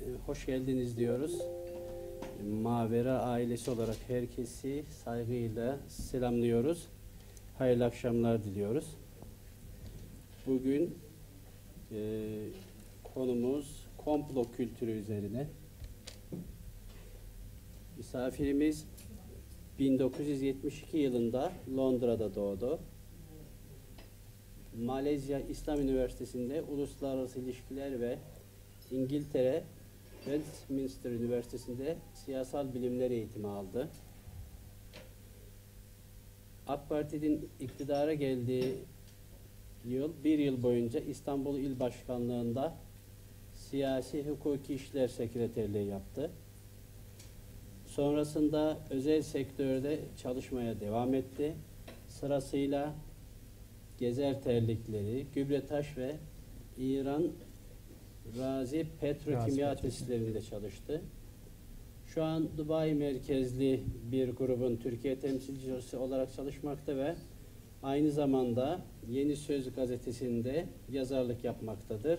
hoş geldiniz diyoruz. Mavera ailesi olarak herkesi saygıyla selamlıyoruz. Hayırlı akşamlar diliyoruz. Bugün konumuz komplo kültürü üzerine. Misafirimiz 1972 yılında Londra'da doğdu. Malezya İslam Üniversitesi'nde Uluslararası İlişkiler ve İngiltere Westminster Üniversitesi'nde siyasal bilimler eğitimi aldı. AK Parti'nin iktidara geldiği bir yıl boyunca İstanbul İl Başkanlığı'nda siyasi hukuki işler sekreterliği yaptı. Sonrasında özel sektörde çalışmaya devam etti. Sırasıyla Gezer Terlikleri, Gübretaş ve İran Razi Petrokimya Tesislerinde çalıştı. Şu an Dubai merkezli bir grubun Türkiye temsilcisi olarak çalışmakta ve aynı zamanda Yeni Söz gazetesinde yazarlık yapmaktadır.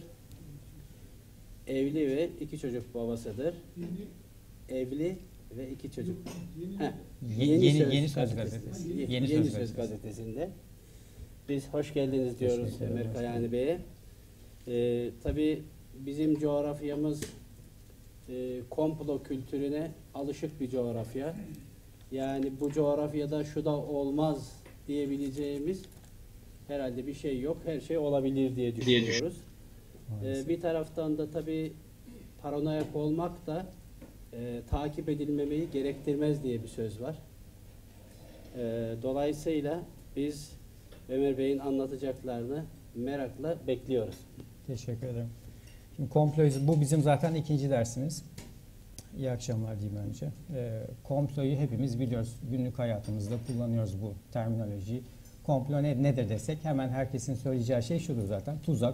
Evli ve 2 çocuk babasıdır. Evli ve 2 çocuk. Yeni Söz gazetesi. Yeni Söz gazetesinde. Biz hoş geldiniz diyoruz Ömer Kayani Bey'e. Tabii bizim coğrafyamız komplo kültürüne alışık bir coğrafya. Yani bu coğrafyada şu da olmaz diyebileceğimiz herhalde bir şey yok. Her şey olabilir diye düşünüyoruz. Bir taraftan da tabii paranoyak olmak da takip edilmemeyi gerektirmez diye bir söz var. Dolayısıyla biz Ömer Bey'in anlatacaklarını merakla bekliyoruz. Teşekkür ederim. Şimdi komployu, bu bizim zaten ikinci dersimiz. İyi akşamlar diyeyim önce. Komployu hepimiz biliyoruz. Günlük hayatımızda kullanıyoruz bu terminolojiyi. Komplo nedir desek hemen herkesin söyleyeceği şey şudur zaten. Tuzak.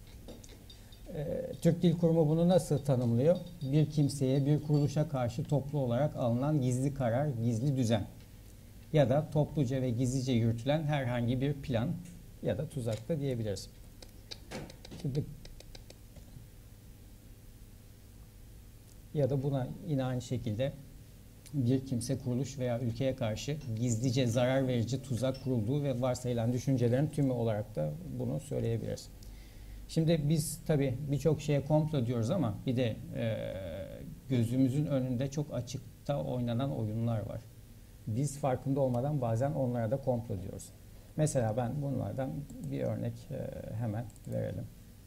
Türk Dil Kurumu bunu nasıl tanımlıyor? Bir kimseye, bir kuruluşa karşı toplu olarak alınan gizli karar, gizli düzen. Ya da topluca ve gizlice yürütülen herhangi bir plan ya da tuzak da diyebiliriz. Şimdi ya da buna yine aynı şekilde bir kimse, kuruluş veya ülkeye karşı gizlice zarar verici tuzak kurulduğu ve varsayılan düşüncelerin tümü olarak da bunu söyleyebiliriz. Şimdi biz tabii birçok şeye komplo diyoruz ama bir de gözümüzün önünde çok açıkta oynanan oyunlar var. Biz farkında olmadan bazen onlara da komplo diyoruz. Mesela ben bunlardan bir örnek hemen verelim.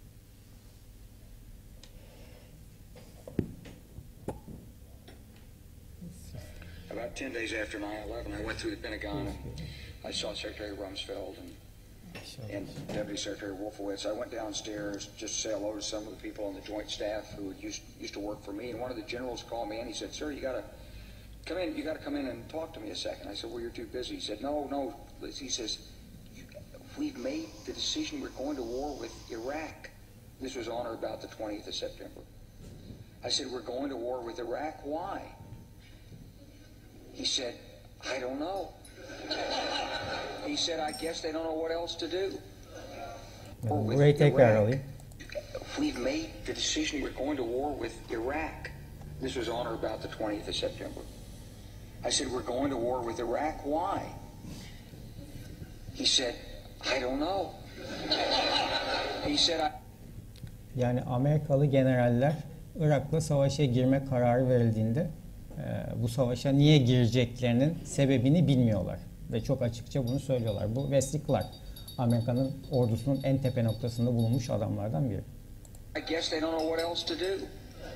About 10 days after 9/11, I went through the Pentagon and I saw Secretary Rumsfeld and Deputy Secretary Wolfowitz. I went downstairs just to say hello to some of the people on the Joint Staff who used to work for me. And one of the generals called me and he said, "Sir, you got to come in. You got to come in and talk to me a second." I said, "Well, you're too busy." He said, "No." He says, "We've made the decision. We're going to war with Iraq." This was on or about the 20th of September. I said, "We're going to war with Iraq. Why?" He said, "I don't know." He said, "I guess they don't know what else to do." Burayı tekrar alayım. We've made the decision. We're going to war with Iraq. This was on or about the 20th of September. I said, "We're going to war with Iraq. Why?" He said, "I don't know." He said, Yani Amerikalı generaller Irak'la savaşa girme kararı verildiğinde bu savaşa niye gireceklerinin sebebini bilmiyorlar. Ve çok açıkça bunu söylüyorlar. Bu Wesley Clark, Amerika'nın ordusunun en tepe noktasında bulunmuş adamlardan biri. "I guess they don't know what else to do."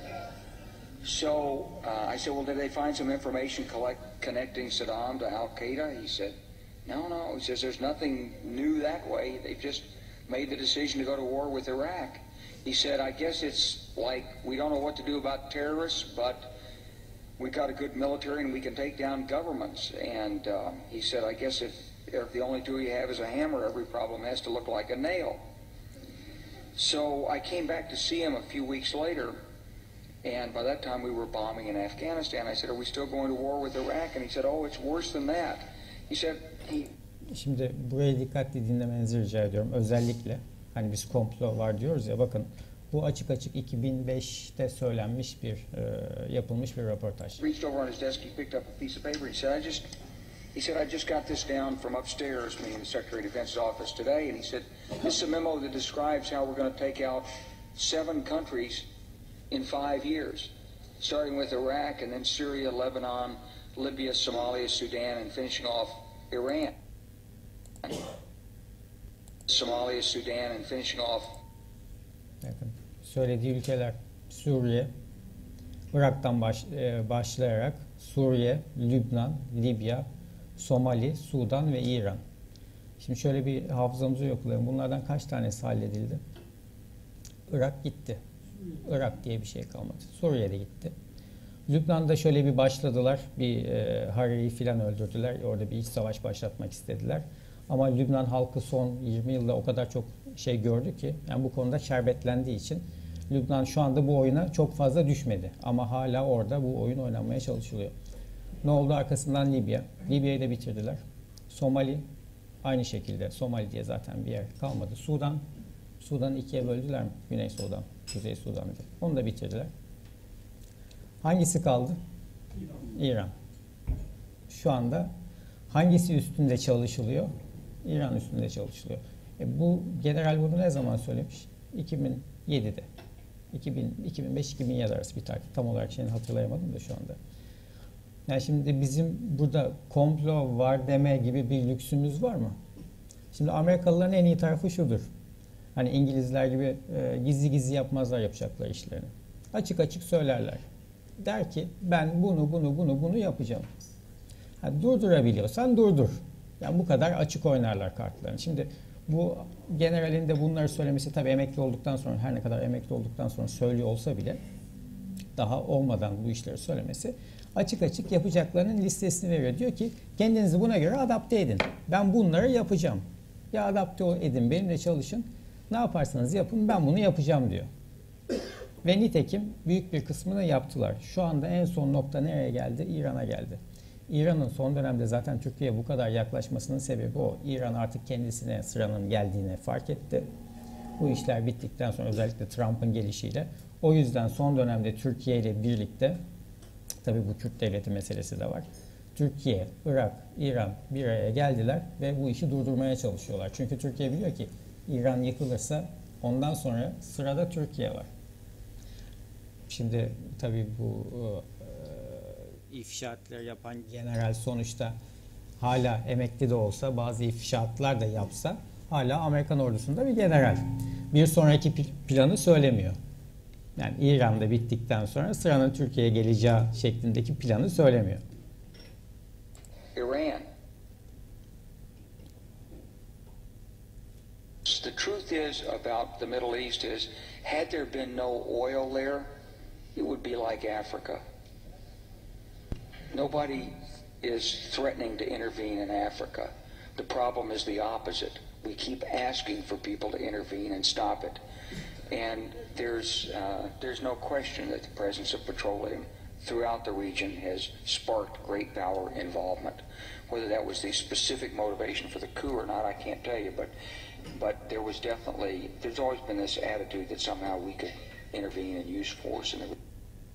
So I said, "Well, did they find some information connecting Saddam to Al-Qaeda?" He said, No. He says, "There's nothing new that way. They've just made the decision to go to war with Iraq." He said, "I guess it's like we don't know what to do about terrorists, but we got a good military and we can take down governments." And he said, "I guess if the only tool you have is a hammer, every problem has to look like a nail." So I came back to see him a few weeks later, and by that time we were bombing in Afghanistan. I said, "Are we still going to war with Iraq?" And he said, "Oh, it's worse than that." He said, Şimdi burayı dikkatli dinlemenizi rica ediyorum. Özellikle hani biz komplo var diyoruz ya, bakın Bu açık açık 2005'te söylenmiş bir, yapılmış bir röportaj. Reached over on his desk, he picked up a piece of paper. He said, I just got this down from upstairs, meaning the Secretary of Defense's office today, and he said, this is a memo that describes how we're going to take out 7 countries in 5 years, starting with Iraq and then Syria, Lebanon, Libya, Somalia, Sudan, and finishing off Iran. Somalia, Sudan, and finishing off. Bakın, söylediği ülkeler Suriye, Irak'tan başlayarak Suriye, Lübnan, Libya, Somali, Sudan ve İran. Şimdi şöyle bir hafızamızı yoklayalım. Bunlardan kaç tanesi halledildi? Irak gitti. Irak diye bir şey kalmadı. Suriye'de gitti. Lübnan'da şöyle bir başladılar. Bir Hariri'yi filan öldürdüler. Orada bir iç savaş başlatmak istediler. Ama Lübnan halkı son 20 yılda o kadar çok şey gördü ki, yani bu konuda şerbetlendiği için Lübnan şu anda bu oyuna çok fazla düşmedi. Ama hala orada bu oyun oynanmaya çalışılıyor. Ne oldu? Arkasından Libya. Libya'yı da bitirdiler. Somali aynı şekilde. Somali diye zaten bir yer kalmadı. Sudan. Sudan'ı 2'ye böldüler mi? Güney Sudan, Kuzey Sudan diye. Onu da bitirdiler. Hangisi kaldı? İran. Şu anda hangisi üstünde çalışılıyor? İran üstünde çalışılıyor. Bu general bunu ne zaman söylemiş? 2007'de. 2005-2007 arası bir tarih. Tam olarak şeyini hatırlayamadım da şu anda. Yani şimdi bizim burada komplo var deme gibi bir lüksümüz var mı? Şimdi Amerikalıların en iyi tarafı şudur. Hani İngilizler gibi gizli gizli yapmazlar yapacaklar işlerini. Açık açık söylerler. Der ki ben bunu yapacağım. Durdurabiliyorsan durdur. Yani bu kadar açık oynarlar kartlarını. Şimdi bu generalin de bunları söylemesi tabii emekli olduktan sonra, her ne kadar emekli olduktan sonra söylüyor olsa bile daha olmadan bu işleri söylemesi açık açık yapacaklarının listesini veriyor. Diyor ki kendinizi buna göre adapte edin. Ben bunları yapacağım. Ya adapte edin, benimle çalışın. Ne yaparsanız yapın, ben bunu yapacağım diyor. Ve nitekim büyük bir kısmını yaptılar. Şu anda en son nokta nereye geldi? İran'a geldi. İran'ın son dönemde zaten Türkiye'ye bu kadar yaklaşmasının sebebi o. İran artık kendisine sıranın geldiğini fark etti. Bu işler bittikten sonra özellikle Trump'ın gelişiyle. O yüzden son dönemde Türkiye ile birlikte, tabii bu Kürt devleti meselesi de var. Türkiye, Irak, İran bir araya geldiler ve bu işi durdurmaya çalışıyorlar. Çünkü Türkiye biliyor ki İran yıkılırsa ondan sonra sırada Türkiye var. Şimdi tabii bu ifşaatları yapan general sonuçta hala emekli de olsa, bazı ifşaatlar da yapsa hala Amerikan ordusunda bir general. Bir sonraki planı söylemiyor. Yani İran'da bittikten sonra sıranın Türkiye'ye geleceği şeklindeki planı söylemiyor. Iran. The truth is about the Middle East is, had there been no oil there, it would be like Africa. Nobody is threatening to intervene in Africa. The problem is the opposite. We keep asking for people to intervene and stop it. And there's no question that the presence of petroleum throughout the region has sparked great power involvement. Whether that was the specific motivation for the coup or not, I can't tell you, but there was definitely, there's always been this attitude that somehow we could intervene and use force in the region.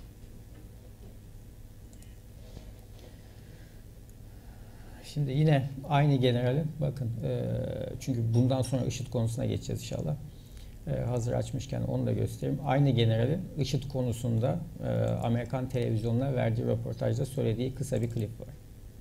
Şimdi yine aynı generalin, bakın çünkü bundan sonra IŞİD konusuna geçeceğiz inşallah. Hazır açmışken onu da göstereyim. Aynı generalin IŞİD konusunda Amerikan televizyonuna verdiği röportajda söylediği kısa bir klip var.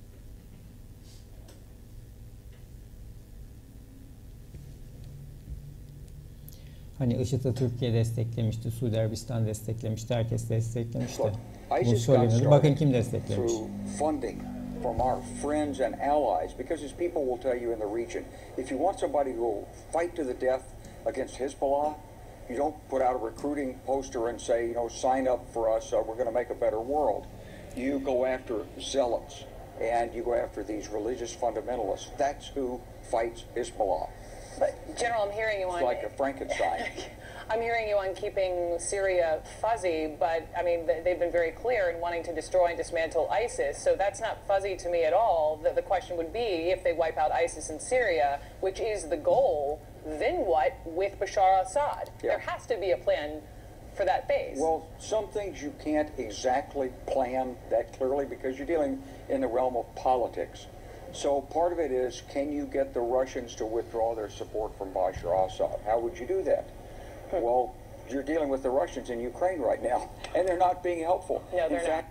Hani IŞİD'i Türkiye desteklemişti, Suudi Arabistan desteklemişti, herkes desteklemişti. Bu söyleniyordu. Bakın kim desteklemiş. From our friends and allies, because as people will tell you in the region, if you want somebody who will fight to the death against Hezbollah, you don't put out a recruiting poster and say, you know, sign up for us, we're going to make a better world. You go after zealots, and you go after these religious fundamentalists. That's who fights Hezbollah. But General, I'm hearing you on... It's like a Frankenstein. I'm hearing you on keeping Syria fuzzy, but I mean, they've been very clear in wanting to destroy and dismantle ISIS, so that's not fuzzy to me at all. The question would be, if they wipe out ISIS in Syria, which is the goal, then what with Bashar al-Assad? Yeah. There has to be a plan for that phase. Well, some things you can't exactly plan that clearly because you're dealing in the realm of politics. So part of it is, can you get the Russians to withdraw their support from Bashar al-Assad? How would you do that? Well, you're dealing with the Russians in Ukraine right now, and they're not being helpful. No, they're in fact,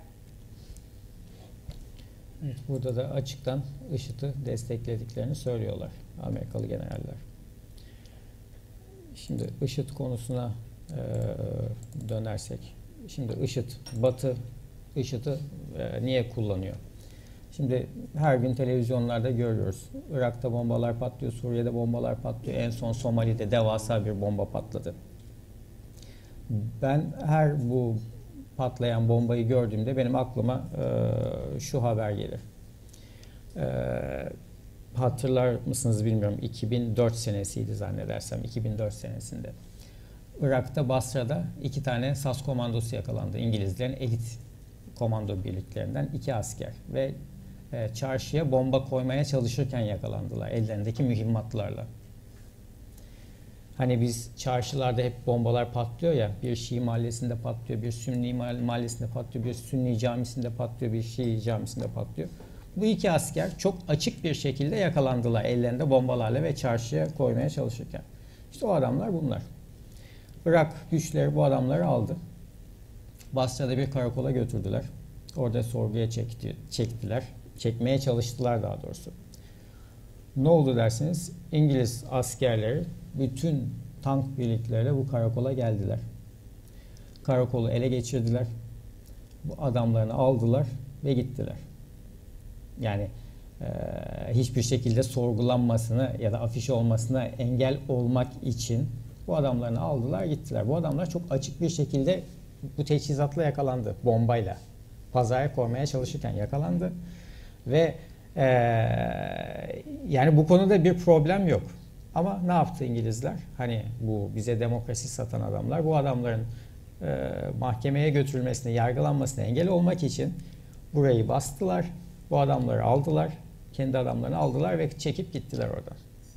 Evet, burada da açıktan IŞİD'i desteklediklerini söylüyorlar Amerikalı generaller. Şimdi IŞİD konusuna dönersek. Şimdi IŞİD, Batı IŞİD'i niye kullanıyor? Şimdi her gün televizyonlarda görüyoruz. Irak'ta bombalar patlıyor, Suriye'de bombalar patlıyor. En son Somali'de devasa bir bomba patladı. Ben her bu patlayan bombayı gördüğümde benim aklıma şu haber gelir. Hatırlar mısınız bilmiyorum. 2004 senesiydi zannedersem. 2004 senesinde. Irak'ta Basra'da 2 tane SAS komandosu yakalandı. İngilizlerin elit komando birliklerinden 2 asker ve çarşıya bomba koymaya çalışırken yakalandılar ellerindeki mühimmatlarla. Hani biz çarşılarda hep bombalar patlıyor ya, bir Şii mahallesinde patlıyor, bir Sünni mahallesinde patlıyor, bir Sünni camisinde patlıyor, bir Şii camisinde patlıyor. Bu 2 asker çok açık bir şekilde yakalandılar ellerinde bombalarla ve çarşıya koymaya çalışırken. İşte o adamlar bunlar. Irak güçleri bu adamları aldı. Basra'da bir karakola götürdüler. Orada sorguya çektiler. Çekmeye çalıştılar daha doğrusu. Ne oldu dersiniz? İngiliz askerleri bütün tank birlikleriyle bu karakola geldiler. Karakolu ele geçirdiler. Bu adamlarını aldılar ve gittiler. Yani hiçbir şekilde sorgulanmasını ya da afiş olmasına engel olmak için bu adamlarını aldılar gittiler. Bu adamlar çok açık bir şekilde bu teçhizatla yakalandı. Bombayla. Pazara koymaya çalışırken yakalandı. Ve yani bu konuda bir problem yok. Ama ne yaptı İngilizler? Hani bu bize demokrasi satan adamlar bu adamların mahkemeye götürülmesine, yargılanmasına engel olmak için burayı bastılar. Bu adamları aldılar. Kendi adamlarını aldılar ve çekip gittiler oradan.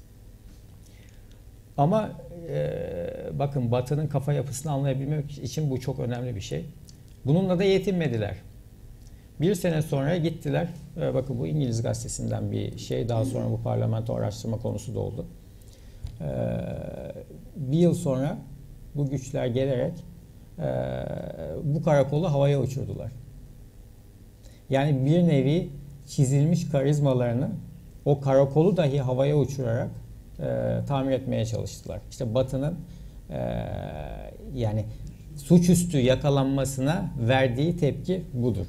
Ama bakın Batı'nın kafa yapısını anlayabilmek için bu çok önemli bir şey. Bununla da yetinmediler. Bir sene sonra gittiler. Bakın bu İngiliz gazetesinden bir şey. Daha sonra bu parlamento araştırma konusu da oldu. Bir yıl sonra bu güçler gelerek bu karakolu havaya uçurdular. Yani bir nevi çizilmiş karizmalarını o karakolu dahi havaya uçurarak tamir etmeye çalıştılar. İşte Batı'nın yani suçüstü yakalanmasına verdiği tepki budur.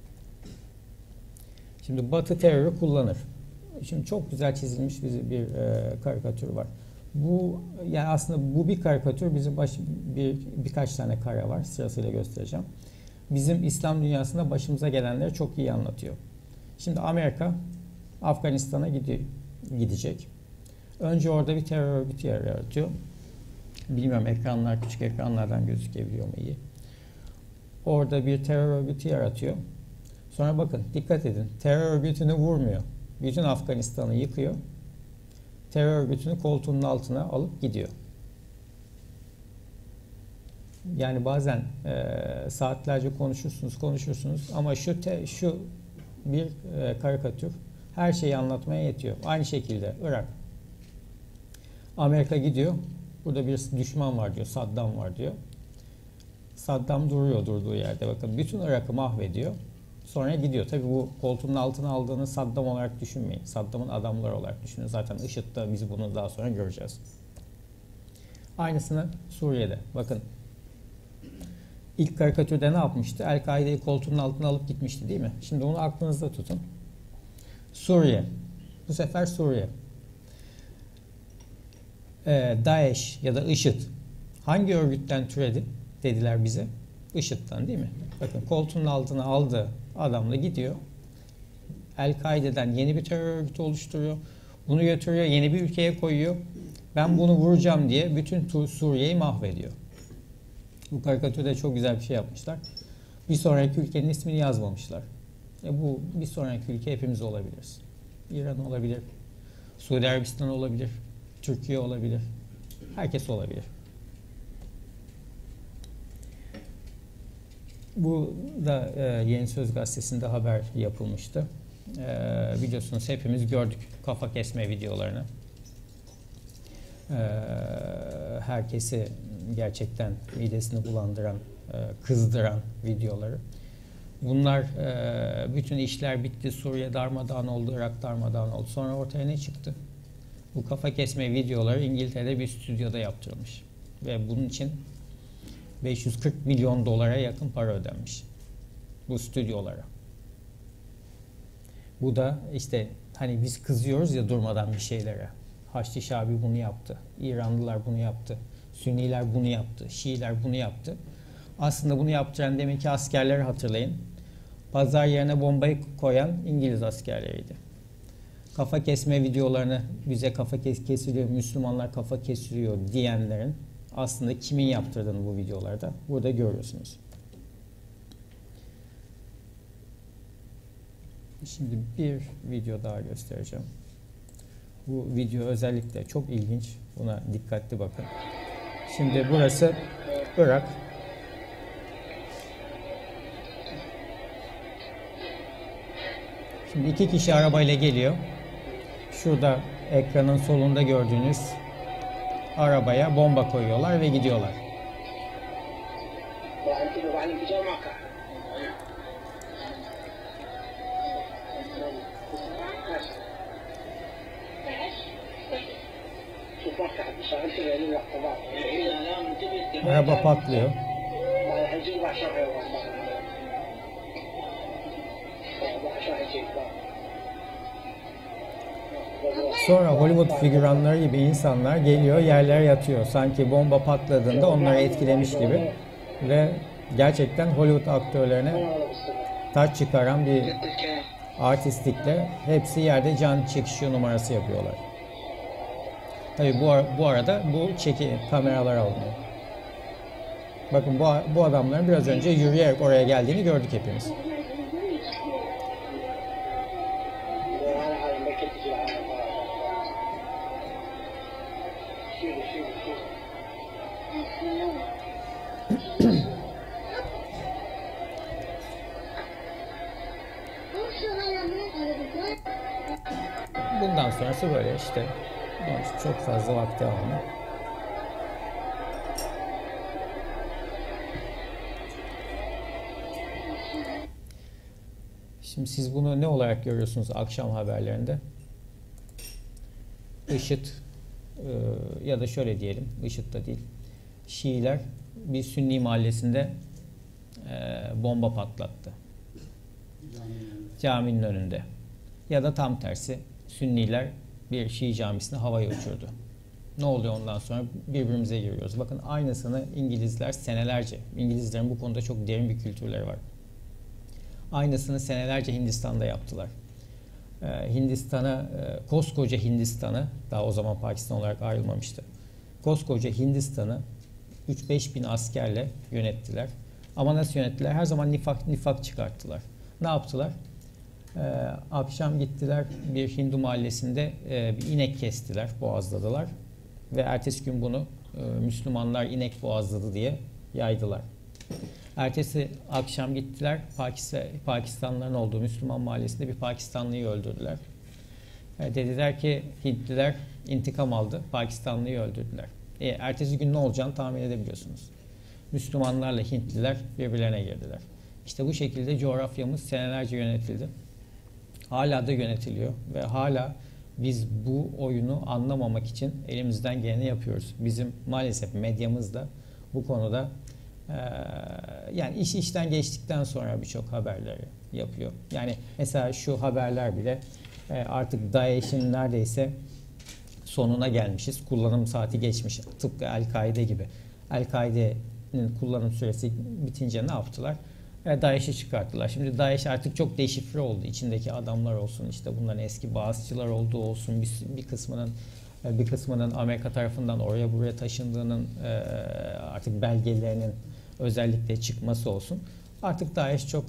Şimdi Batı terörü kullanır. Şimdi çok güzel çizilmiş bir karikatür var. Bu yani aslında bu bir karikatür, bizim birkaç tane kare var, sırasıyla göstereceğim. Bizim İslam dünyasında başımıza gelenleri çok iyi anlatıyor. Şimdi Amerika Afganistan'a gidecek. Önce orada bir terör örgütü yaratıyor. Bilmiyorum, ekranlar küçük ekranlardan gözükebiliyor mu iyi. Orada bir terör örgütü yaratıyor. Sonra bakın dikkat edin, terör örgütünü vurmuyor. Bütün Afganistan'ı yıkıyor. Terör örgütünü koltuğunun altına alıp gidiyor. Yani bazen saatlerce konuşursunuz ama şu bir karikatür her şeyi anlatmaya yetiyor. Aynı şekilde Irak. Amerika gidiyor. Burada bir düşman var diyor. Saddam var diyor. Saddam duruyor durduğu yerde. Bakın bütün Irak'ı mahvediyor. Sonra gidiyor. Tabii bu koltuğunun altına aldığını Saddam olarak düşünmeyin. Saddam'ın adamları olarak düşünün. Zaten IŞİD'de biz bunu daha sonra göreceğiz. Aynısını Suriye'de. Bakın ilk karikatürde ne yapmıştı? El-Kaide'yi koltuğunun altına alıp gitmişti değil mi? Şimdi onu aklınızda tutun. Suriye. Bu sefer Suriye. DAEŞ ya da IŞİD hangi örgütten türedi dediler bize? IŞİD'den değil mi? Bakın koltuğunun altına aldığı adamla gidiyor. El-Kaide'den yeni bir terör örgütü oluşturuyor. Bunu götürüyor, yeni bir ülkeye koyuyor. Ben bunu vuracağım diye bütün Suriye'yi mahvediyor. Bu karikatürde çok güzel bir şey yapmışlar. Bir sonraki ülkenin ismini yazmamışlar. Bu bir sonraki ülke hepimiz olabiliriz. İran olabilir, Suudi Arabistan olabilir, Türkiye olabilir. Herkes olabilir. Bu da Yeni Söz Gazetesi'nde haber yapılmıştı. Biliyorsunuz hepimiz gördük kafa kesme videolarını. Herkesi gerçekten midesini bulandıran, kızdıran videoları. Bunlar bütün işler bitti, Suriye darmadağın oldu, Irak darmadağın oldu. Sonra ortaya ne çıktı? Bu kafa kesme videoları İngiltere'de bir stüdyoda yaptırılmış. Ve bunun için 540 milyon dolara yakın para ödenmiş. Bu stüdyolara. Bu da işte hani biz kızıyoruz ya durmadan bir şeylere. Haçlı Şabi bunu yaptı. İranlılar bunu yaptı. Sünniler bunu yaptı. Şiiler bunu yaptı. Aslında bunu yaptıran demek ki askerleri hatırlayın. Pazar yerine bombayı koyan İngiliz askerleriydi. Kafa kesme videolarını bize kafa kesiliyor, Müslümanlar kafa kesiliyor diyenlerin aslında kimin yaptırdığını bu videolarda burada görüyorsunuz. Şimdi bir video daha göstereceğim. Bu video özellikle çok ilginç. Buna dikkatli bakın. Şimdi burası Irak. Şimdi iki kişi arabayla geliyor. Şurada ekranın solunda gördüğünüz arabaya bomba koyuyorlar ve gidiyorlar. Araba patlıyor. Sonra Hollywood figüranları gibi insanlar geliyor, yerlere yatıyor. Sanki bomba patladığında onları etkilemiş gibi. Ve gerçekten Hollywood aktörlerine taç çıkaran bir artistlikle hepsi yerde can çekişiyor numarası yapıyorlar. Tabii bu arada bu kameralar alınıyor. Bakın bu adamların biraz önce yürüyerek oraya geldiğini gördük hepimiz. Bundan sonrası böyle işte. Çok fazla vakti almıyor. Şimdi siz bunu ne olarak görüyorsunuz akşam haberlerinde? IŞİD ya da şöyle diyelim, IŞİD da değil. Şiiler bir Sünni mahallesinde bomba patlattı. Caminin önünde. Ya da tam tersi Sünniler bir Şii camisini havaya uçurdu. Ne oluyor ondan sonra? Birbirimize giriyoruz. Bakın aynısını İngilizler senelerce, İngilizlerin bu konuda çok derin bir kültürleri var. Aynısını senelerce Hindistan'da yaptılar. Koskoca Hindistan'ı, daha o zaman Pakistan olarak ayrılmamıştı. Koskoca Hindistan'ı 3-5 bin askerle yönettiler. Ama nasıl yönettiler? Her zaman nifak çıkarttılar. Ne yaptılar? Akşam gittiler bir Hindu mahallesinde bir inek kestiler, boğazladılar. Ve ertesi gün bunu Müslümanlar inek boğazladı diye yaydılar. Ertesi akşam gittiler Pakistanlıların olduğu Müslüman mahallesinde bir Pakistanlıyı öldürdüler. Dediler ki Hintliler intikam aldı, Pakistanlıyı öldürdüler. Ertesi gün ne olacağını tahmin edebiliyorsunuz. Müslümanlarla Hintliler birbirlerine girdiler. İşte bu şekilde coğrafyamız senelerce yönetildi. Hala da yönetiliyor ve hala biz bu oyunu anlamamak için elimizden geleni yapıyoruz. Bizim maalesef medyamız da bu konuda yani iş işten geçtikten sonra birçok haberleri yapıyor. Yani mesela şu haberler bile artık DAEŞ'in neredeyse sonuna gelmişiz. Kullanım saati geçmiş. Tıpkı El-Kaide gibi. El-Kaide'nin kullanım süresi bitince ne yaptılar? DAEŞ'i çıkarttılar. Şimdi DAEŞ artık çok deşifre oldu. İçindeki adamlar olsun, işte bunların eski Baasçılar olduğu olsun, bir kısmının Amerika tarafından oraya buraya taşındığının artık belgelerinin özellikle çıkması olsun. Artık DAEŞ çok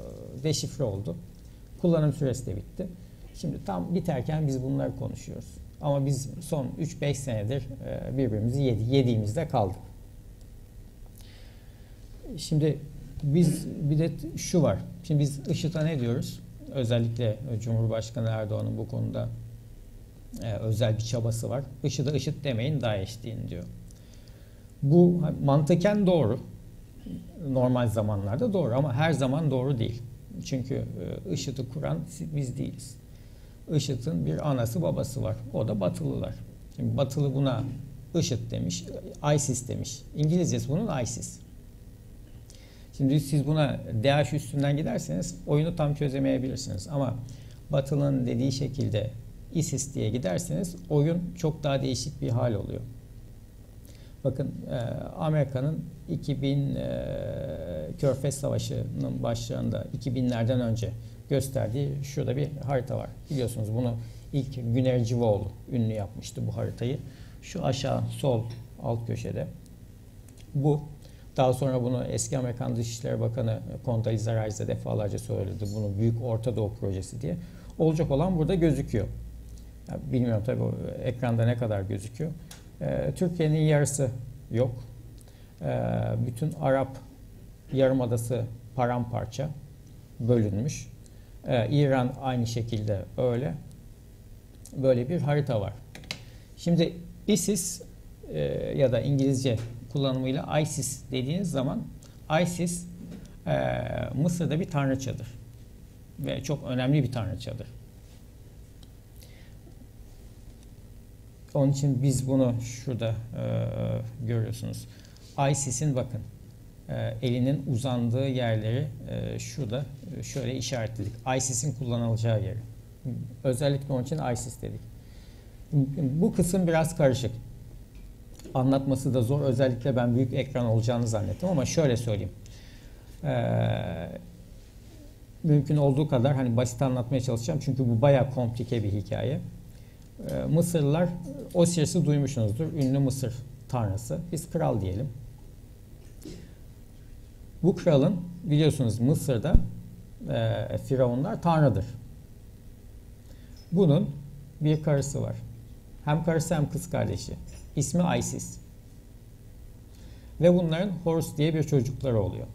deşifre oldu. Kullanım süresi de bitti. Şimdi tam biterken biz bunları konuşuyoruz. Ama biz son 3-5 senedir birbirimizi yediğimizde kaldık. Şimdi biz bir de şu var. Şimdi biz IŞİD'e ne diyoruz? Özellikle Cumhurbaşkanı Erdoğan'ın bu konuda özel bir çabası var. IŞİD'e IŞİD demeyin, DAEŞ deyin diyor. Bu mantıken doğru. Normal zamanlarda doğru ama her zaman doğru değil. Çünkü IŞİD'i kuran biz değiliz. IŞİD'in bir anası babası var. O da Batılılar. Şimdi Batılı buna IŞİD demiş, ISIS demiş. İngilizcesi bunun ISIS. Şimdi siz buna DAEŞ üstünden giderseniz oyunu tam çözemeyebilirsiniz. Ama Batılı'nın dediği şekilde ISIS diye giderseniz oyun çok daha değişik bir hal oluyor. Bakın Amerika'nın 2000 Körfez Savaşı'nın başlarında 2000'lerden önce gösterdiği şurada bir harita var. Biliyorsunuz bunu ilk Güner Civoğlu ünlü yapmıştı bu haritayı. Şu aşağı sol alt köşede. Bu. Daha sonra bunu eski Amerikan Dışişleri Bakanı Condoleezza Rice de defalarca söyledi. Bunu Büyük Orta Doğu Projesi diye. Olacak olan burada gözüküyor. Yani bilmiyorum tabii ekranda ne kadar gözüküyor. Türkiye'nin yarısı yok. Bütün Arap Yarımadası paramparça bölünmüş. İran aynı şekilde öyle. Böyle bir harita var. Şimdi ISIS ya da İngilizce kullanımıyla ISIS dediğiniz zaman ISIS Mısır'da bir tanrıçadır. Ve çok önemli bir tanrıçadır. Onun için biz bunu şurada görüyorsunuz. ISIS'in bakın elinin uzandığı yerleri şurada şöyle işaretledik. ISIS'in kullanılacağı yeri. Özellikle onun için ISIS dedik. Bu kısım biraz karışık. Anlatması da zor. Özellikle ben büyük ekran olacağını zannettim ama şöyle söyleyeyim. Mümkün olduğu kadar hani basit anlatmaya çalışacağım. Çünkü bu bayağı komplike bir hikaye. Mısırlılar Osiris'i duymuşsunuzdur. Ünlü Mısır tanrısı. Biz kral diyelim. Bu kralın biliyorsunuz Mısır'da firavunlar tanrıdır. Bunun bir karısı var. Hem karısı hem kız kardeşi. İsmi Isis. Ve bunların Horus diye bir çocukları oluyor.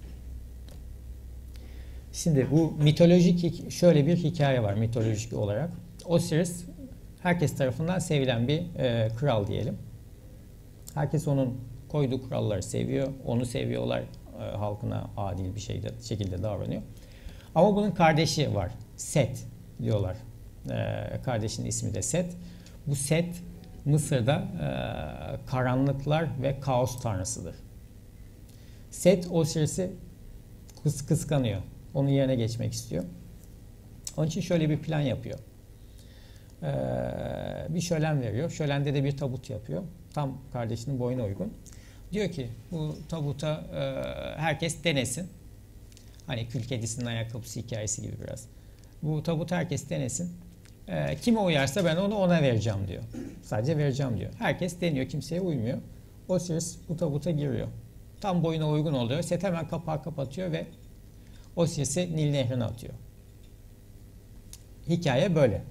Şimdi bu mitolojik şöyle bir hikaye var mitolojik olarak. Osiris herkes tarafından sevilen bir kral diyelim. Herkes onun koyduğu kuralları seviyor. Onu seviyorlar. Halkına adil bir şekilde davranıyor. Ama bunun kardeşi var. Set diyorlar. Kardeşinin ismi de Set. Bu Set Mısır'da karanlıklar ve kaos tanrısıdır. Set Osiris'i kıskanıyor. Onun yerine geçmek istiyor. Onun için şöyle bir plan yapıyor. Bir şölen veriyor. Şölende de bir tabut yapıyor. Tam kardeşinin boyuna uygun. Diyor ki bu tabuta herkes denesin. Hani kül kedisinin ayakkabısı hikayesi gibi biraz. Bu tabut herkes denesin. Kime uyarsa ben onu ona vereceğim diyor. Sadece vereceğim diyor. Herkes deniyor. Kimseye uymuyor. Osiris bu tabuta giriyor. Tam boyuna uygun oluyor. Set hemen kapağı kapatıyor ve Osiris'i Nil Nehri'ne atıyor. Hikaye böyle.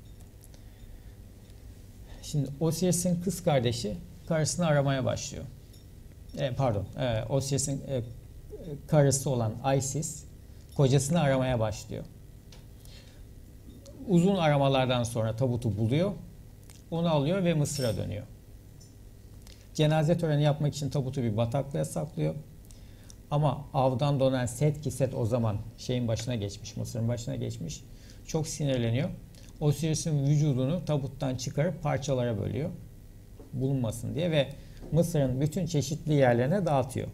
Şimdi Osiris'in kız kardeşi karısını aramaya başlıyor. Osiris'in karısı olan Isis kocasını aramaya başlıyor. Uzun aramalardan sonra tabutu buluyor. Onu alıyor ve Mısır'a dönüyor. Cenaze töreni yapmak için tabutu bir bataklığa saklıyor. Ama avdan dönen Set ki Set o zaman şeyin başına geçmiş, Mısır'ın başına geçmiş. Çok sinirleniyor. Osiris'in vücudunu tabuttan çıkarıp parçalara bölüyor. Bulunmasın diye ve Mısır'ın bütün çeşitli yerlerine dağıtıyor.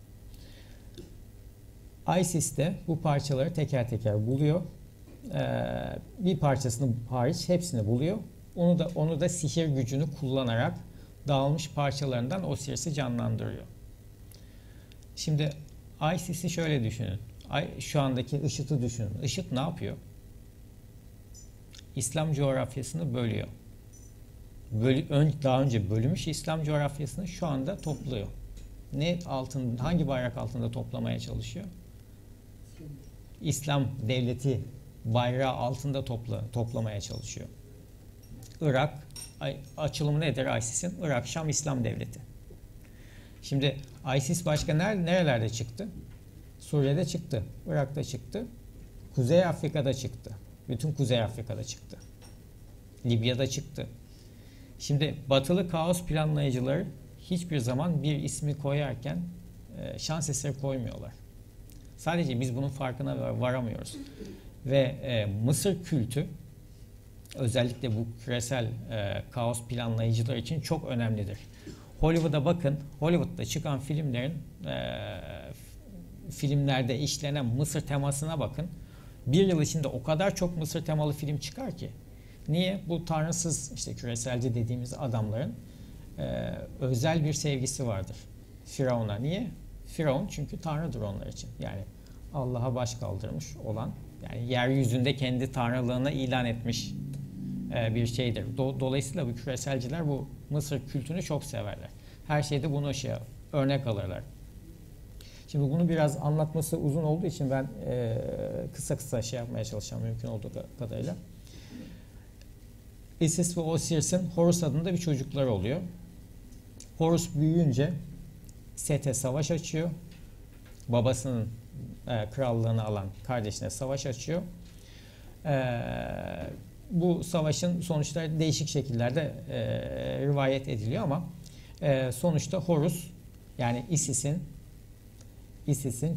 Isis de bu parçaları teker teker buluyor. Bir parçasını hariç hepsini buluyor. Onu da sihir gücünü kullanarak dağılmış parçalarından Osiris'i canlandırıyor. Şimdi Isis'i şöyle düşünün. Şu andaki IŞİD'i düşünün. IŞİD ne yapıyor? İslam coğrafyasını bölüyor. Daha önce bölünmüş İslam coğrafyasını şu anda topluyor. Hangi bayrak altında toplamaya çalışıyor? İslam devleti bayrağı altında toplamaya çalışıyor. Irak, açılımı nedir ISIS'in? Irak, Şam İslam Devleti. Şimdi ISIS başka nerelerde çıktı? Suriye'de çıktı, Irak'ta çıktı, Kuzey Afrika'da çıktı. Bütün Kuzey Afrika'da çıktı. Libya'da çıktı. Şimdi batılı kaos planlayıcıları hiçbir zaman bir ismi koyarken şans eseri koymuyorlar. Sadece biz bunun farkına varamıyoruz. Ve Mısır kültü özellikle bu küresel kaos planlayıcılar için çok önemlidir. Hollywood'a bakın, Hollywood'da çıkan filmlerde işlenen Mısır temasına bakın. Bir yıl içinde o kadar çok Mısır temalı film çıkar ki. Niye? Bu tanrısız işte küreselci dediğimiz adamların özel bir sevgisi vardır Firavun'a. Niye? Firavun çünkü tanrıdır onlar için. Yani Allah'a baş kaldırmış olan, yani yeryüzünde kendi tanrılığını ilan etmiş bir şeydir. Dolayısıyla bu küreselciler bu Mısır kültünü çok severler. Her şeyde bunu örnek alırlar. Şimdi bunu biraz anlatması uzun olduğu için ben kısa yapmaya çalışacağım mümkün olduğu kadarıyla. Isis ve Osiris'in Horus adında bir çocukları oluyor. Horus büyüyünce Set'e savaş açıyor. Babasının krallığını alan kardeşine savaş açıyor. Bu savaşın sonuçları değişik şekillerde rivayet ediliyor ama sonuçta Horus, yani Isis'in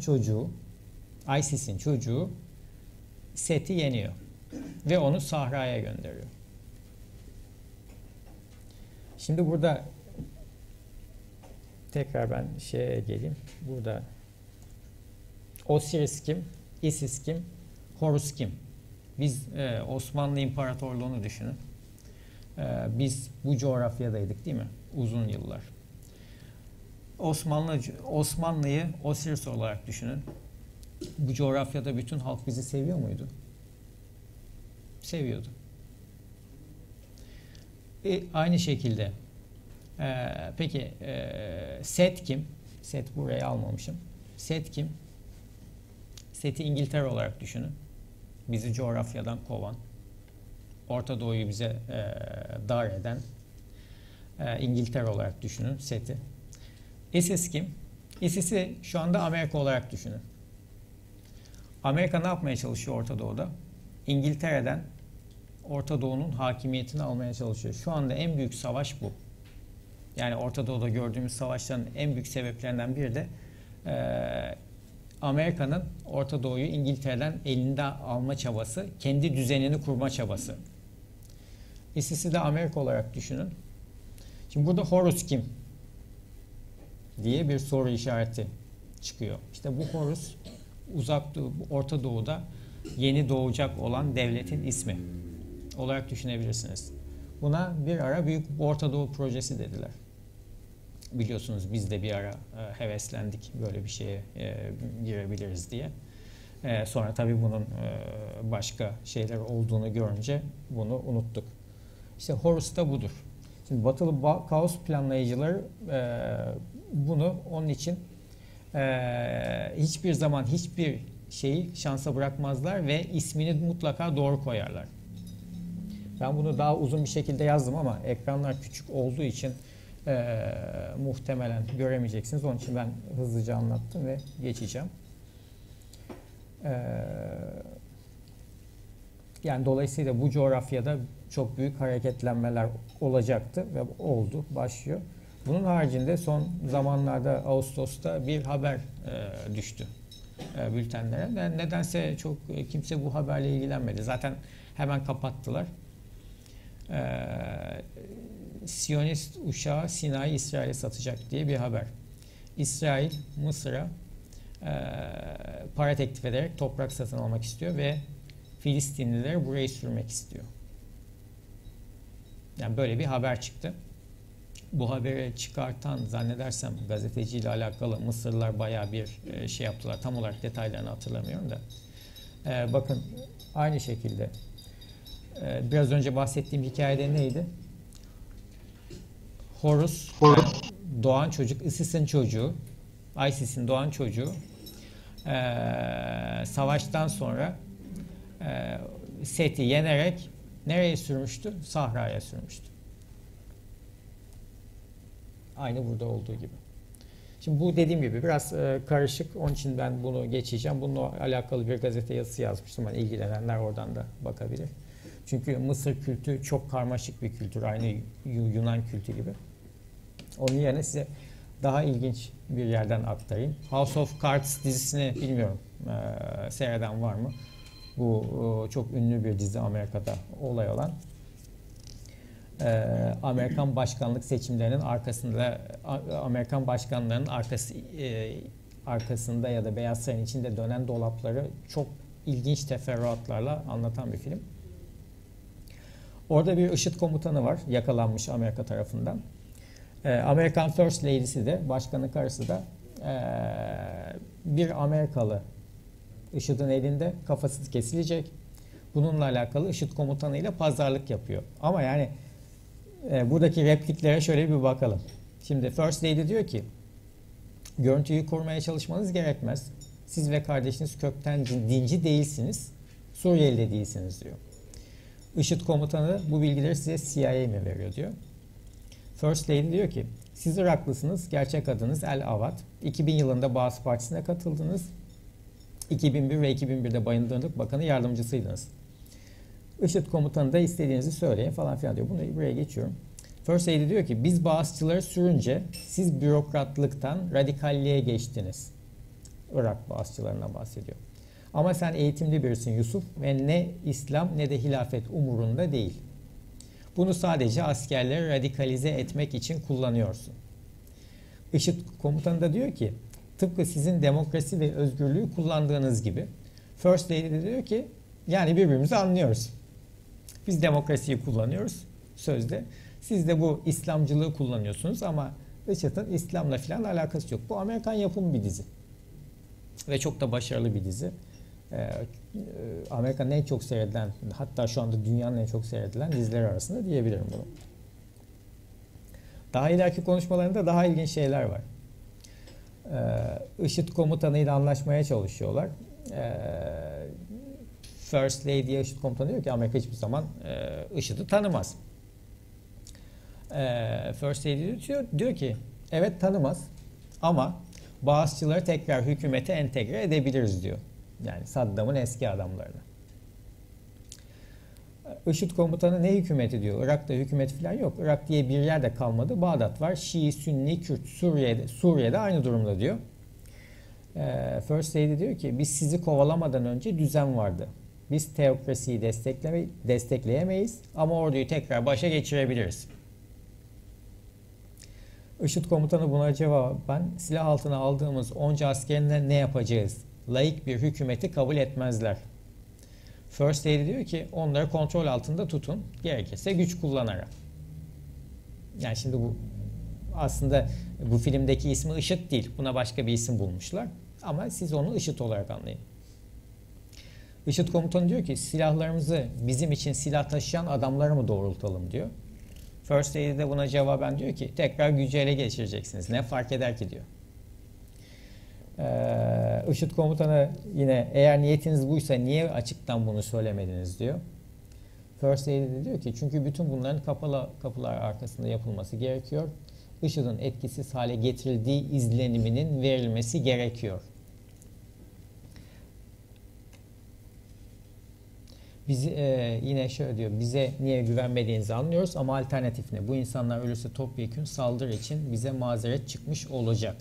çocuğu Set'i yeniyor ve onu sahraya gönderiyor. Şimdi burada tekrar ben geleyim. Burada Osiris kim? Isis kim? Horus kim? Biz Osmanlı İmparatorluğu'nu düşünün. Biz bu coğrafyadaydık değil mi? Uzun yıllar. Osmanlı'yı Osiris olarak düşünün. Bu coğrafyada bütün halk bizi seviyor muydu? Seviyordu. Aynı şekilde peki Set kim? Set buraya almamışım. Set kim? Set'i İngiltere olarak düşünün. Bizi coğrafyadan kovan, Orta Doğu'yu bize dar eden İngiltere olarak düşünün Set'i. Isis kim? Isis'i şu anda Amerika olarak düşünün. Amerika ne yapmaya çalışıyor Orta Doğu'da? İngiltere'den Orta Doğu'nun hakimiyetini almaya çalışıyor. Şu anda en büyük savaş bu. Yani Orta Doğu'da gördüğümüz savaşların en büyük sebeplerinden biri de Amerika'nın Orta Doğu'yu İngiltere'den elinde alma çabası, kendi düzenini kurma çabası. Isis'i de Amerika olarak düşünün. Şimdi burada Horus kim diye bir soru işareti çıkıyor. İşte bu Horus Orta Doğu'da yeni doğacak olan devletin ismi olarak düşünebilirsiniz. Buna bir ara Büyük Orta Doğu Projesi dediler. Biliyorsunuz biz de bir ara heveslendik böyle bir şeye girebiliriz diye. Sonra tabii bunun başka şeyler olduğunu görünce bunu unuttuk. İşte Horus da budur. Şimdi batılı kaos planlayıcıları bunu onun için hiçbir zaman hiçbir şeyi şansa bırakmazlar ve ismini mutlaka doğru koyarlar. Ben bunu daha uzun bir şekilde yazdım ama ekranlar küçük olduğu için muhtemelen göremeyeceksiniz. Onun için ben hızlıca anlattım ve geçeceğim. Yani dolayısıyla bu coğrafyada çok büyük hareketlenmeler olacaktı ve oldu, başlıyor. Bunun haricinde son zamanlarda Ağustos'ta bir haber düştü bültenlere. Nedense çok kimse bu haberle ilgilenmedi. Zaten hemen kapattılar. Siyonist uçağı Sina'yı İsrail'e satacak diye bir haber. İsrail, Mısır'a para teklif ederek toprak satın almak istiyor ve Filistinlileri buraya sürmek istiyor. Yani böyle bir haber çıktı. Bu haberi çıkartan zannedersem gazeteciyle alakalı Mısırlılar bayağı bir şey yaptılar. Tam olarak detaylarını hatırlamıyorum da. Bakın aynı şekilde biraz önce bahsettiğim hikayede neydi? Horus doğan çocuk, Isis'in çocuğu, ISIS'in doğan çocuğu savaştan sonra Set'i yenerek Nereye sürmüştü? Sahraya sürmüştü. Aynı burada olduğu gibi. Şimdi bu dediğim gibi biraz karışık. Onun için ben bunu geçeceğim. Bununla alakalı bir gazete yazısı yazmıştım. Yani ilgilenenler oradan da bakabilir. Çünkü Mısır kültü çok karmaşık bir kültür. Aynı Yunan kültü gibi. Onun yerine size daha ilginç bir yerden aktarayım. House of Cards dizisini bilmiyorum seyreden var mı? Bu çok ünlü bir dizi, Amerika'da olay olan. Amerikan başkanlık seçimlerinin arkasında, Amerikan başkanlarının arkasında ya da Beyaz Sarayın içinde dönen dolapları çok ilginç teferruatlarla anlatan bir film. Orada bir IŞİD komutanı var, yakalanmış Amerika tarafından. Amerikan First Lady'si de, başkanın karısı da bir Amerikalı IŞİD'in elinde, kafası kesilecek. Bununla alakalı IŞİD komutanıyla pazarlık yapıyor. Ama yani buradaki repliklere şöyle bir bakalım. Şimdi First Lady diyor ki, görüntüyü korumaya çalışmanız gerekmez. Siz ve kardeşiniz kökten dinci değilsiniz, Suriyeli de değilsiniz diyor. IŞİD komutanı bu bilgileri size CIA mi veriyor diyor. First Lady diyor ki, siz Iraklısınız, gerçek adınız El Avad. 2000 yılında Baas Partisi'ne katıldınız. 2001 ve 2001'de Bayındırlık Bakanı yardımcısıydınız. IŞİD komutanı da istediğinizi söyleyin falan filan diyor. Bunu buraya geçiyorum. First Lady diyor ki, biz Baasçıları sürünce siz bürokratlıktan radikalliğe geçtiniz. Irak Baasçılarından bahsediyor. Ama sen eğitimli birisin Yusuf ve ne İslam ne de hilafet umurunda değil. Bunu sadece askerleri radikalize etmek için kullanıyorsun. IŞİD komutanı da diyor ki, tıpkı sizin demokrasi ve özgürlüğü kullandığınız gibi. First Lady de diyor ki, yani birbirimizi anlıyoruz. Biz demokrasiyi kullanıyoruz sözde. Siz de bu İslamcılığı kullanıyorsunuz ama IŞİD'in İslam'la falan alakası yok. Bu Amerikan yapımı bir dizi. Ve çok da başarılı bir dizi. Amerika'nın en çok seyredilen, hatta şu anda dünyanın en çok seyredilen dizileri arasında diyebilirim bunu. Daha ileriki konuşmalarında daha ilginç şeyler var. IŞİD komutanıyla anlaşmaya çalışıyorlar. First Lady'ye IŞİD komutanı diyor ki Amerika hiçbir zaman IŞİD'i tanımaz. First Lady diyor ki evet tanımaz ama Baasçıları tekrar hükümete entegre edebiliriz diyor. Yani Saddam'ın eski adamlarını. IŞİD komutanı ne hükümeti diyor. Irak'ta hükümet falan yok. Irak diye bir yerde kalmadı. Bağdat var. Şii, Sünni, Kürt, Suriye'de aynı durumda diyor. First Lady diyor ki biz sizi kovalamadan önce düzen vardı. Biz teokrasiyi destekleyemeyiz ama orduyu tekrar başa geçirebiliriz. IŞİD komutanı buna cevaben silah altına aldığımız onca askerine ne yapacağız? Laik bir hükümeti kabul etmezler. First Lady diyor ki onları kontrol altında tutun, gerekirse güç kullanarak. Yani şimdi bu aslında bu filmdeki ismi IŞİD değil, buna başka bir isim bulmuşlar. Ama siz onu IŞİD olarak anlayın. IŞİD komutanı diyor ki silahlarımızı bizim için silah taşıyan adamlara mı doğrultalım diyor. First Lady de buna cevaben diyor ki tekrar gücü ele geçireceksiniz. Ne fark eder ki diyor. IŞİD komutanı yine eğer niyetiniz buysa niye açıktan bunu söylemediniz diyor. First Lady de diyor ki çünkü bütün bunların kapalı kapılar arkasında yapılması gerekiyor. IŞİD'in etkisiz hale getirildiği izleniminin verilmesi gerekiyor. Bizi yine şöyle diyor, bize niye güvenmediğinizi anlıyoruz ama alternatif ne? Bu insanlar ölürse topyekün saldırı için bize mazeret çıkmış olacak.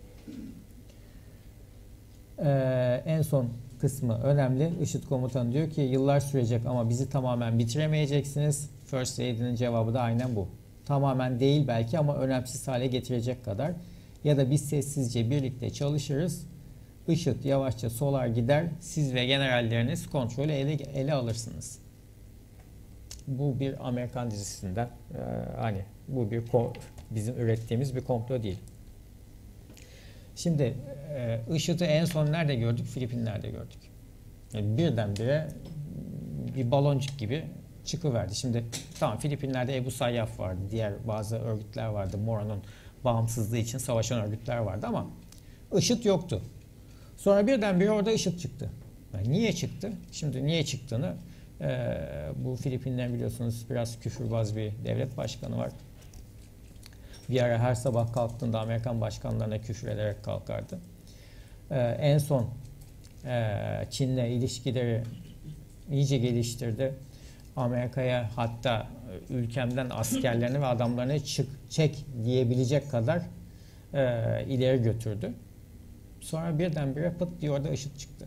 En son kısmı önemli. IŞİD komutanı diyor ki yıllar sürecek ama bizi tamamen bitiremeyeceksiniz. First Lady'nin cevabı da aynen bu. Tamamen değil belki ama önemsiz hale getirecek kadar. Ya da biz sessizce birlikte çalışırız. IŞİD yavaşça solar gider. Siz ve generalleriniz kontrolü ele alırsınız. Bu bir Amerikan dizisinden. Hani bu bir bizim ürettiğimiz bir komplo değil. Şimdi IŞİD'i en son nerede gördük? Filipinler'de gördük. Yani birdenbire bir baloncuk gibi çıkıverdi. Şimdi tamam Filipinler'de Ebu Sayyaf vardı. Diğer bazı örgütler vardı. Mora'nın bağımsızlığı için savaşan örgütler vardı ama IŞİD yoktu. Sonra birdenbire orada IŞİD çıktı. Yani niye çıktı? Şimdi niye çıktığını Bu Filipinler biliyorsunuz biraz küfürbaz bir devlet başkanı var. Bir ara her sabah kalktığında Amerikan başkanlarına küfür ederek kalkardı. En son Çin'le ilişkileri iyice geliştirdi. Amerika'ya hatta ülkemden askerlerini ve adamlarını çek diyebilecek kadar ileri götürdü. Sonra birdenbire pıt diye orada ışık çıktı.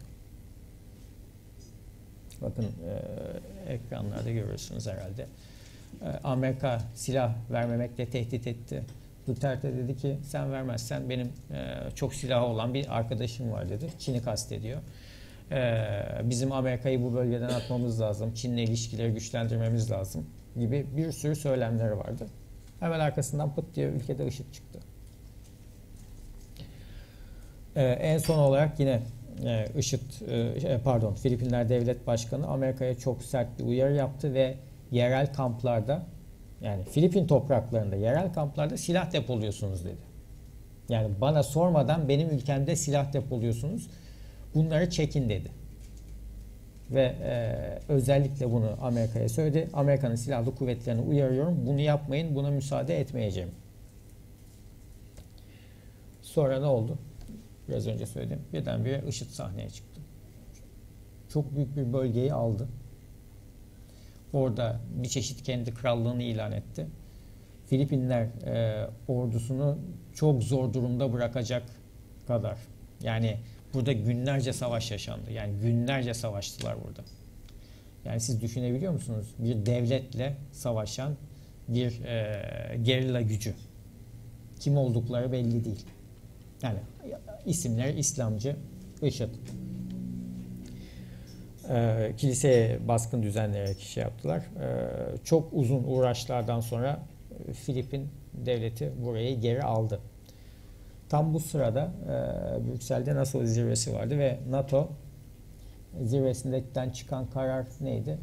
Bakın ekranlarda görüyorsunuz herhalde. Amerika silah vermemekle tehdit etti. Duterte dedi ki sen vermezsen benim çok silahı olan bir arkadaşım var dedi. Çin'i kastediyor. Bizim Amerika'yı bu bölgeden atmamız lazım. Çin'le ilişkileri güçlendirmemiz lazım gibi bir sürü söylemleri vardı. Hemen arkasından pıt diye ülkede ışık çıktı. En son olarak yine Filipinler Devlet Başkanı Amerika'ya çok sert bir uyarı yaptı ve yerel kamplarda, yani Filipin topraklarında yerel kamplarda silah depoluyorsunuz dedi. Yani bana sormadan benim ülkemde silah depoluyorsunuz. Bunları çekin dedi. Ve özellikle bunu Amerika'ya söyledi. Amerika'nın silahlı kuvvetlerini uyarıyorum. Bunu yapmayın. Buna müsaade etmeyeceğim. Sonra ne oldu? Biraz önce söyledim. Birdenbire IŞİD sahneye çıktı. Çok büyük bir bölgeyi aldı. Orada bir çeşit kendi krallığını ilan etti. Filipinler ordusunu çok zor durumda bırakacak kadar. Yani burada günlerce savaş yaşandı. Yani günlerce savaştılar burada. Yani siz düşünebiliyor musunuz? Bir devletle savaşan bir gerilla gücü. Kim oldukları belli değil. Yani isimler İslamcı, IŞİD. Kiliseye baskın düzenleyerek şey yaptılar. Çok uzun uğraşlardan sonra Filipin devleti burayı geri aldı. Tam bu sırada Brüksel'de NATO zirvesi vardı ve NATO zirvesinden çıkan karar neydi?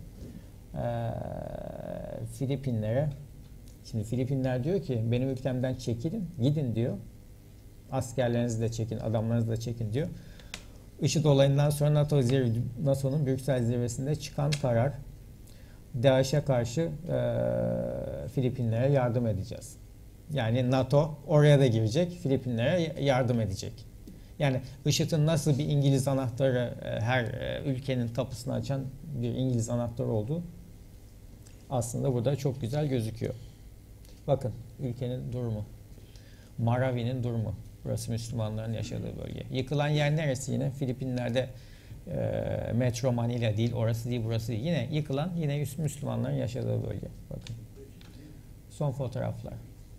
Filipinlere, şimdi Filipinler diyor ki benim ülkemden çekilin, gidin diyor. Askerlerinizi de çekin, adamlarınızı da çekin diyor. IŞİD olayından sonra NATO'nun Brüksel zirvesinde çıkan karar, DAEŞ'e karşı Filipinlere yardım edeceğiz. Yani NATO oraya da girecek, Filipinlere yardım edecek. Yani IŞİD'in nasıl bir İngiliz anahtarı, her ülkenin kapısını açan bir İngiliz anahtarı olduğu aslında burada çok güzel gözüküyor. Bakın ülkenin durumu. Marawi'nin durumu. Burası Müslümanların yaşadığı bölge. Yıkılan yer neresi yine? Filipinler'de Metro Manila değil, orası değil, burası değil. Yine yıkılan, yine Müslümanların yaşadığı bölge. Bakın. Son fotoğraflar.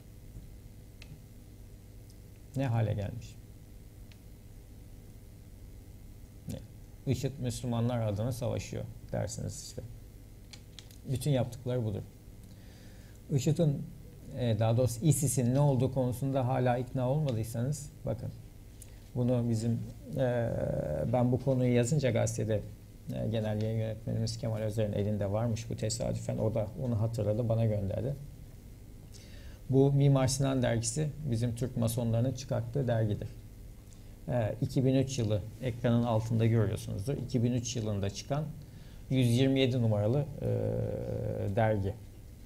Ne hale gelmiş? IŞİD Müslümanlar adına savaşıyor dersiniz işte. Bütün yaptıkları budur. IŞİD'in daha doğrusu ISIS'in ne olduğu konusunda hala ikna olmadıysanız bakın. Bunu bizim ben bu konuyu yazınca gazetede genel yayın yönetmenimiz Kemal Özer'in elinde varmış bu tesadüfen. O da onu hatırladı, bana gönderdi. Bu Mimar Sinan dergisi bizim Türk masonlarının çıkarttığı dergidir. 2003 yılı ekranın altında görüyorsunuzdur. 2003 yılında çıkan 127 numaralı dergi.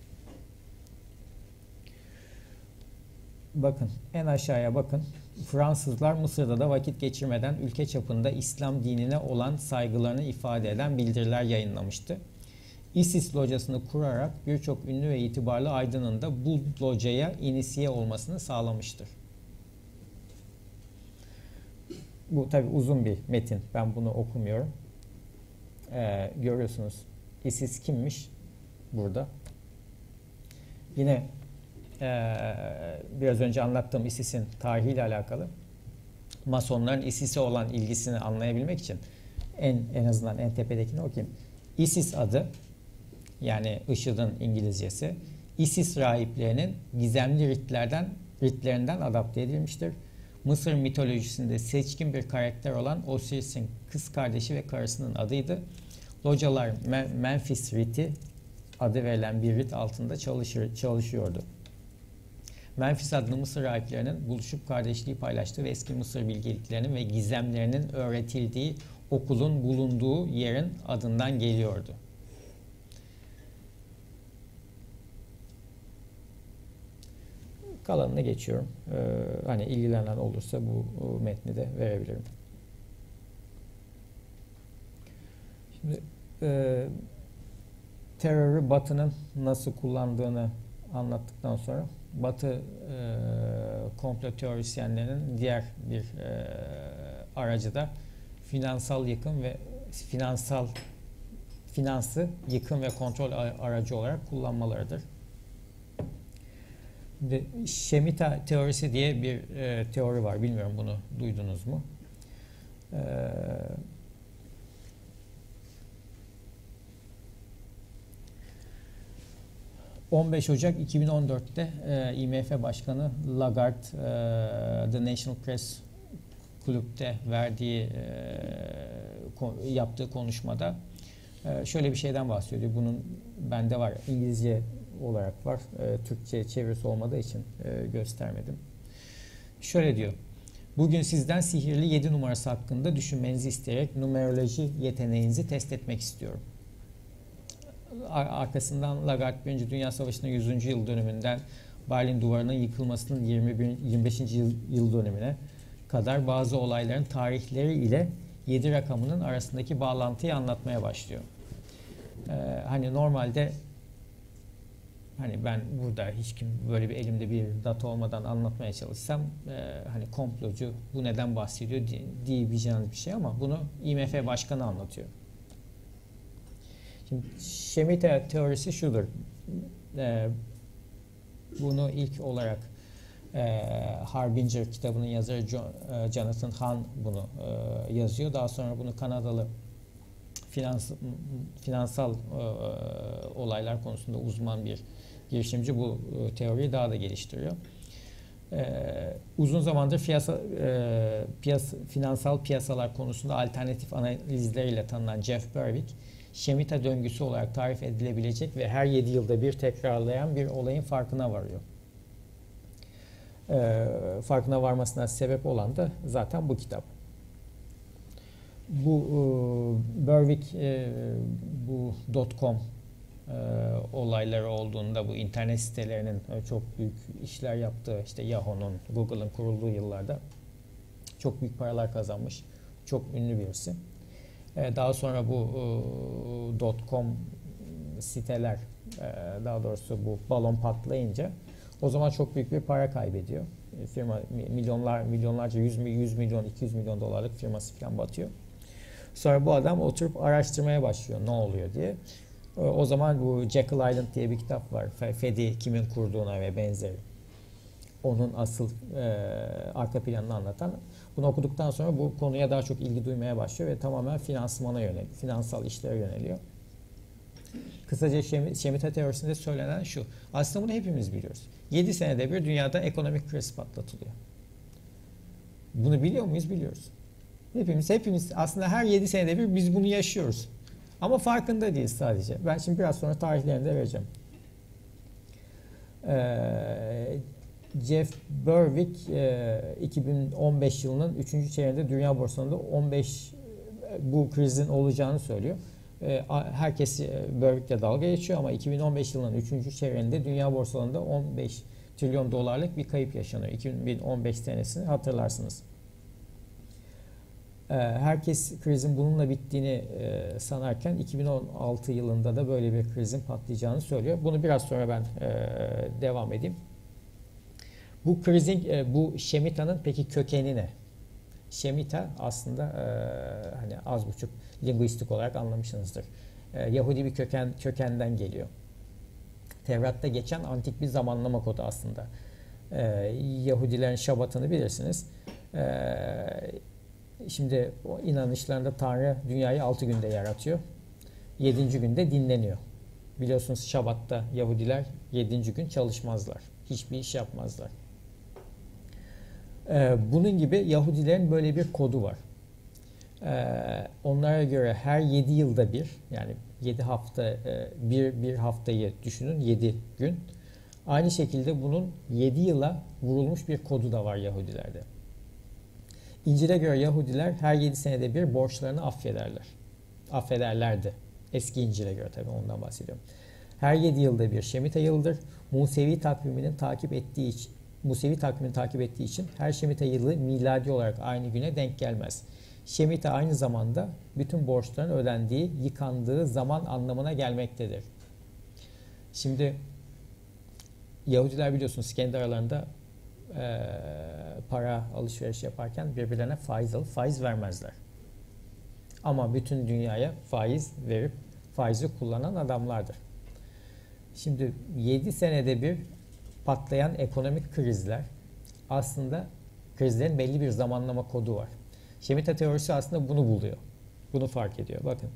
Bakın en aşağıya bakın. Fransızlar Mısır'da da vakit geçirmeden ülke çapında İslam dinine olan saygılarını ifade eden bildiriler yayınlamıştı. ISIS locasını kurarak birçok ünlü ve itibarlı aydının da bu locaya inisiye olmasını sağlamıştır. Bu tabi uzun bir metin. Ben bunu okumuyorum. Görüyorsunuz. ISIS kimmiş? Burada. Yine biraz önce anlattığım ISIS'in tarihiyle alakalı Masonların ISIS'e olan ilgisini anlayabilmek için en azından en tepedekini okuyayım. ISIS adı, yani IŞİD'in İngilizcesi, ISIS rahiplerinin gizemli ritlerinden adapte edilmiştir. Mısır mitolojisinde seçkin bir karakter olan Osiris'in kız kardeşi ve karısının adıydı. Localar Memphis Riti adı verilen bir rit altında çalışıyordu. Memphis adlı Mısır rahiplerinin buluşup kardeşliği paylaştığı ve eski Mısır bilgeliklerinin ve gizemlerinin öğretildiği okulun bulunduğu yerin adından geliyordu. Kalanına geçiyorum. Hani ilgilenen olursa bu metni de verebilirim. Şimdi terörü Batı'nın nasıl kullandığını anlattıktan sonra Batı komplo teorisyenlerinin diğer bir aracı da finansal yıkım ve finansı yıkım ve kontrol aracı olarak kullanmalarıdır. Şimdi şemita teorisi diye bir teori var. Bilmiyorum, bunu duydunuz mu? 15 Ocak 2014'te IMF Başkanı Lagarde The National Press Club'de yaptığı konuşmada şöyle bir şeyden bahsediyor. Bunun bende var, İngilizce olarak var. Türkçe çevirisi olmadığı için göstermedim. Şöyle diyor. Bugün sizden sihirli 7 numarası hakkında düşünmenizi isteyerek numeroloji yeteneğinizi test etmek istiyorum. Arkasından Lagarde 1. Dünya Savaşı'nın 100. yıl dönümünden Berlin Duvarı'nın yıkılmasının 25. yıl dönümüne kadar bazı olayların tarihleri ile 7 rakamının arasındaki bağlantıyı anlatmaya başlıyor. Hani normalde hani ben burada hiç kim böyle bir elimde bir data olmadan anlatmaya çalışsam hani komplocu bu neden bahsediyor diyebileceğiniz bir şey, ama bunu IMF Başkanı anlatıyor. Şimdi şemita teorisi şudur. Bunu ilk olarak Harbinger kitabının yazarı Jonathan Hahn bunu yazıyor. Daha sonra bunu Kanadalı finansal olaylar konusunda uzman bir girişimci bu teoriyi daha da geliştiriyor. Uzun zamandır finansal piyasalar konusunda alternatif analizleriyle tanınan Jeff Berwick, şemita döngüsü olarak tarif edilebilecek ve her 7 yılda bir tekrarlayan bir olayın farkına varıyor. Farkına varmasına sebep olan da zaten bu kitap. Bu Berwick bu .com olayları olduğunda, bu internet sitelerinin çok büyük işler yaptığı, işte Yahoo'nun, Google'ın kurulduğu yıllarda çok büyük paralar kazanmış, çok ünlü birisi. Daha sonra bu .com siteler, daha doğrusu bu balon patlayınca o zaman çok büyük bir para kaybediyor. Firma milyonlarca 100 milyon, 200 milyon dolarlık firması falan batıyor. Sonra bu adam oturup araştırmaya başlıyor ne oluyor diye. O zaman bu Jekyll Island diye bir kitap var. Fed'i kimin kurduğuna ve benzeri. Onun asıl arka planını anlatan. Bunu okuduktan sonra bu konuya daha çok ilgi duymaya başlıyor ve tamamen finansmana yöneliyor. Finansal işlere yöneliyor. Kısaca şemita teorisinde söylenen şu. Aslında bunu hepimiz biliyoruz. 7 senede bir dünyada ekonomik kriz patlatılıyor. Bunu biliyor muyuz? Biliyoruz. Hepimiz aslında her 7 senede bir biz bunu yaşıyoruz. Ama farkında değiliz sadece. Ben şimdi biraz sonra tarihlerini de vereceğim. Jeff Berwick 2015 yılının 3. çeyreğinde dünya borsasında bu krizin olacağını söylüyor. Herkes Berwick'le dalga geçiyor ama 2015 yılının 3. çeyreğinde dünya borsalarında 15 trilyon dolarlık bir kayıp yaşanıyor. 2015 senesini hatırlarsınız. Herkes krizin bununla bittiğini sanarken 2016 yılında da böyle bir krizin patlayacağını söylüyor. Bunu biraz sonra ben devam edeyim. Bu krizin, bu şemitanın peki kökeni ne? Şemita aslında hani az buçuk linguistik olarak anlamışsınızdır. Yahudi bir kökenden geliyor. Tevrat'ta geçen antik bir zamanlama kodu aslında. Yahudilerin Şabat'ını bilirsiniz. Şimdi o inanışlarında Tanrı dünyayı 6 günde yaratıyor. 7. günde dinleniyor. Biliyorsunuz Şabat'ta Yahudiler 7. gün çalışmazlar. Hiçbir iş yapmazlar. Bunun gibi Yahudilerin böyle bir kodu var. Onlara göre her 7 yılda bir, yani 7 hafta, bir haftayı düşünün 7 gün. Aynı şekilde bunun 7 yıla vurulmuş bir kodu da var Yahudilerde. İncil'e göre Yahudiler her 7 senede bir borçlarını affederlerdi. Eski İncil'e göre tabii, ondan bahsediyorum. Her 7 yılda bir şemita yılıdır. Musevi takviminin takip ettiği Musevi takvimini takip ettiği için her Şemita yılı miladi olarak aynı güne denk gelmez. Şemita aynı zamanda bütün borçların ödendiği, yıkandığı zaman anlamına gelmektedir. Şimdi Yahudiler biliyorsunuz kendi aralarında para alışveriş yaparken birbirlerine faiz alıp faiz vermezler. Ama bütün dünyaya faiz verip faizi kullanan adamlardır. Şimdi 7 senede bir patlayan ekonomik krizler aslında krizlerin belli bir zamanlama kodu var. Şemita teorisi aslında bunu buluyor. Bunu fark ediyor. Bakın.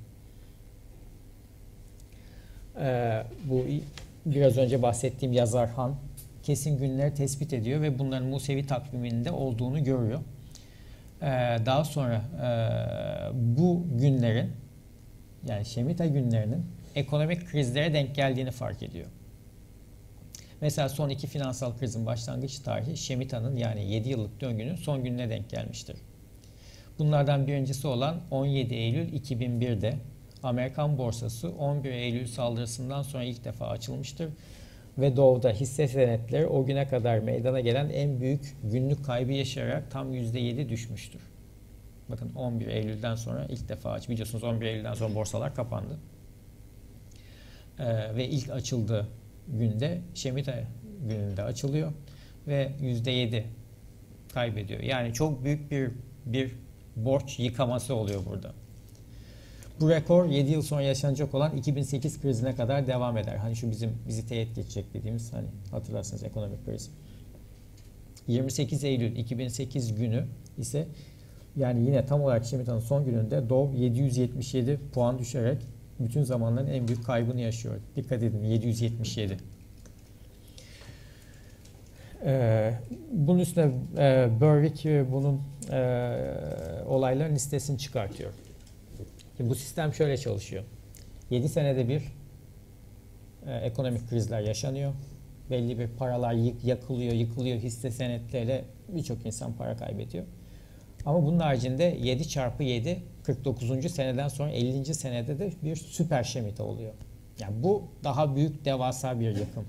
Bu biraz önce bahsettiğim yazar Han kesin günleri tespit ediyor ve bunların Musevi takviminde olduğunu görüyor. Daha sonra bu günlerin, yani Şemita günlerinin ekonomik krizlere denk geldiğini fark ediyor. Mesela son iki finansal krizin başlangıç tarihi Şemita'nın yani 7 yıllık döngünün son gününe denk gelmiştir. Bunlardan birincisi olan 17 Eylül 2001'de Amerikan borsası 11 Eylül saldırısından sonra ilk defa açılmıştır ve doğuda hisse senetleri o güne kadar meydana gelen en büyük günlük kaybı yaşayarak tam %7 düşmüştür. Bakın 11 Eylül'den sonra ilk defa biliyorsunuz 11 Eylül'den sonra borsalar kapandı. Ve ilk açıldığı günde Şemita gününde açılıyor ve %7 kaybediyor. Yani çok büyük bir borç yıkaması oluyor burada. Bu rekor 7 yıl sonra yaşanacak olan 2008 krizine kadar devam eder. Hani şu bizi teğet geçecek dediğimiz, hani hatırlarsınız, ekonomik kriz. 28 Eylül 2008 günü ise yani yine tam olarak Şemita'nın son gününde Dow 777 puan düşerek bütün zamanların en büyük kaybını yaşıyor. Dikkat edin, 777. Bunun üstüne Berwick bunun olayların listesini çıkartıyor. Şimdi bu sistem şöyle çalışıyor. 7 senede bir ekonomik krizler yaşanıyor. Belli bir paralar yakılıyor, yıkılıyor, hisse senetleriyle birçok insan para kaybediyor. Ama bunun haricinde 7 çarpı 7 49. seneden sonra 50. senede de bir süper Şemita oluyor. Yani bu daha büyük, devasa bir yıkım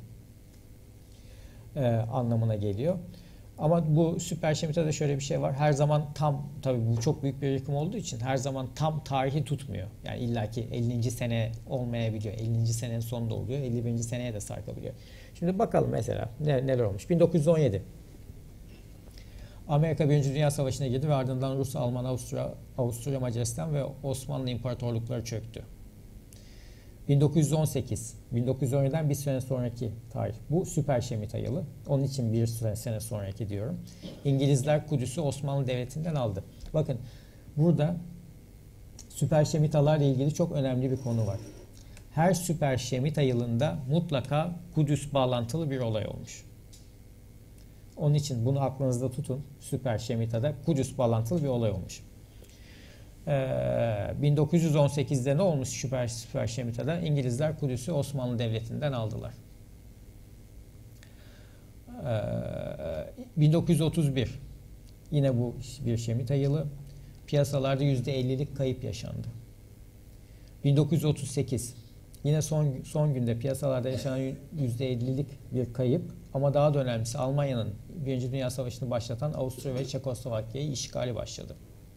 anlamına geliyor. Ama bu süper Şemita'da şöyle bir şey var. Her zaman tam, tabii bu çok büyük bir yıkım olduğu için her zaman tam tarihi tutmuyor. Yani illaki 50. sene olmayabiliyor. 50. senenin sonunda oluyor. 51. seneye de sarkabiliyor. Şimdi bakalım mesela neler olmuş. 1917. Amerika 1. Dünya Savaşı'na girdi ve ardından Rus, Alman, Avusturya, Macaristan ve Osmanlı İmparatorlukları çöktü. 1918, 1917'den bir sene sonraki tarih. Bu süper Şemita yılı. Onun için bir sene sonraki diyorum. İngilizler Kudüs'ü Osmanlı Devleti'nden aldı. Bakın burada süper Şemitalarla ilgili çok önemli bir konu var. Her süper Şemita yılında mutlaka Kudüs bağlantılı bir olay olmuş. Onun için bunu aklınızda tutun. Süper Şemita'da Kudüs bağlantılı bir olay olmuş. 1918'de ne olmuş Süper Şemita'da? İngilizler Kudüs'ü Osmanlı Devleti'nden aldılar. 1931 yine bu bir Şemita yılı. Piyasalarda %50'lik kayıp yaşandı. 1938 yine son günde piyasalarda yaşanan %50'lik bir kayıp, ama daha da önemlisi Almanya'nın 1. Dünya Savaşı'nı başlatan Avusturya ve Çekoslovakya'yı işgali başladı.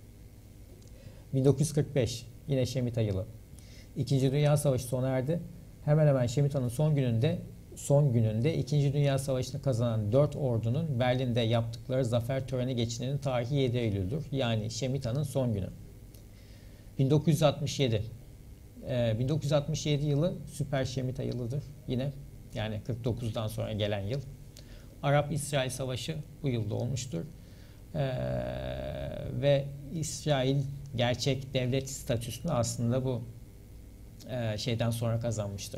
1945 yine Şemita yılı. 2. Dünya Savaşı sona erdi. Hemen hemen Şemita'nın son gününde 2. Dünya Savaşı'nı kazanan 4 ordunun Berlin'de yaptıkları zafer töreni geçirenin tarihi 7 Eylül'dür. Yani Şemita'nın son günü. 1967 1967 yılı Süper Şemita yılıdır. Yine yani 49'dan sonra gelen yıl. Arap-İsrail Savaşı bu yılda olmuştur. Ve İsrail gerçek devlet statüsünü aslında bu şeyden sonra kazanmıştır.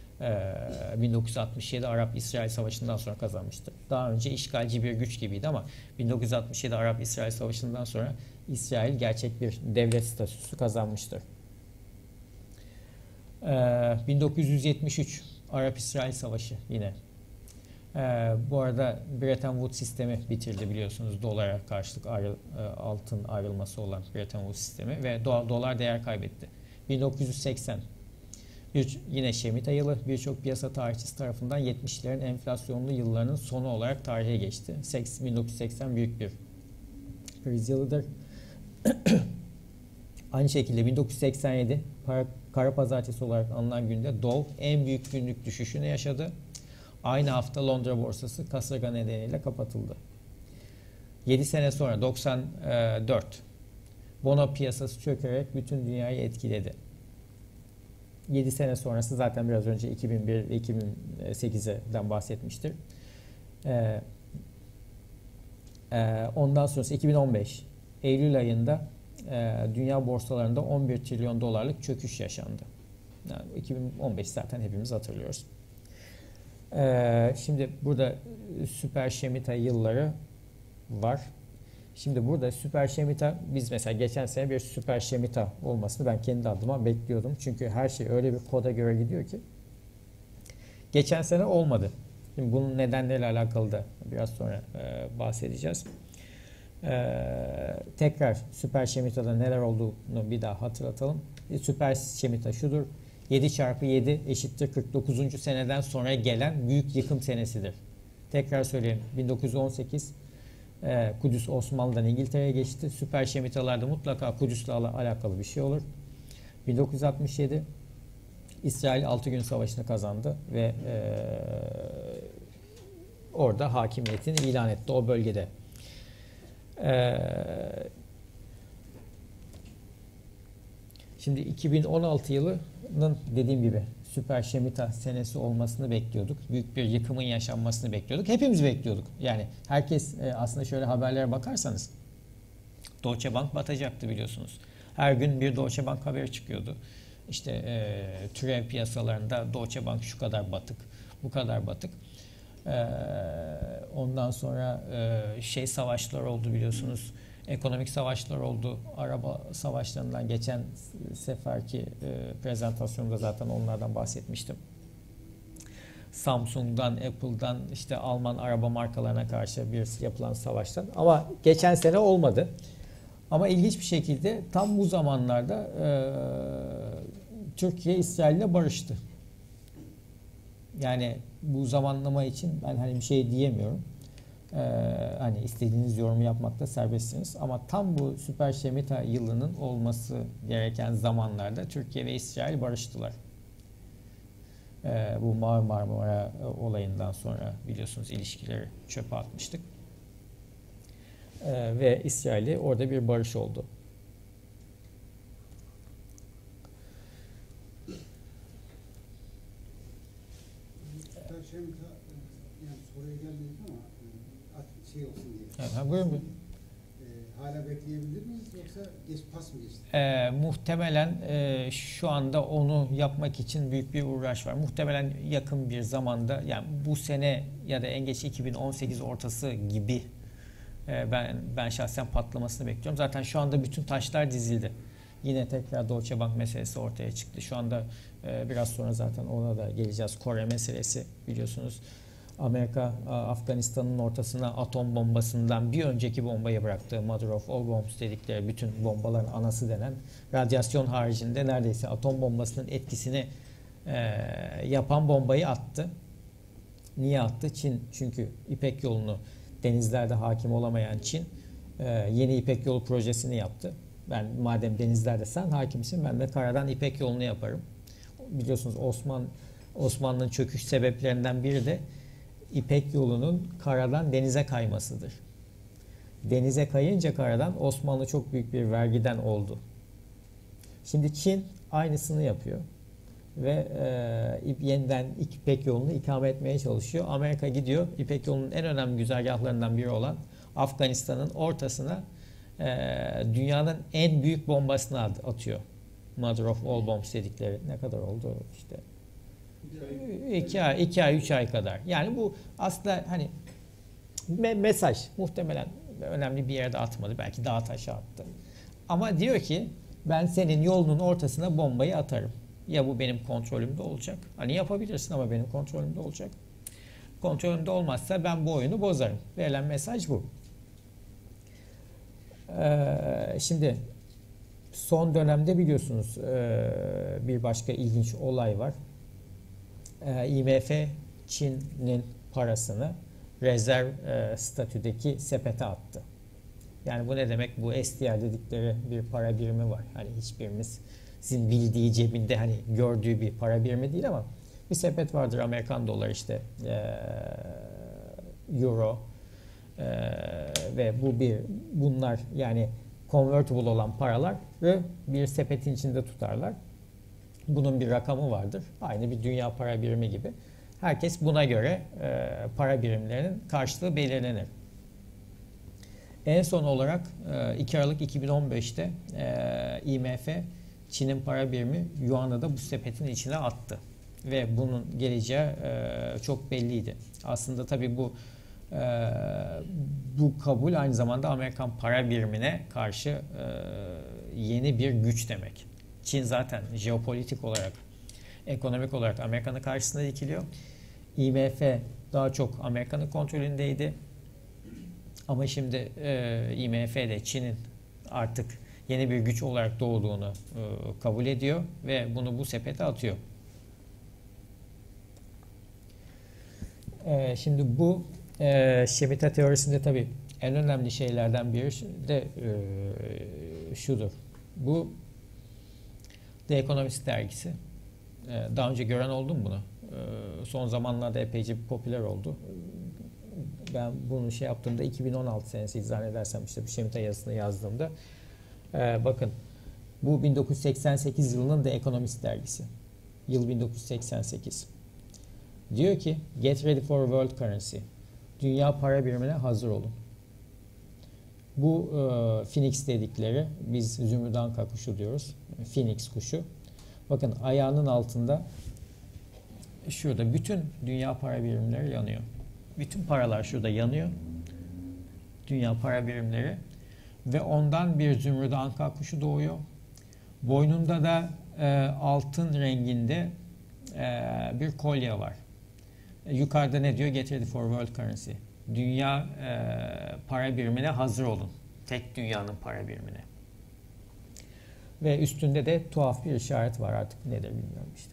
1967 Arap-İsrail Savaşı'ndan sonra kazanmıştır. Daha önce işgalci bir güç gibiydi ama 1967 Arap-İsrail Savaşı'ndan sonra İsrail gerçek bir devlet statüsü kazanmıştır. 1973 Arap-İsrail Savaşı yine. Bu arada Bretton Woods sistemi bitirdi biliyorsunuz. Dolara karşılık altın ayrılması olan Bretton Woods sistemi ve dolar değer kaybetti. 1980 Yine Şemita yılı birçok piyasa tarihçisi tarafından 70'lerin enflasyonlu yıllarının sonu olarak tarihe geçti. 1980 büyük bir kriz yılıdır. Aynı şekilde 1987 Kara Pazartesi olarak anılan günde Dow en büyük günlük düşüşünü yaşadı. Aynı hafta Londra borsası kasırga nedeniyle kapatıldı. 7 sene sonra 94 bono piyasası çökerek bütün dünyayı etkiledi. 7 sene sonrası zaten biraz önce 2001 ve 2008'den bahsetmiştir. Ondan sonrası 2015 Eylül ayında dünya borsalarında 11 trilyon dolarlık çöküş yaşandı. Yani 2015 zaten hepimiz hatırlıyoruz. Şimdi burada Süper Şemita yılları var. Şimdi burada Süper Şemita, biz mesela geçen sene bir Süper Şemita olmasını ben kendi adıma bekliyordum. Çünkü her şey öyle bir koda göre gidiyor ki. Geçen sene olmadı. Şimdi bunun nedenleriyle alakalı da biraz sonra bahsedeceğiz. Tekrar Süper Şemita'da neler olduğunu bir daha hatırlatalım. Süper Şemita şudur. 7 çarpı 7 eşittir 49. seneden sonra gelen büyük yıkım senesidir. Tekrar söyleyeyim. 1918 Kudüs Osmanlı'dan İngiltere'ye geçti. Süper Şemitalarda mutlaka Kudüs'le alakalı bir şey olur. 1967 İsrail 6 gün savaşını kazandı ve orada hakimiyetini ilan etti o bölgede. Şimdi 2016 yılının dediğim gibi Süper Şemita senesi olmasını bekliyorduk. Büyük bir yıkımın yaşanmasını bekliyorduk. Hepimiz bekliyorduk. Yani herkes aslında şöyle haberlere bakarsanız Deutsche Bank batacaktı biliyorsunuz. Her gün bir Deutsche Bank haberi çıkıyordu. İşte türev piyasalarında Deutsche Bank şu kadar batık, bu kadar batık. Ondan sonra savaşlar oldu biliyorsunuz. Ekonomik savaşlar oldu. Araba savaşlarından geçen seferki prezentasyonda zaten onlardan bahsetmiştim. Samsung'dan, Apple'dan işte Alman araba markalarına karşı bir yapılan savaştan. Ama geçen sene olmadı. Ama ilginç bir şekilde tam bu zamanlarda Türkiye İsrail'le barıştı. Yani bu zamanlama için ben hani bir şey diyemiyorum. Hani istediğiniz yorumu yapmakta serbestsiniz. Ama tam bu Süper Şemita yılının olması gereken zamanlarda Türkiye ve İsrail barıştılar. Bu Mavi Marmara olayından sonra biliyorsunuz ilişkileri çöpe atmıştık. Ve İsrail'e orada bir barış oldu. Süper Şemita yani soruya gelmedik ama şey olsun diye. Evet, buyurun. Hala bekleyebilir miyiz yoksa pas mı geçti? Muhtemelen şu anda onu yapmak için büyük bir uğraş var. Muhtemelen yakın bir zamanda yani bu sene ya da en geç 2018 ortası gibi ben şahsen patlamasını bekliyorum. Zaten şu anda bütün taşlar dizildi. Yine tekrar Deutsche Bank meselesi ortaya çıktı. Şu anda biraz sonra zaten ona da geleceğiz. Kore meselesi biliyorsunuz. Amerika Afganistan'ın ortasına atom bombasından bir önceki bombayı bıraktığı Mother of All Bombs dedikleri bütün bombaların anası denen radyasyon haricinde neredeyse atom bombasının etkisini yapan bombayı attı. Niye attı? Çin çünkü İpek Yolu'nu denizlerde hakim olamayan Çin yeni İpek Yolu projesini yaptı. Ben madem denizlerde sen hakimsin ben de karadan İpek Yolu'nu yaparım. Biliyorsunuz Osmanlı'nın çöküş sebeplerinden biri de İpek Yolu'nun karadan denize kaymasıdır. Denize kayınca karadan Osmanlı çok büyük bir vergiden oldu. Şimdi Çin aynısını yapıyor ve yeniden İpek Yolu'nu ikame etmeye çalışıyor. Amerika gidiyor İpek Yolu'nun en önemli güzergahlarından biri olan Afganistan'ın ortasına dünyanın en büyük bombasını atıyor. Mother of All Bombs dedikleri ne kadar oldu işte 2 ay 3 ay kadar. Yani bu aslında hani mesaj muhtemelen önemli bir yerde atmadı. Belki dağa taşa attı. Ama diyor ki ben senin yolunun ortasına bombayı atarım. Ya bu benim kontrolümde olacak. Hani yapabilirsin ama benim kontrolümde olacak. Kontrolümde olmazsa ben bu oyunu bozarım. Verilen mesaj bu. Şimdi son dönemde biliyorsunuz bir başka ilginç olay var. IMF Çin'in parasını rezerv statüdeki sepete attı. Yani bu ne demek? Bu SDR dedikleri bir para birimi var. Hani hiçbirimizin bildiği, cebinde hani gördüğü bir para birimi değil ama bir sepet vardır. Amerikan doları işte, euro ve bunlar yani convertible olan paraları bir sepetin içinde tutarlar. Bunun bir rakamı vardır. Aynı bir dünya para birimi gibi. Herkes buna göre para birimlerinin karşılığı belirlenir. En son olarak 2 Aralık 2015'te IMF Çin'in para birimi Yuan'ı da bu sepetin içine attı. Ve bunun geleceği çok belliydi. Aslında tabii bu kabul aynı zamanda Amerikan para birimine karşı yeni bir güç demek. Çin zaten jeopolitik olarak, ekonomik olarak Amerika'nın karşısında dikiliyor. IMF daha çok Amerika'nın kontrolündeydi. Ama şimdi IMF'de Çin'in artık yeni bir güç olarak doğduğunu kabul ediyor ve bunu bu sepete atıyor. Şimdi bu şemita teorisinde tabii en önemli şeylerden biri de şudur. Bu The Economist dergisi. Daha önce gören oldu mu bunu? Son zamanlarda epeyce popüler oldu. Ben bunu yaptığımda 2016 senesi zannedersem işte bu şemita yazısını yazdığımda bakın bu 1988 yılının The Economist dergisi. Yıl 1988. Diyor ki get ready for world currency. Dünya para birimine hazır olun. Bu Phoenix dedikleri, biz Zümrüt Anka kuşu diyoruz. Phoenix kuşu. Bakın ayağının altında şurada bütün dünya para birimleri yanıyor. Bütün paralar şurada yanıyor. Dünya para birimleri. Ve ondan bir Zümrüt Anka kuşu doğuyor. Boynunda da altın renginde bir kolye var. Yukarıda ne diyor? Get ready for world currency. Dünya para birimine hazır olun. Tek dünyanın para birimine. Ve üstünde de tuhaf bir işaret var, artık nedir bilmiyorum işte.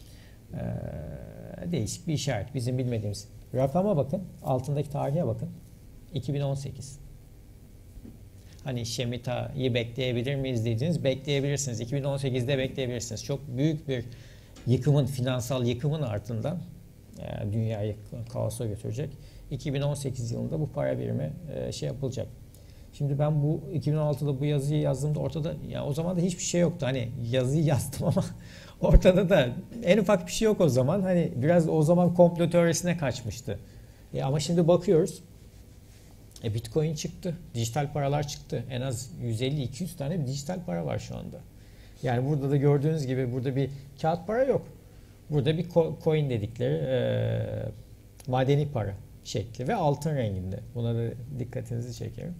Değişik bir işaret. Bizim bilmediğimiz. Rakama bakın. Altındaki tarihe bakın. 2018. Hani şemitayı bekleyebilir miyiz dediğiniz, bekleyebilirsiniz. 2018'de bekleyebilirsiniz. Çok büyük bir yıkımın, finansal yıkımın ardından dünyayı kaosa götürecek. 2018 yılında bu para birimi yapılacak. Şimdi ben bu 2016'da bu yazıyı yazdığımda ortada, ya o zaman da hiçbir şey yoktu. Hani yazıyı yazdım ama ortada da en ufak bir şey yok o zaman. Hani biraz o zaman komplo teorisine kaçmıştı. Ama şimdi bakıyoruz. Bitcoin çıktı. Dijital paralar çıktı. En az 150-200 tane bir dijital para var şu anda. Yani burada da gördüğünüz gibi burada bir kağıt para yok. Burada bir coin dedikleri madeni para şekli ve altın renginde. Buna da dikkatinizi çekerim.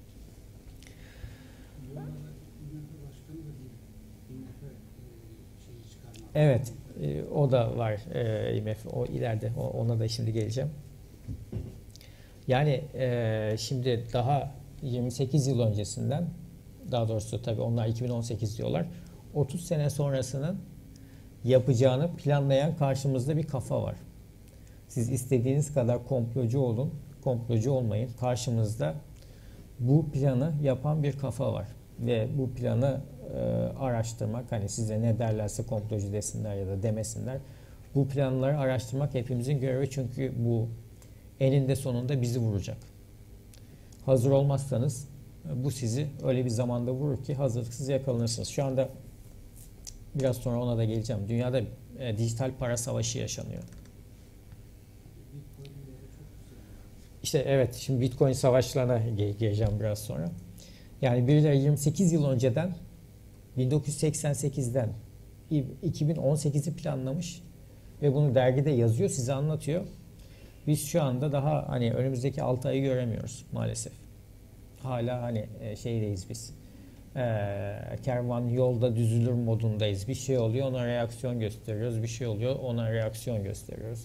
Evet, o da var IMF. O ileride, ona da şimdi geleceğim. Yani şimdi daha 28 yıl öncesinden, daha doğrusu tabii onlar 2018 diyorlar, 30 sene sonrasının yapacağını planlayan karşımızda bir kafa var. Siz istediğiniz kadar komplocu olun, komplocu olmayın. Karşımızda bu planı yapan bir kafa var. Ve bu planı araştırmak, hani size ne derlerse komplocu desinler ya da demesinler, bu planları araştırmak hepimizin görevi, çünkü bu eninde sonunda bizi vuracak. Hazır olmazsanız bu sizi öyle bir zamanda vurur ki hazırlıksız yakalanırsınız. Şu anda biraz sonra ona da geleceğim. Dünyada dijital para savaşı yaşanıyor. İşte evet, şimdi Bitcoin savaşlarına geleceğim biraz sonra. Yani birileri 28 yıl önceden 1988'den 2018'i planlamış ve bunu dergide yazıyor, size anlatıyor. Biz şu anda daha hani önümüzdeki 6 ayı göremiyoruz maalesef. Hala hani şeydeyiz biz. Kervan yolda düzülür modundayız. Bir şey oluyor, ona reaksiyon gösteriyoruz. Bir şey oluyor, ona reaksiyon gösteriyoruz.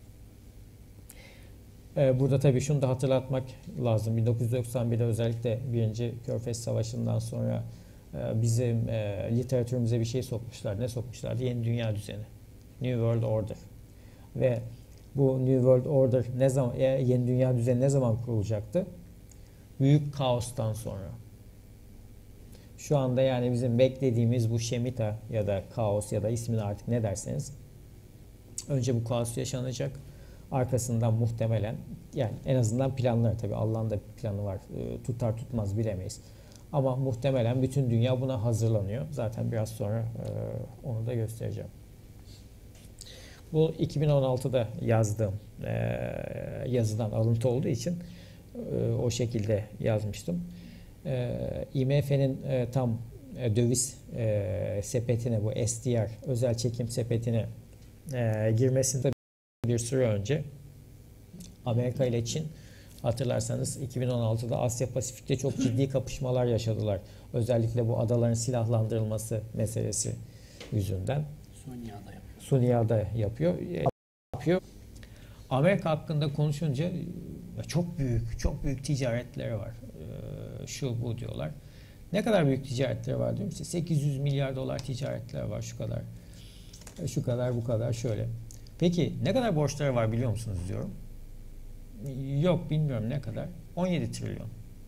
Burada tabii şunu da hatırlatmak lazım. 1991'de özellikle 1. Körfez Savaşı'ndan sonra bizim literatürümüze bir şey sokmuşlar. Ne sokmuşlardı? Yeni dünya düzeni. New World Order. Ve bu New World Order ne zaman, yeni dünya düzeni ne zaman kurulacaktı? Büyük kaostan sonra. Şu anda yani bizim beklediğimiz bu Şemita ya da kaos ya da ismini artık ne derseniz, önce bu kaos yaşanacak. Arkasından muhtemelen, yani en azından planları, tabii Allah'ın da planı var. Tutar tutmaz bilemeyiz. Ama muhtemelen bütün dünya buna hazırlanıyor. Zaten biraz sonra onu da göstereceğim. Bu 2016'da yazdığım yazıdan alıntı olduğu için o şekilde yazmıştım. IMF'nin tam döviz sepetine, bu SDR özel çekim sepetine girmesinde bir süre önce Amerika ile Çin, hatırlarsanız 2016'da Asya Pasifik'te çok ciddi kapışmalar yaşadılar. Özellikle bu adaların silahlandırılması meselesi yüzünden. Sunia'da yapıyor. Amerika hakkında konuşunca çok büyük ticaretleri var. Şu bu diyorlar. Ne kadar büyük ticaretleri var diyorum. İşte 800 milyar dolar ticaretleri var, şu kadar. Şu kadar, bu kadar, şöyle. Peki ne kadar borçları var biliyor musunuz diyorum. Yok, bilmiyorum ne kadar. 17 trilyon.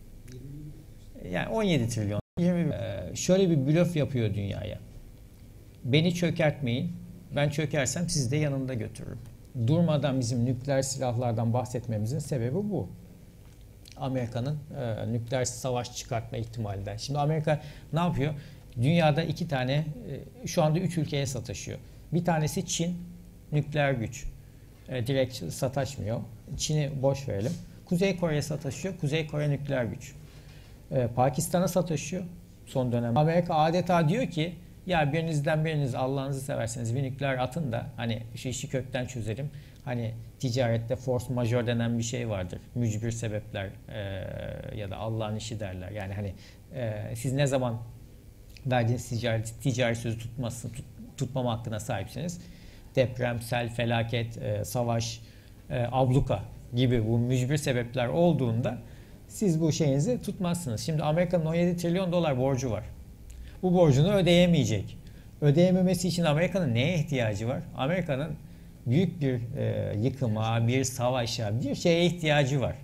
Yani 17 trilyon. Şöyle bir blöf yapıyor dünyaya. Beni çökertmeyin. Ben çökersem sizi de yanımda götürürüm. Durmadan bizim nükleer silahlardan bahsetmemizin sebebi bu. Amerika'nın nükleer savaş çıkartma ihtimalinden. Şimdi Amerika ne yapıyor? Dünyada iki tane, şu anda 3 ülkeye sataşıyor. Bir tanesi Çin, nükleer güç. Direkt sataşmıyor. Çin'i boş verelim. Kuzey Kore'ye sataşıyor. Kuzey Kore nükleer güç. Pakistan'a sataşıyor son dönem. Amerika adeta diyor ki, ya biriniz Allah'ınızı severseniz bir nükleer atın da hani şu işi kökten çözelim. Hani ticarette force majeure denen bir şey vardır. Mücbir sebepler ya da Allah'ın işi derler. Yani hani siz ne zaman verdiğiniz ticari sözü tutmama hakkına sahipsiniz. Deprem, sel, felaket, savaş, abluka gibi bu mücbir sebepler olduğunda siz bu şeyinizi tutmazsınız. Şimdi Amerika'nın 17 trilyon dolar borcu var. Bu borcunu ödeyemeyecek. Ödeyememesi için Amerika'nın neye ihtiyacı var? Amerika'nın büyük bir yıkıma, bir savaşa, bir şeye ihtiyacı var.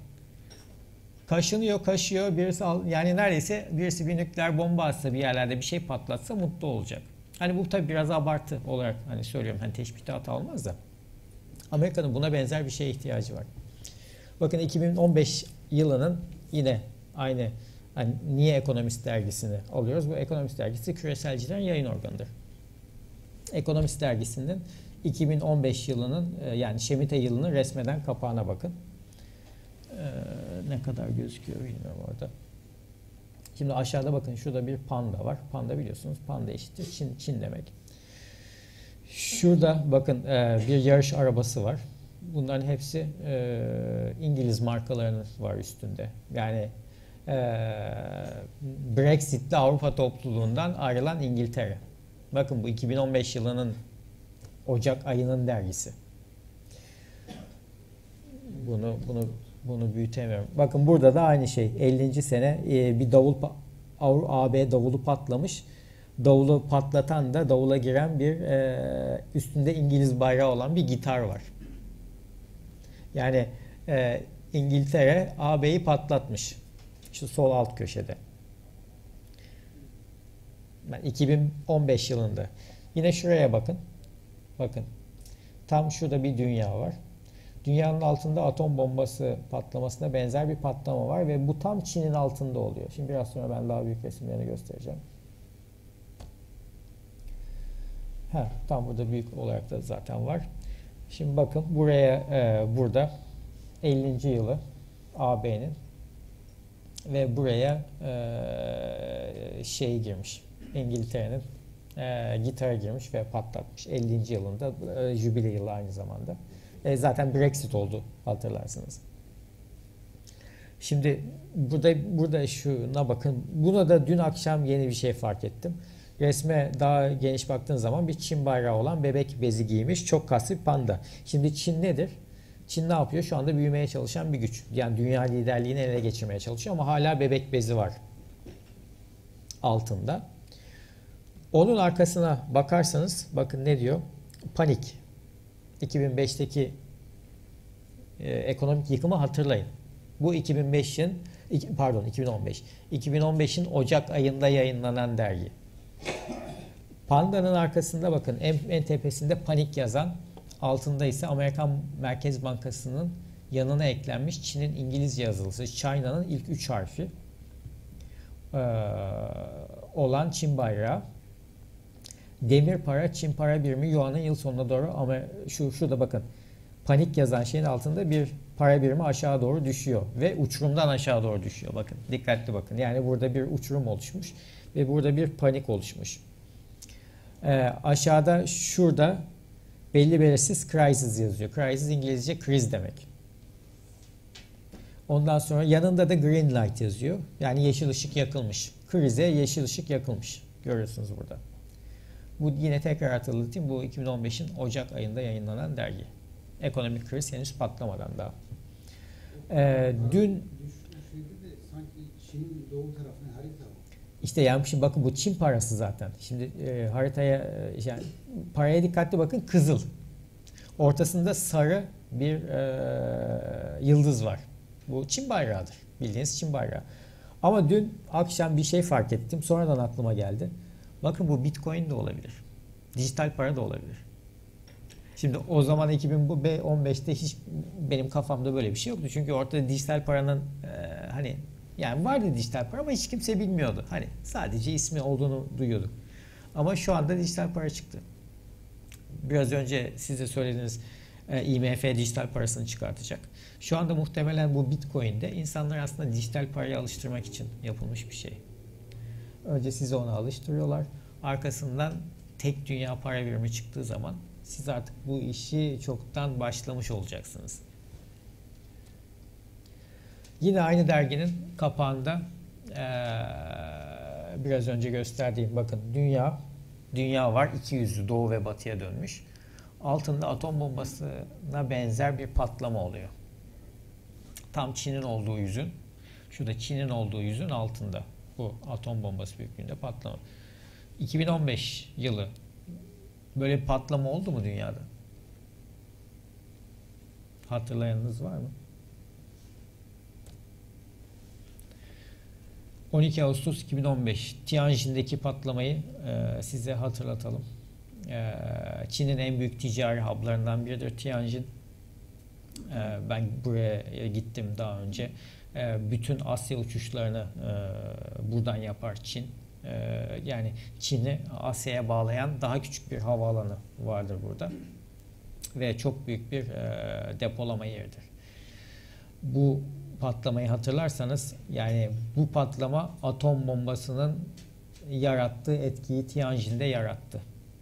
Kaşıyor, birisi yani neredeyse birisi bir nükleer bomba atsa, bir yerlerde bir şey patlatsa mutlu olacak. Hani bu tabii biraz abartı olarak hani söylüyorum, hani teşbihte hata olmaz da. Amerika'nın buna benzer bir şeye ihtiyacı var. Bakın 2015 yılının yine aynı, hani niye Ekonomist dergisini alıyoruz? Bu Ekonomist dergisi küreselcilerin yayın organıdır. Ekonomist dergisinin 2015 yılının yani Şemite yılının resmeden kapağına bakın. Ne kadar gözüküyor bilmiyorum orada. Şimdi aşağıda bakın, şurada bir panda var. Panda biliyorsunuz, panda eşittir Çin demek. Şurada bakın bir yarış arabası var. Bunların hepsi İngiliz markalarının var üstünde. Yani Brexit'le Avrupa topluluğundan ayrılan İngiltere. Bakın bu 2015 yılının Ocak ayının dergisi. Bunu büyütemiyorum. Bakın burada da aynı şey. 50. sene bir AB davulu patlamış. Davulu patlatan da davula giren bir üstünde İngiliz bayrağı olan bir gitar var. Yani İngiltere AB'yi patlatmış. Şu sol alt köşede. 2015 yılında. Yine şuraya bakın. Bakın. Tam şurada bir dünya var. Dünyanın altında atom bombası patlamasına benzer bir patlama var ve bu tam Çin'in altında oluyor. Şimdi biraz sonra ben daha büyük resimlerini göstereceğim. Tam burada büyük olarak da zaten var. Şimdi bakın buraya burada 50. yılı AB'nin ve buraya girmiş. İngiltere'nin gitarı girmiş ve patlatmış. 50. yılında jübile yılı aynı zamanda. Zaten Brexit oldu hatırlarsınız. Şimdi burada şuna bakın. Buna da dün akşam yeni bir şey fark ettim. Resme daha geniş baktığın zaman bir Çin bayrağı olan bebek bezi giymiş çok kaslı bir panda. Şimdi Çin nedir? Çin ne yapıyor? Şu anda büyümeye çalışan bir güç. Yani dünya liderliğini ele geçirmeye çalışıyor ama hala bebek bezi var. altında. Onun arkasına bakarsanız bakın ne diyor? Panik. 2005'teki ekonomik yıkımı hatırlayın. Bu 2015. 2015'in Ocak ayında yayınlanan dergi. Panda'nın arkasında bakın en tepesinde panik yazan, altında ise Amerikan Merkez Bankası'nın yanına eklenmiş Çin'in İngilizce yazılısı, China'nın ilk 3 harfi olan Çin bayrağı. Demir para, Çin para birimi Yuan'ın yıl sonuna doğru, ama şurada bakın panik yazan şeyin altında bir para birimi aşağı doğru düşüyor ve uçurumdan aşağı doğru düşüyor. Bakın dikkatli bakın. Yani burada bir uçurum oluşmuş ve burada bir panik oluşmuş. Aşağıda şurada belli belirsiz crisis yazıyor. Crisis İngilizce kriz demek. Ondan sonra yanında da green light yazıyor. Yani yeşil ışık yakılmış. Krize yeşil ışık yakılmış. Görüyorsunuz burada. Bu yine tekrar hatırlatayım. Bu 2015'in Ocak ayında yayınlanan dergi. Ekonomik kriz henüz patlamadan daha. Dün şeyde de sanki Çin'in doğu tarafına harita var. İşte yani şimdi bakın bu Çin parası zaten. Şimdi haritaya yani paraya dikkatli bakın, kızıl. Ortasında sarı bir yıldız var. Bu Çin bayrağıdır. Bildiğiniz Çin bayrağı. Ama dün akşam bir şey fark ettim. Sonradan aklıma geldi. Bakın bu Bitcoin de olabilir. Dijital para da olabilir. Şimdi o zaman 2015'te hiç benim kafamda böyle bir şey yoktu. Çünkü ortada dijital paranın hani yani vardı dijital para ama hiç kimse bilmiyordu. Hani sadece ismi olduğunu duyuyorduk. Ama şu anda dijital para çıktı. Biraz önce size söylediğiniz IMF dijital parasını çıkartacak. Şu anda muhtemelen bu Bitcoin'de insanlar aslında dijital paraya alıştırmak için yapılmış bir şey. Önce size ona alıştırıyorlar. Arkasından tek dünya para birimi çıktığı zaman siz artık bu işi çoktan başlamış olacaksınız. Yine aynı derginin kapağında biraz önce gösterdiğim bakın dünya var, iki yüzlü, doğu ve batıya dönmüş. Altında atom bombasına benzer bir patlama oluyor. Tam Çin'in olduğu yüzün, şurada Çin'in olduğu yüzün altında bu atom bombası büyüklüğünde patlama. 2015 yılı böyle bir patlama oldu mu dünyada? Hatırlayanınız var mı? 12 Ağustos 2015 Tianjin'deki patlamayı size hatırlatalım. Çin'in en büyük ticari hub'larından biridir Tianjin. Ben buraya gittim daha önce. Bütün Asya uçuşlarını buradan yapar Çin. Yani Çin'i Asya'ya bağlayan daha küçük bir havaalanı vardır burada. Ve çok büyük bir depolama yeridir. Bu patlamayı hatırlarsanız yani bu patlama atom bombasının yarattığı etkiyi Tianjin'de yarattı.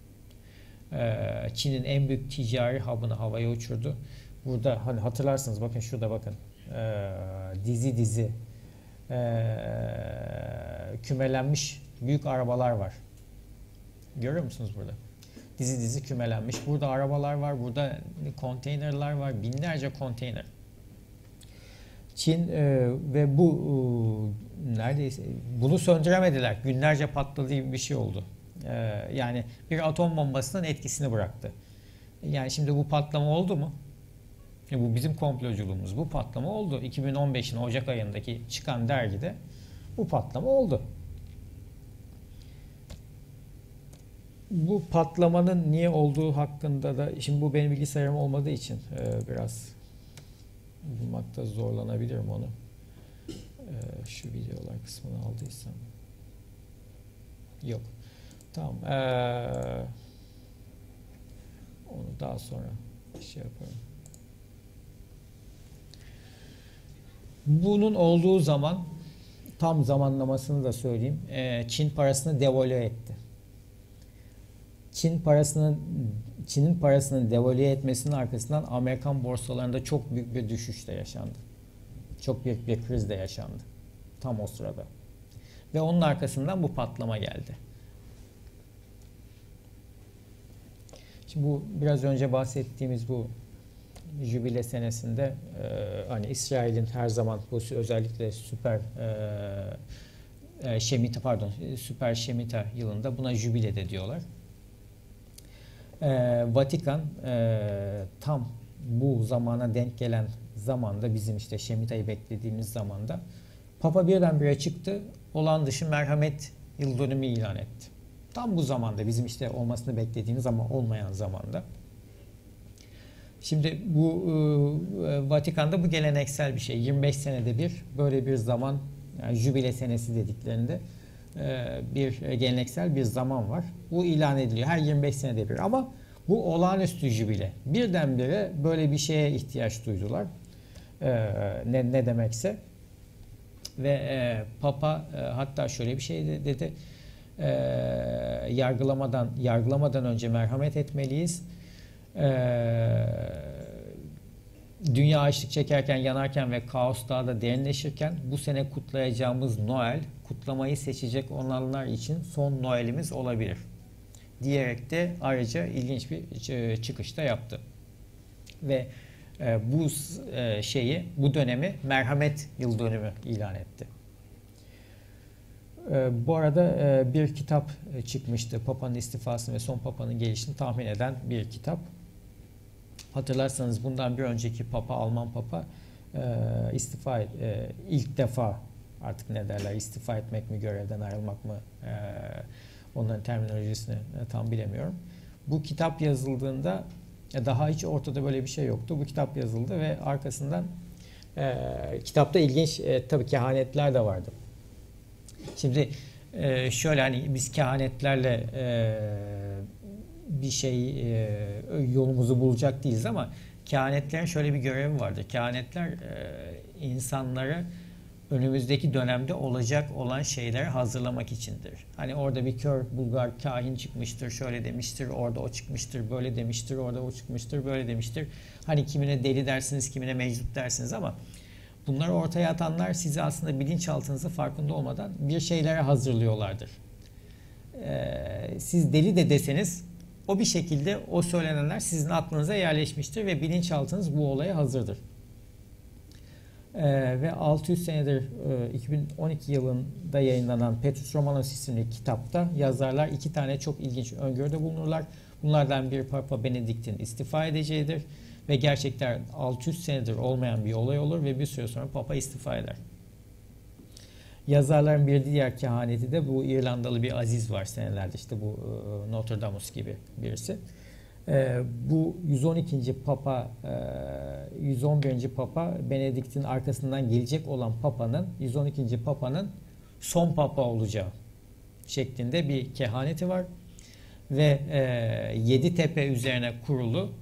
Çin'in en büyük ticari hub'ını havaya uçurdu. Burada hani hatırlarsınız bakın şurada bakın dizi dizi kümelenmiş büyük arabalar var. Görüyor musunuz burada? Dizi dizi kümelenmiş. Burada arabalar var, burada konteynerler var, binlerce konteyner. Çin ve bu neredeyse bunu söndüremediler. Günlerce patladığı gibi bir şey oldu. Yani bir atom bombasının etkisini bıraktı. Yani şimdi bu patlama oldu mu? Bu bizim komploculuğumuz. Bu patlama oldu. 2015'in Ocak ayındaki çıkan dergide bu patlama oldu. Bu patlamanın niye olduğu hakkında da şimdi bu benim bilgisayarım olmadığı için biraz bulmakta zorlanabilirim onu. Şu videolar kısmını aldıysam. Yok. Tamam. Onu daha sonra şey yaparım. Bunun olduğu zaman tam zamanlamasını da söyleyeyim. Çin parasını devalüe etti. Çin'in parasını devalüe etmesinin arkasından Amerikan borsalarında çok büyük bir düşüş de yaşandı. Çok büyük bir kriz de yaşandı. Tam o sırada. Ve onun arkasından bu patlama geldi. Şimdi bu biraz önce bahsettiğimiz bu jübile senesinde hani İsrail'in her zaman bu özellikle süper Süper Şemita yılında buna jübile de diyorlar. Vatikan tam bu zamana denk gelen zamanda, bizim işte Şemita'yı beklediğimiz zamanda Papa birdenbire çıktı, olağan dışı merhamet yıl dönümü ilan etti. Tam bu zamanda, bizim işte olmasını beklediğimiz ama olmayan zamanda. Şimdi bu Vatikan'da bu geleneksel bir şey. 25 senede bir böyle bir zaman, yani jübile senesi dediklerinde bir geleneksel bir zaman var. Bu ilan ediliyor her 25 senede bir. Ama bu olağanüstü jübile. Birdenbire böyle bir şeye ihtiyaç duydular. Ne demekse. Ve Papa hatta şöyle bir şey dedi. Yargılamadan önce merhamet etmeliyiz. Dünya açlık çekerken, yanarken ve kaos daha da derinleşirken bu sene kutlayacağımız Noel, kutlamayı seçecek olanlar için son Noel'imiz olabilir diyerek de ayrıca ilginç bir çıkışta yaptı. Ve bu dönemi merhamet yıl dönümü ilan etti. Bu arada bir kitap çıkmıştı. Papa'nın istifasını ve son Papa'nın gelişini tahmin eden bir kitap. Hatırlarsanız bundan bir önceki Papa, Alman Papa ilk defa, artık ne derler, istifa etmek mi, görevden ayrılmak mı, onların terminolojisini tam bilemiyorum. Bu kitap yazıldığında daha hiç ortada böyle bir şey yoktu. Bu kitap yazıldı ve arkasından kitapta ilginç tabii kehanetler de vardı. Şimdi şöyle, hani biz kehanetlerle bir şey yolumuzu bulacak değiliz ama kehanetlerin şöyle bir görevi vardır. Kehanetler insanları önümüzdeki dönemde olacak olan şeyleri hazırlamak içindir. Hani orada bir kör Bulgar kahin çıkmıştır, şöyle demiştir, orada o çıkmıştır, böyle demiştir, orada o çıkmıştır, böyle demiştir. Hani kimine deli dersiniz, kimine meczup dersiniz ama bunları ortaya atanlar sizi aslında bilinçaltınızda farkında olmadan bir şeylere hazırlıyorlardır. Siz deli de deseniz o bir şekilde o söylenenler sizin aklınıza yerleşmiştir ve bilinçaltınız bu olaya hazırdır. Ve 600 senedir 2012 yılında yayınlanan Petrus Romanos isimli kitapta yazarlar iki tane çok ilginç öngörüde bulunurlar. Bunlardan biri Papa Benedikt'in istifa edeceğidir ve gerçekten 600 senedir olmayan bir olay olur ve bir süre sonra Papa istifa eder. Yazarların bir diğer kehaneti de bu İrlandalı bir aziz var senelerde, işte bu Nostradamus gibi birisi. Bu 112. Papa, 111. Papa Benedikt'in arkasından gelecek olan Papa'nın, 112. Papa'nın son Papa olacağı şeklinde bir kehaneti var. Ve Yeditepe üzerine kurulu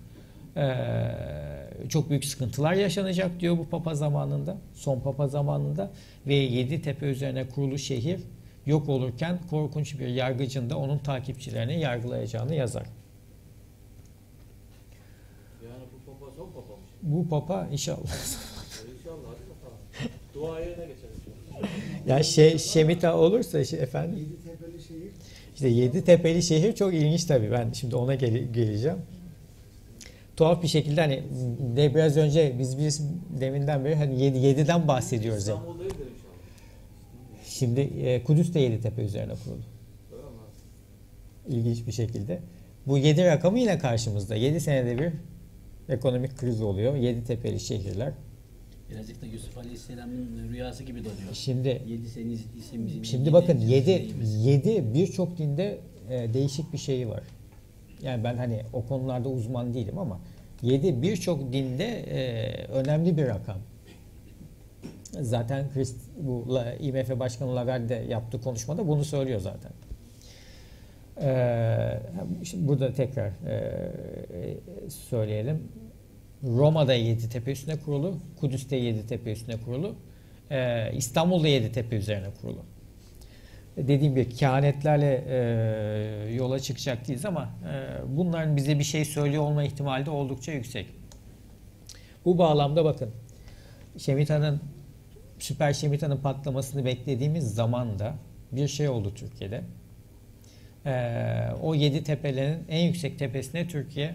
çok büyük sıkıntılar yaşanacak diyor bu Papa zamanında, son Papa zamanında ve Yeditepe üzerine kurulu şehir yok olurken korkunç bir yargıcın da onun takipçilerini yargılayacağını yazar. Yani bu Papa son Papa mı? Bu Papa inşallah. İnşallah, hadi bakalım. Dua yerine geçelim. Yani Şemita olursa efendim. Yeditepe'li şehir. İşte Yeditepe'li şehir çok ilginç tabii. Ben şimdi ona geleceğim. Tuhaf bir şekilde hani de biraz önce biz deminden beri hani 7'den bahsediyoruz. Yani. İstanbul değildir inşallah. Şimdi Kudüs de Yeditepe üzerine kuruldu. Öyle mi? İlginç bir şekilde. Bu 7 rakamı yine karşımızda. 7 senede bir ekonomik kriz oluyor. Yeditepe'li şehirler. Birazcık da Yusuf Aleyhisselam'ın rüyası gibi de oluyor. Şimdi 7 senin isimizin. Şimdi bakın 7 birçok dinde değişik bir şeyi var. Yani ben hani o konularda uzman değilim ama 7 birçok dinde önemli bir rakam. Zaten bu IMF Başkanı Lagarde yaptığı konuşmada bunu söylüyor zaten. Şimdi burada tekrar söyleyelim. Roma'da Yeditepe üstüne kurulu, Kudüs'te Yeditepe üstüne kurulu, İstanbul'da Yeditepe üzerine kurulu. Dediğim gibi kehanetlerle yola çıkacak değiliz ama bunların bize bir şey söylüyor olma ihtimali de oldukça yüksek. Bu bağlamda bakın, Süper Şemita'nın patlamasını beklediğimiz zamanda bir şey oldu Türkiye'de. O 7 tepelerin en yüksek tepesine Türkiye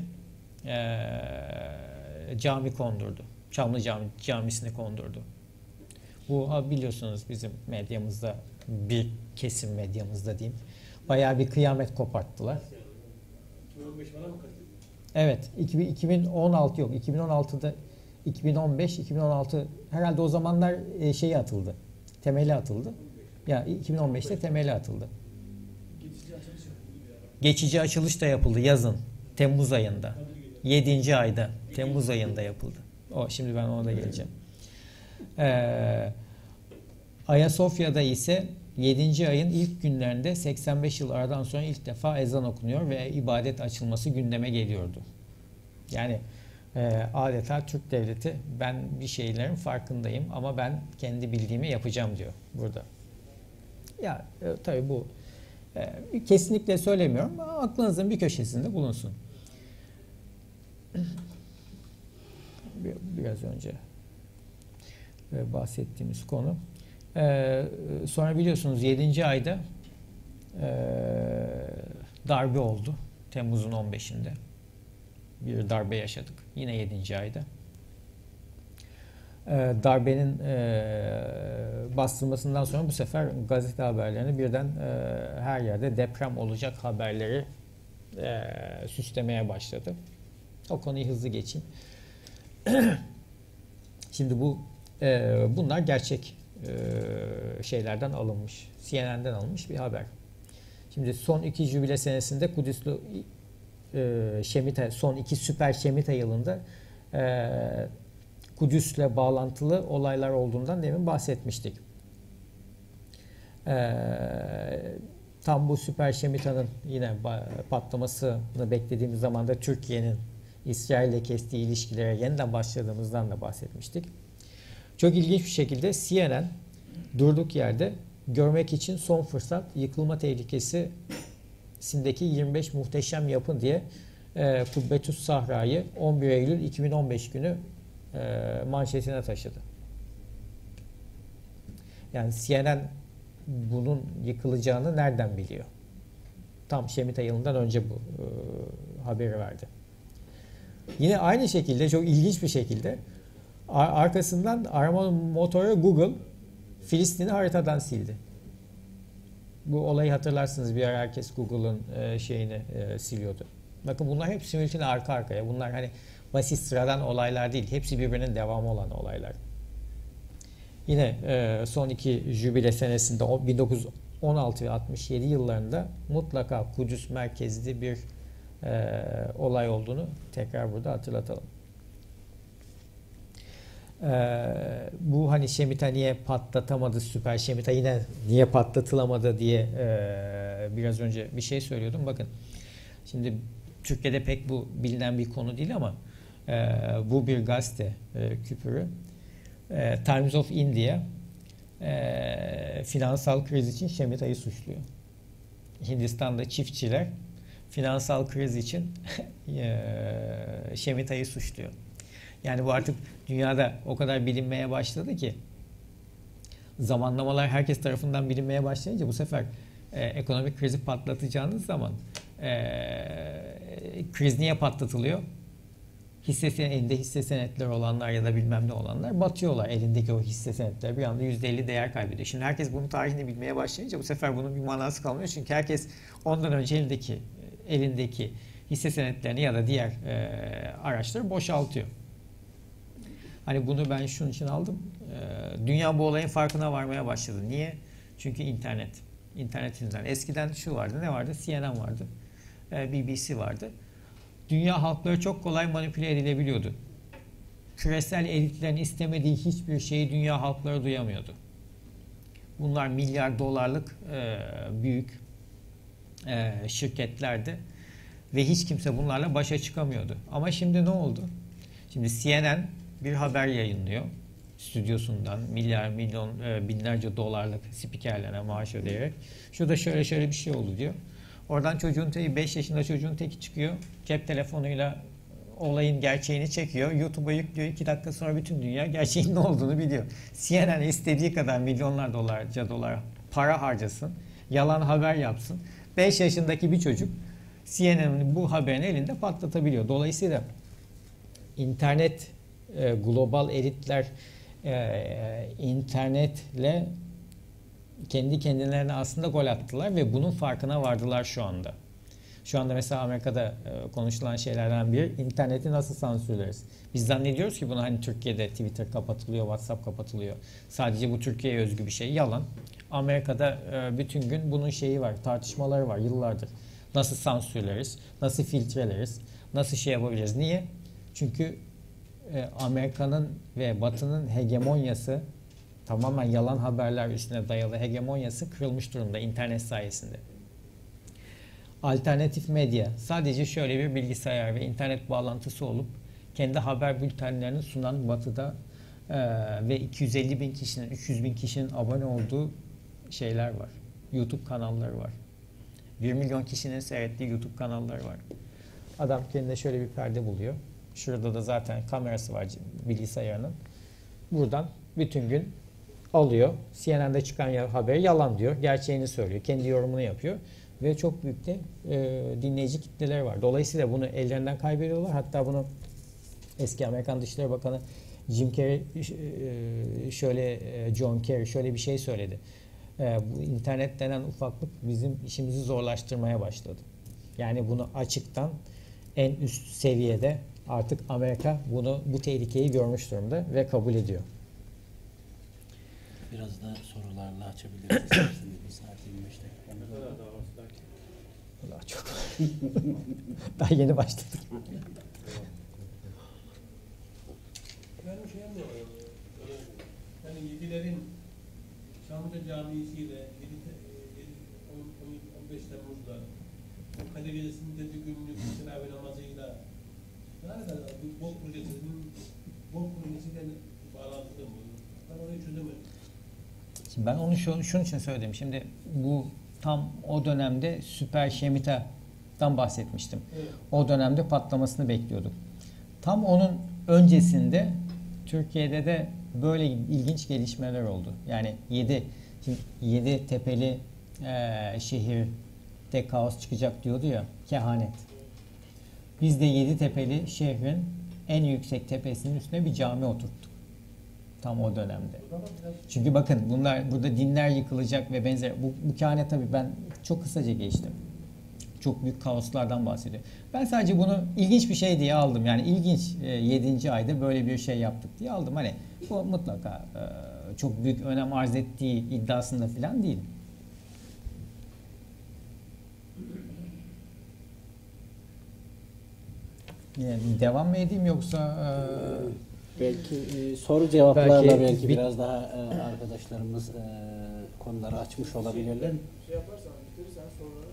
cami kondurdu. Çamlı Camisi'ni kondurdu. Bu biliyorsunuz bizim medyamızda, bir kesim medyamızda diyeyim, bayağı bir kıyamet koparttılar. 2015 bana mı kastettin? Evet, 2016 yok, 2016'da 2015-2016 herhalde o zamanlar şeyi atıldı, temeli atıldı. Ya 2015'te temeli atıldı. Geçici açılış da yapıldı yazın, Temmuz ayında. 7. ayda, Temmuz ayında yapıldı. Şimdi ben ona da geleceğim. Ayasofya'da ise 7. ayın ilk günlerinde 85 yıl aradan sonra ilk defa ezan okunuyor ve ibadet açılması gündeme geliyordu. Yani adeta Türk devleti, ben bir şeylerin farkındayım ama ben kendi bildiğimi yapacağım diyor burada. Ya tabii bu kesinlikle söylemiyorum ama aklınızın bir köşesinde bulunsun. Biraz önce bahsettiğimiz konu. Sonra biliyorsunuz 7. ayda darbe oldu. Temmuz'un 15'inde. Bir darbe yaşadık. Yine 7. ayda. Darbenin bastırmasından sonra bu sefer gazete haberlerini birden her yerde deprem olacak haberleri süslemeye başladı. O konuyu hızlı geçeyim. Şimdi bunlar gerçek şeylerden alınmış. CNN'den alınmış bir haber. Şimdi son 2 jübile senesinde Kudüs'lü Şemita, son 2 süper Şemita yılında Kudüs'le bağlantılı olaylar olduğundan demin bahsetmiştik. Tam bu süper Şemita'nın yine patlamasını beklediğimiz zaman da Türkiye'nin İsrail'le kestiği ilişkilere yeniden başladığımızdan da bahsetmiştik. Çok ilginç bir şekilde CNN durduk yerde görmek için son fırsat, yıkılma tehlikesindeki 25 muhteşem yapı diye Kubbetüs Sahra'yı 11 Eylül 2015 günü manşetine taşıdı. Yani CNN bunun yıkılacağını nereden biliyor? Tam Şemita yılından önce bu haberi verdi. Yine aynı şekilde, çok ilginç bir şekilde arkasından arama motoru Google Filistin'i haritadan sildi. Bu olayı hatırlarsınız, bir ara herkes Google'ın şeyini siliyordu. Bakın bunlar hep simultane arka arkaya. Bunlar hani basit sıradan olaylar değil. Hepsi birbirinin devamı olan olaylar. Yine son 2 jübile senesinde 1916 ve 67 yıllarında mutlaka Kudüs merkezli bir olay olduğunu tekrar burada hatırlatalım. Bu hani Şemita niye patlatamadı, süper Şemita yine niye patlatılamadı diye biraz önce bir şey söylüyordum. Bakın şimdi Türkiye'de pek bu bilinen bir konu değil ama bu bir gazete küpürü. Times of India finansal kriz için Şemita'yı suçluyor. Hindistan'da çiftçiler finansal kriz için Şemita'yı suçluyor. Yani bu artık dünyada o kadar bilinmeye başladı ki, zamanlamalar herkes tarafından bilinmeye başlayınca bu sefer ekonomik krizi patlatacağınız zaman kriz niye patlatılıyor? Elinde hisse senetleri olanlar ya da bilmem ne olanlar batıyorlar. Elindeki o hisse senetleri bir anda %50 değer kaybediyor. Şimdi herkes bunun tarihini bilmeye başlayınca bu sefer bunun bir manası kalmıyor. Çünkü herkes ondan önce elindeki hisse senetlerini ya da diğer araçları boşaltıyor. Hani bunu ben şunun için aldım. Dünya bu olayın farkına varmaya başladı. Niye? Çünkü internet. İnternet yüzünden. Eskiden şu vardı. Ne vardı? CNN vardı. BBC vardı. Dünya halkları çok kolay manipüle edilebiliyordu. Küresel elitlerin istemediği hiçbir şeyi dünya halkları duyamıyordu. Bunlar milyar dolarlık büyük şirketlerdi. Ve hiç kimse bunlarla başa çıkamıyordu. Ama şimdi ne oldu? Şimdi CNN bir haber yayınlıyor. Stüdyosundan binlerce dolarlık spikerlerine maaş ödeyerek. Şurada şöyle bir şey oldu diyor. Oradan 5 yaşında çocuğun teki çıkıyor. Cep telefonuyla olayın gerçeğini çekiyor. YouTube'a yüklüyor. 2 dakika sonra bütün dünya gerçeğin ne olduğunu biliyor. CNN istediği kadar milyonlar dolar para harcasın. Yalan haber yapsın. 5 yaşındaki bir çocuk CNN'in bu haberini elinde patlatabiliyor. Dolayısıyla internet global elitler internetle kendi kendilerine aslında gol attılar ve bunun farkına vardılar şu anda. Şu anda mesela Amerika'da konuşulan şeylerden biri interneti nasıl sansürleriz? Biz zannediyoruz ki bunu hani Türkiye'de Twitter kapatılıyor, WhatsApp kapatılıyor. Sadece bu Türkiye'ye özgü bir şey. Yalan. Amerika'da bütün gün bunun şeyi var, tartışmaları var yıllardır. Nasıl sansürleriz, nasıl filtreleriz, nasıl şey yapabiliriz? Niye? Çünkü Amerika'nın ve Batı'nın hegemonyası, tamamen yalan haberler üstüne dayalı hegemonyası kırılmış durumda internet sayesinde. Alternatif medya sadece şöyle bir bilgisayar ve internet bağlantısı olup kendi haber bültenlerini sunan Batı'da ve 250 bin kişinin, 300 bin kişinin abone olduğu şeyler var. YouTube kanalları var. 1 milyon kişinin seyrettiği YouTube kanalları var. Adam kendine şöyle bir perde buluyor. Şurada da zaten kamerası var bilgisayarının. Buradan bütün gün alıyor. CNN'de çıkan haberi yalan diyor. Gerçeğini söylüyor. Kendi yorumunu yapıyor. Ve çok büyük de dinleyici kitleleri var. Dolayısıyla bunu ellerinden kaybediyorlar. Hatta bunu eski Amerikan Dışişleri Bakanı Jim Carrey John Kerry şöyle bir şey söyledi. Bu internet denen ufaklık bizim işimizi zorlaştırmaya başladı. Yani bunu açıktan en üst seviyede artık Amerika bu tehlikeyi görmüş durumda ve kabul ediyor. Biraz da sorularla açabiliriz isterseniz. 1 saat 25 dakika. Daha çok. Daha yeni başladık. Ben şey anlıyorum. Yani Yedilerin Çamlıca Camisi'yle 15 Temmuz'da o Kadir Gecesi'nin de bir günlük teravih namazıyla bu Bok Projesi'yle bağlantılı mı? Ben orayı çözemedim. Şimdi ben onu şunun için söyledim. Şimdi bu tam o dönemde Süper Şemita'dan bahsetmiştim. Evet. O dönemde patlamasını bekliyorduk. Tam onun öncesinde Türkiye'de de böyle ilginç gelişmeler oldu. Yani 7 tepeli şehirde kaos çıkacak diyordu ya, kehanet. Biz de 7 tepeli şehrin en yüksek tepesinin üstüne bir cami oturttuk. Tam o dönemde. Çünkü bakın burada dinler yıkılacak ve benzer. Bu kehanet tabii ben çok kısaca geçtim. Çok büyük kaoslardan bahsediyor. Ben sadece bunu ilginç bir şey diye aldım. Yani ilginç 7. ayda böyle bir şey yaptık diye aldım. Hani bu mutlaka çok büyük önem arz ettiği iddiasında falan değil. Yani devam mı edeyim yoksa belki soru cevaplarla belki bir biraz daha arkadaşlarımız konuları açmış olabilirler. Şey yaparsan bitirirsen sonra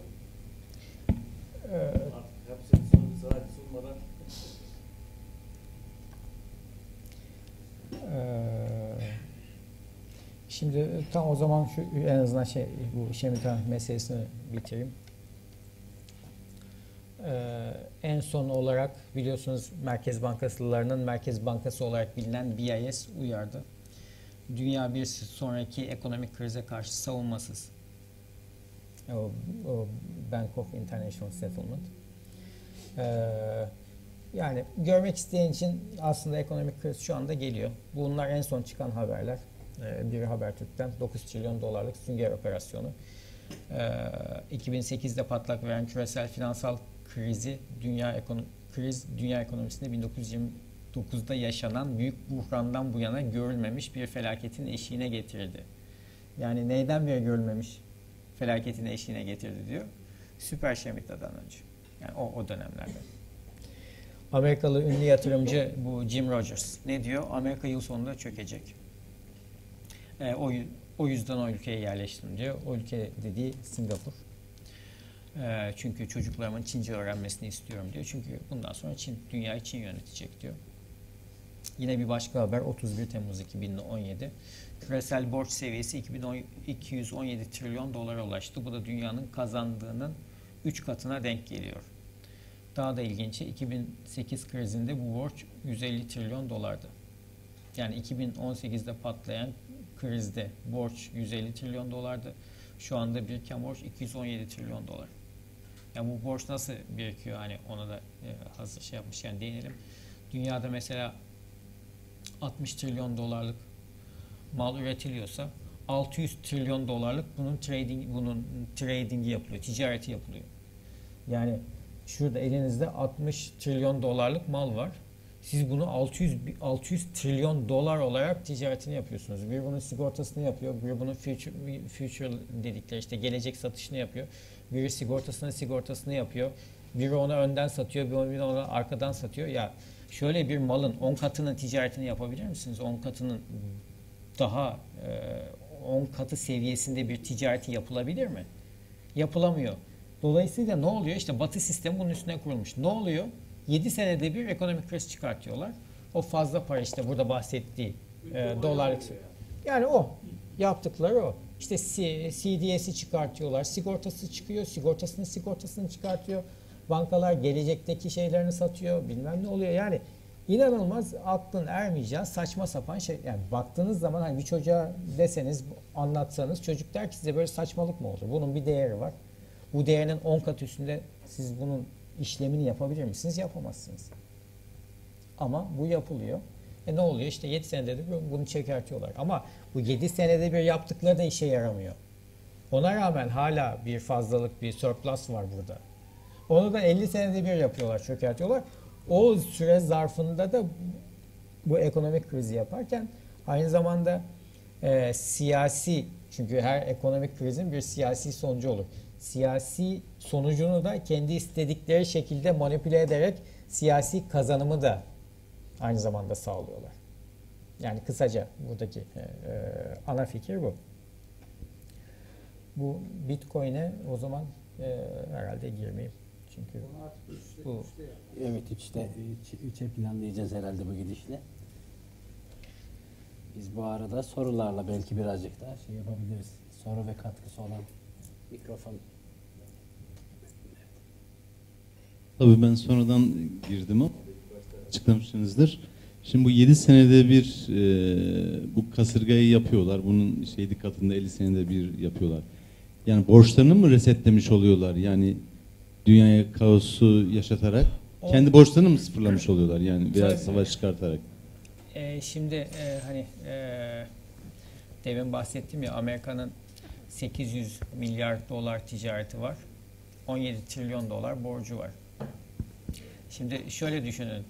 hepsini sana sunmadan şimdi tam o zaman en azından bu Şemita meselesini bitireyim. En son olarak biliyorsunuz Merkez Bankasılarının Merkez Bankası olarak bilinen BIS uyardı. Dünya bir sonraki ekonomik krize karşı savunmasız. O Bank of International Settlement. Yani görmek isteyen için aslında ekonomik kriz şu anda geliyor. Bunlar en son çıkan haberler. Biri Habertürk'ten 9 trilyon dolarlık sünger operasyonu. 2008'de patlak veren küresel finansal krizi dünya ekonomisinde 1929'da yaşanan büyük buhrandan bu yana görülmemiş bir felaketin eşiğine getirdi. Yani neyden beri görülmemiş felaketin eşiğine getirdi diyor. Süper Şemita'dan önce. Yani o dönemlerde. Amerikalı ünlü yatırımcı bu Jim Rogers ne diyor? Amerika yıl sonunda çökecek. O yüzden o ülkeye yerleştim diyor. O ülke dediği Singapur. Çünkü çocuklarımın Çince öğrenmesini istiyorum diyor. Çünkü bundan sonra dünyayı Çin yönetecek diyor. Yine bir başka haber 31 Temmuz 2017. Küresel borç seviyesi 217 trilyon dolara ulaştı. Bu da dünyanın kazandığının 3 katına denk geliyor. Daha da ilginci 2008 krizinde bu borç 150 trilyon dolardı. Yani 2018'de patlayan krizde borç 150 trilyon dolardı. Şu anda biriken borç 217 trilyon dolar. Yani bu borç nasıl birikiyor? Hani ona da hazır yapmışken değinelim. Dünyada mesela 60 trilyon dolarlık mal üretiliyorsa 600 trilyon dolarlık bunun tradingi yapılıyor, ticareti yapılıyor. Yani şurada elinizde 60 trilyon dolarlık mal var. Siz bunu 600 trilyon dolar olarak ticaretini yapıyorsunuz. Biri bunun sigortasını yapıyor, biri bunun future dedikleri işte gelecek satışını yapıyor. Biri sigortasını yapıyor. Biri ona önden satıyor, biri ona arkadan satıyor. Ya şöyle bir malın 10 katının ticaretini yapabilir misiniz? 10 katının daha 10 katı seviyesinde bir ticareti yapılabilir mi? Yapılamıyor. Dolayısıyla ne oluyor? İşte Batı sistemi bunun üstüne kurulmuş. Ne oluyor? 7 senede bir ekonomik kriz çıkartıyorlar. O fazla para işte burada bahsettiği dolarlık. Yani o. Yaptıkları o. İşte CDS'i çıkartıyorlar. Sigortası çıkıyor. Sigortasını çıkartıyor. Bankalar gelecekteki şeylerini satıyor. Bilmem ne oluyor. Yani inanılmaz aklın ermeyeceği saçma sapan şey. Yani baktığınız zaman hani bir çocuğa deseniz, anlatsanız çocuk der ki size böyle saçmalık mı olur? Bunun bir değeri var. Bu değerinin 10 kat üstünde siz bunun işlemini yapabilir misiniz? Yapamazsınız. Ama bu yapılıyor. Ne oluyor? İşte 7 senede de bunu çökertiyorlar. Ama bu 7 senede bir yaptıkları da işe yaramıyor. Ona rağmen hala bir fazlalık, bir surplus var burada. Onu da 50 senede bir yapıyorlar, çökertiyorlar. O süre zarfında da bu ekonomik krizi yaparken aynı zamanda siyasi, çünkü her ekonomik krizin bir siyasi sonucu olur. Siyasi sonucunu da kendi istedikleri şekilde manipüle ederek siyasi kazanımı da aynı zamanda sağlıyorlar. Yani kısaca buradaki ana fikir bu. Bu Bitcoin'e o zaman herhalde girmeyeyim. Çünkü bu Evet, 3'e planlayacağız herhalde bu gidişle. Biz bu arada sorularla belki birazcık daha şey yapabiliriz. Soru ve katkısı olan mikrofon. Tabii ben sonradan girdim ama açıklamışsınızdır. Şimdi bu 7 senede bir bu kasırgayı yapıyorlar. Bunun katında 50 senede bir yapıyorlar. Yani borçlarını mı resetlemiş oluyorlar? Yani dünyaya kaosu yaşatarak kendi borçlarını mı sıfırlamış oluyorlar? Yani veya savaş çıkartarak. Şimdi hani demin bahsettim ya, Amerika'nın 800 milyar dolar ticareti var. 17 trilyon dolar borcu var. Şimdi şöyle düşünün.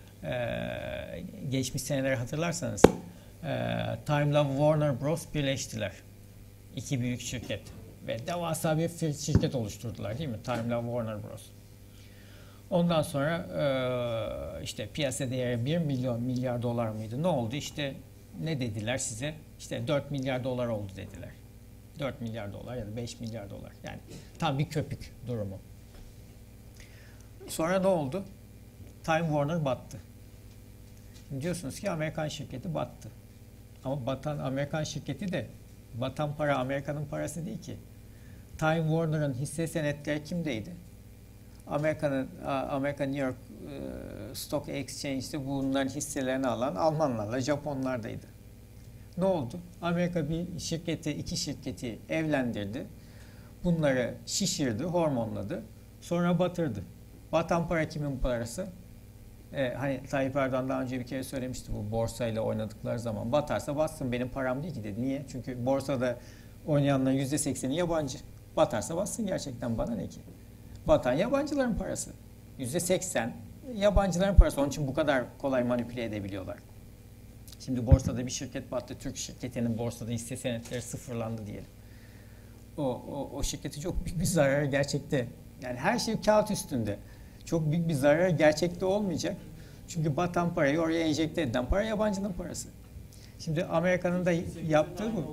Geçmiş seneleri hatırlarsanız Time'la Warner Bros. Birleştiler. İki büyük şirket. Ve devasa bir şirket oluşturdular değil mi? Time'la Warner Bros. Ondan sonra işte piyasa değeri 1 milyar dolar mıydı? Ne oldu? İşte ne dediler size? İşte 4 milyar dolar oldu dediler. 4 milyar dolar ya da 5 milyar dolar. Yani tam bir köpük durumu. Sonra ne oldu? Time Warner battı. Şimdi diyorsunuz ki Amerikan şirketi battı. Ama batan Amerikan şirketi de batan para Amerika'nın parası değil ki. Time Warner'ın hisse senetleri kimdeydi? Amerika New York Stock Exchange'de bunların hisselerini alan Almanlarla Japonlardaydı. Ne oldu? Amerika bir şirketi, iki şirketi evlendirdi. Bunları şişirdi, hormonladı. Sonra batırdı. Batan para kimin parası? Hani Tayyip Erdoğan daha önce bir kere söylemişti, bu borsayla oynadıkları zaman. Batarsa batsın, benim param değil ki dedi. Niye? Çünkü borsada oynayanların %80'i yabancı. Batarsa batsın, gerçekten bana ne ki? Batan yabancıların parası. %80 yabancıların parası. Onun için bu kadar kolay manipüle edebiliyorlar. Şimdi borsada bir şirket battı. Türk şirketinin borsada hisse senetleri sıfırlandı diyelim. O şirketi çok büyük bir zararı gerçekte. Yani her şey kağıt üstünde. Çok büyük bir zararı gerçekte olmayacak. Çünkü batan parayı oraya enjekte edilen para yabancının parası. Şimdi Amerika'nın da yaptığı bu.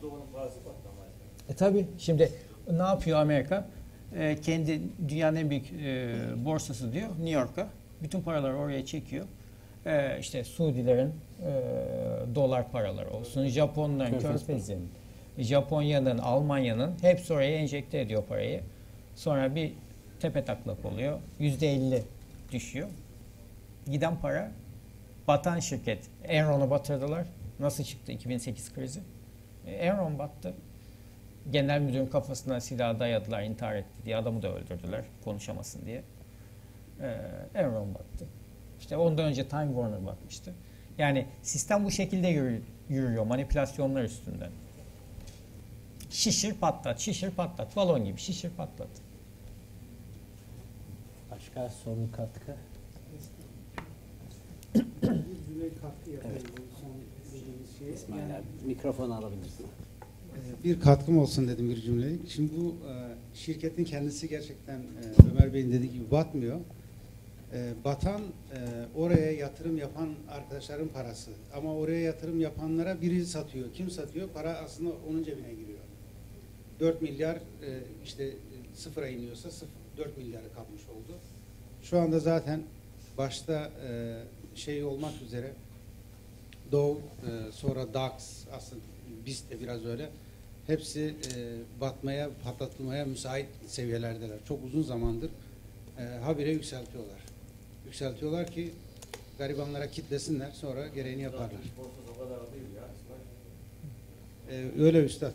Tabii şimdi ne yapıyor Amerika? Kendi dünyanın en büyük borsası diyor New York'a. Bütün paraları oraya çekiyor. İşte Suudilerin dolar paraları olsun, Japonların, Körfez'in, Japonya'nın, Almanya'nın hepsi oraya enjekte ediyor parayı. Sonra bir tepe taklak oluyor. %50 düşüyor. Giden para, batan şirket. Enron'u batırdılar. Nasıl çıktı 2008 krizi? Enron battı. Genel müdürün kafasına silah dayadılar, intihar etti diye. Adamı da öldürdüler konuşamasın diye. Enron battı. İşte ondan önce Time Warner batmıştı. Yani sistem bu şekilde yürüyor manipülasyonlar üstünden. Şişir patlat, şişir patlat. Balon gibi şişir patlat. Başka son katkı? Bir cümle katkı yapayım bu son dediğimiz şeye. İsmail abi mikrofon alabilirsin. Bir katkım olsun dedim bir cümlelik. Şimdi bu şirketin kendisi gerçekten Ömer Bey'in dediği gibi batmıyor. Batan oraya yatırım yapan arkadaşların parası. Ama oraya yatırım yapanlara biri satıyor. Kim satıyor? Para aslında onun cebine giriyor. 4 milyar işte sıfıra iniyorsa 4 milyarı kapmış oldu. Şu anda zaten başta şey olmak üzere Dow, sonra DAX, aslında BIST de biraz öyle. Hepsi batmaya, patlatılmaya müsait seviyelerdeler. Çok uzun zamandır habire yükseltiyorlar. Yükseltiyorlar ki garibanlara kitlesinler, sonra gereğini yaparlar. Öyle üstad.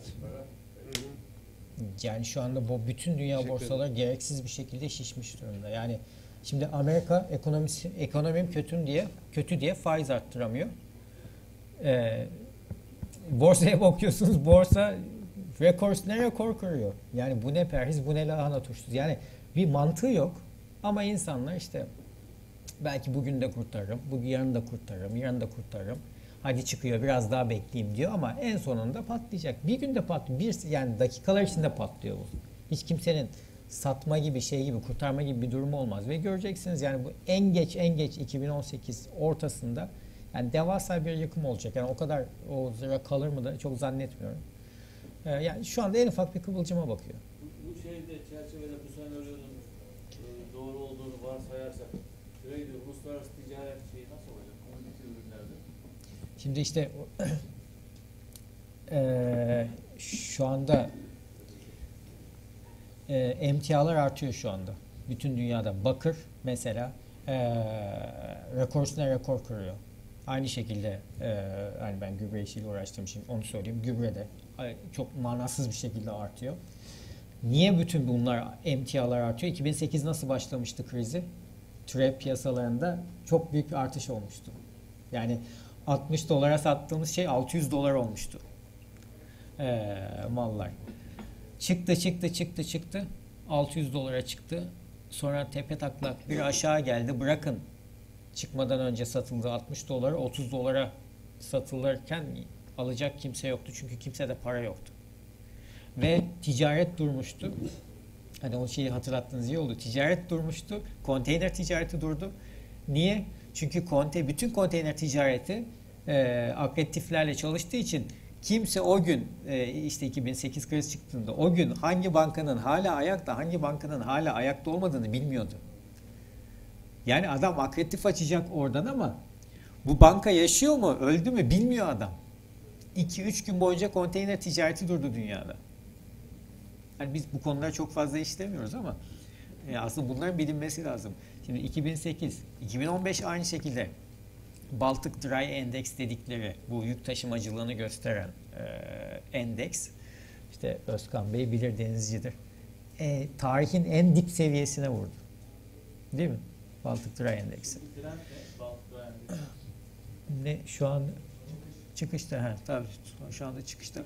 Yani şu anda bu bütün dünya borsaları gereksiz bir şekilde şişmiş durumda. Yani şimdi Amerika ekonomim kötü diye faiz arttıramıyor. Borsaya bakıyorsunuz, borsa rekor kırıyor. Yani bu ne perhiz, bu ne lahana turşusu. Yani bir mantığı yok. Ama insanlar işte belki bugün de kurtarırım, yarın da kurtarırım, yarın da kurtarırım. Hadi çıkıyor biraz daha bekleyeyim diyor ama en sonunda patlayacak. Bir günde patlıyor. Yani dakikalar içinde patlıyor bu. Hiç kimsenin satma gibi şey gibi kurtarma gibi bir durumu olmaz. Ve göreceksiniz yani bu en geç 2018 ortasında yani devasa bir yıkım olacak. Yani o kadar o sıra kalır mı da çok zannetmiyorum. Yani şu anda en ufak bir kıvılcıma bakıyor. Bu şeyde çerçevede bu senaryonun doğru olduğunu varsayarsak uluslararası ticaret şeyi nasıl olacak? Komoditi ürünlerde. Şimdi işte şu anda emtialar artıyor şu anda. Bütün dünyada bakır mesela rekor üstüne rekor kırıyor. Aynı şekilde yani ben gübre işiyle uğraştığım için onu söyleyeyim. Gübre de çok manasız bir şekilde artıyor. Niye bütün bunlar emtialar artıyor? 2008 nasıl başlamıştı krizi? Türev piyasalarında çok büyük bir artış olmuştu. Yani 60 dolara sattığımız şey 600 dolar olmuştu. Mallar. Çıktı. 600 dolara çıktı. Sonra tepe taklak bir aşağı geldi. Bırakın çıkmadan önce satıldı 60 dolara 30 dolara satılırken alacak kimse yoktu. Çünkü kimsede para yoktu. Ve ticaret durmuştu. Hani o şeyi hatırlattığınız iyi oldu. Ticaret durmuştu. Konteyner ticareti durdu. Niye? Çünkü bütün konteyner ticareti akreditiflerle çalıştığı için kimse o gün işte 2008 kriz çıktığında o gün hangi bankanın hala ayakta, hangi bankanın hala ayakta olmadığını bilmiyordu. Yani adam akreditif açacak oradan ama bu banka yaşıyor mu, öldü mü bilmiyor adam. 2-3 gün boyunca konteyner ticareti durdu dünyada. Yani biz bu konuları çok fazla işlemiyoruz ama aslında bunların bilinmesi lazım. Şimdi 2008, 2015 aynı şekilde Baltic Dry Index dedikleri bu yük taşımacılığını gösteren endeks. İşte Özkan Bey bilir, denizcidir. Tarihin en dip seviyesine vurdu. Değil mi? Baltic Dry Index'i. Ne şu an çıkışta tabii şu anda çıkışta.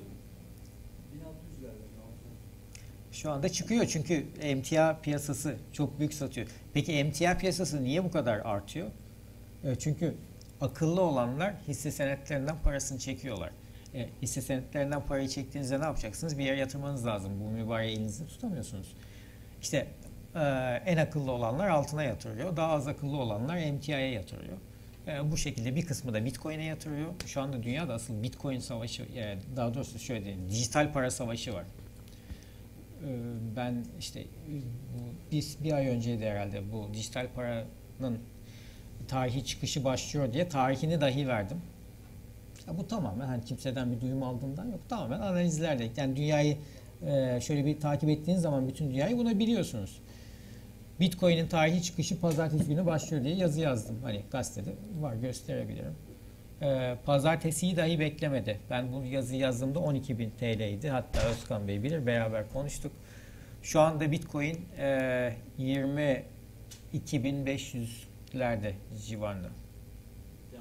Şu anda çıkıyor çünkü emtia piyasası çok büyük satıyor. Peki emtia piyasası niye bu kadar artıyor? Çünkü akıllı olanlar hisse senetlerinden parasını çekiyorlar. Hisse senetlerinden parayı çektiğinizde ne yapacaksınız? Bir yere yatırmanız lazım. Bu mübareği elinizde tutamıyorsunuz. İşte en akıllı olanlar altına yatırıyor. Daha az akıllı olanlar emtiaya yatırıyor. Bu şekilde bir kısmı da Bitcoin'e yatırıyor. Şu anda dünyada asıl Bitcoin savaşı, daha doğrusu şöyle diyeyim, dijital para savaşı var. Ben işte bir ay önceydi herhalde bu dijital paranın tarihi çıkışı başlıyor diye tarihini dahi verdim. Ya bu tamamen hani kimseden bir duyum aldığımdan yok. Tamamen analizlerle. Yani dünyayı şöyle bir takip ettiğiniz zaman bütün dünyayı bunu biliyorsunuz. Bitcoin'in tarihi çıkışı pazartesi günü başlıyor diye yazı yazdım. Hani gazetede var, gösterebilirim. Pazartesiyi dahi beklemedi. Ben bu yazıyı yazdığımda 12.000 TL'ydi. Hatta Özkan Bey bilir, beraber konuştuk. Şu anda Bitcoin 22.500'lerde civarında. Yani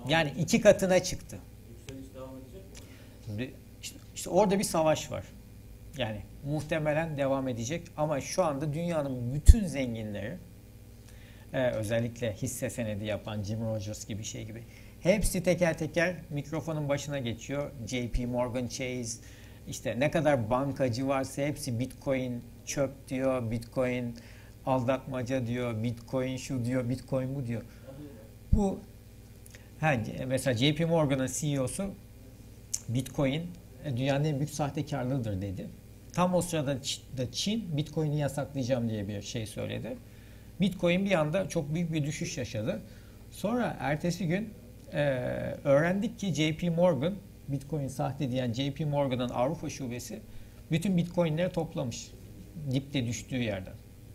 Yani 2 katına çıktı. Yükseliş devam edecek mi? Şimdi işte orada bir savaş var. Yani muhtemelen devam edecek ama şu anda dünyanın bütün zenginleri, özellikle hisse senedi yapan Jim Rogers gibi şey gibi, hepsi teker teker mikrofonun başına geçiyor. JP Morgan Chase, işte ne kadar bankacı varsa hepsi Bitcoin çöp diyor, Bitcoin aldatmaca diyor, Bitcoin şu diyor, Bitcoin bu diyor. Bu mesela JP Morgan'ın CEO'su Bitcoin dünyanın en büyük sahtekarlığıdır dedi. Tam o sırada da Çin Bitcoin'i yasaklayacağım diye bir şey söyledi. Bitcoin bir anda çok büyük bir düşüş yaşadı. Sonra ertesi gün öğrendik ki JP Morgan, Bitcoin sahte diyen JP Morgan'ın Avrupa şubesi bütün Bitcoin'leri toplamış. Dipte düştüğü yerden.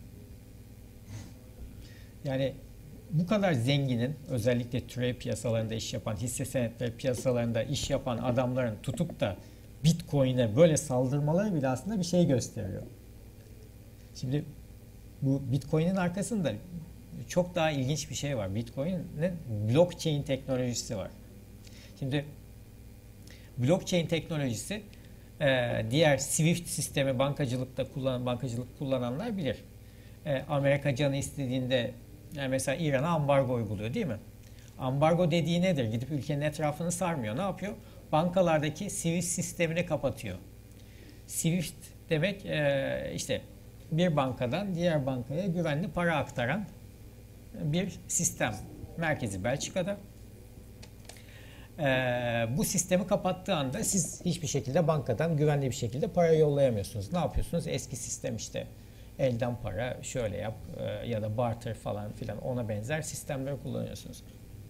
Yani bu kadar zenginin, özellikle türev piyasalarında iş yapan, hisse senetleri piyasalarında iş yapan adamların tutup da Bitcoin'e böyle saldırmaları bile aslında bir şey gösteriyor. Şimdi bu Bitcoin'in arkasında çok daha ilginç bir şey var. Bitcoin'in blockchain teknolojisi var. Şimdi blockchain teknolojisi diğer Swift sistemi bankacılık kullananlar bilir. Amerika canı istediğinde yani mesela İran'a ambargo uyguluyor değil mi? Ambargo dediği nedir? Gidip ülkenin etrafını sarmıyor. Ne yapıyor? Bankalardaki Swift sistemini kapatıyor. Swift demek işte bir bankadan diğer bankaya güvenli para aktaran bir sistem. Merkezi Belçika'da. Bu sistemi kapattığı anda siz hiçbir şekilde bankadan güvenli bir şekilde para yollayamıyorsunuz. Ne yapıyorsunuz? Eski sistem işte elden para şöyle yap ya da barter falan filan ona benzer sistemleri kullanıyorsunuz.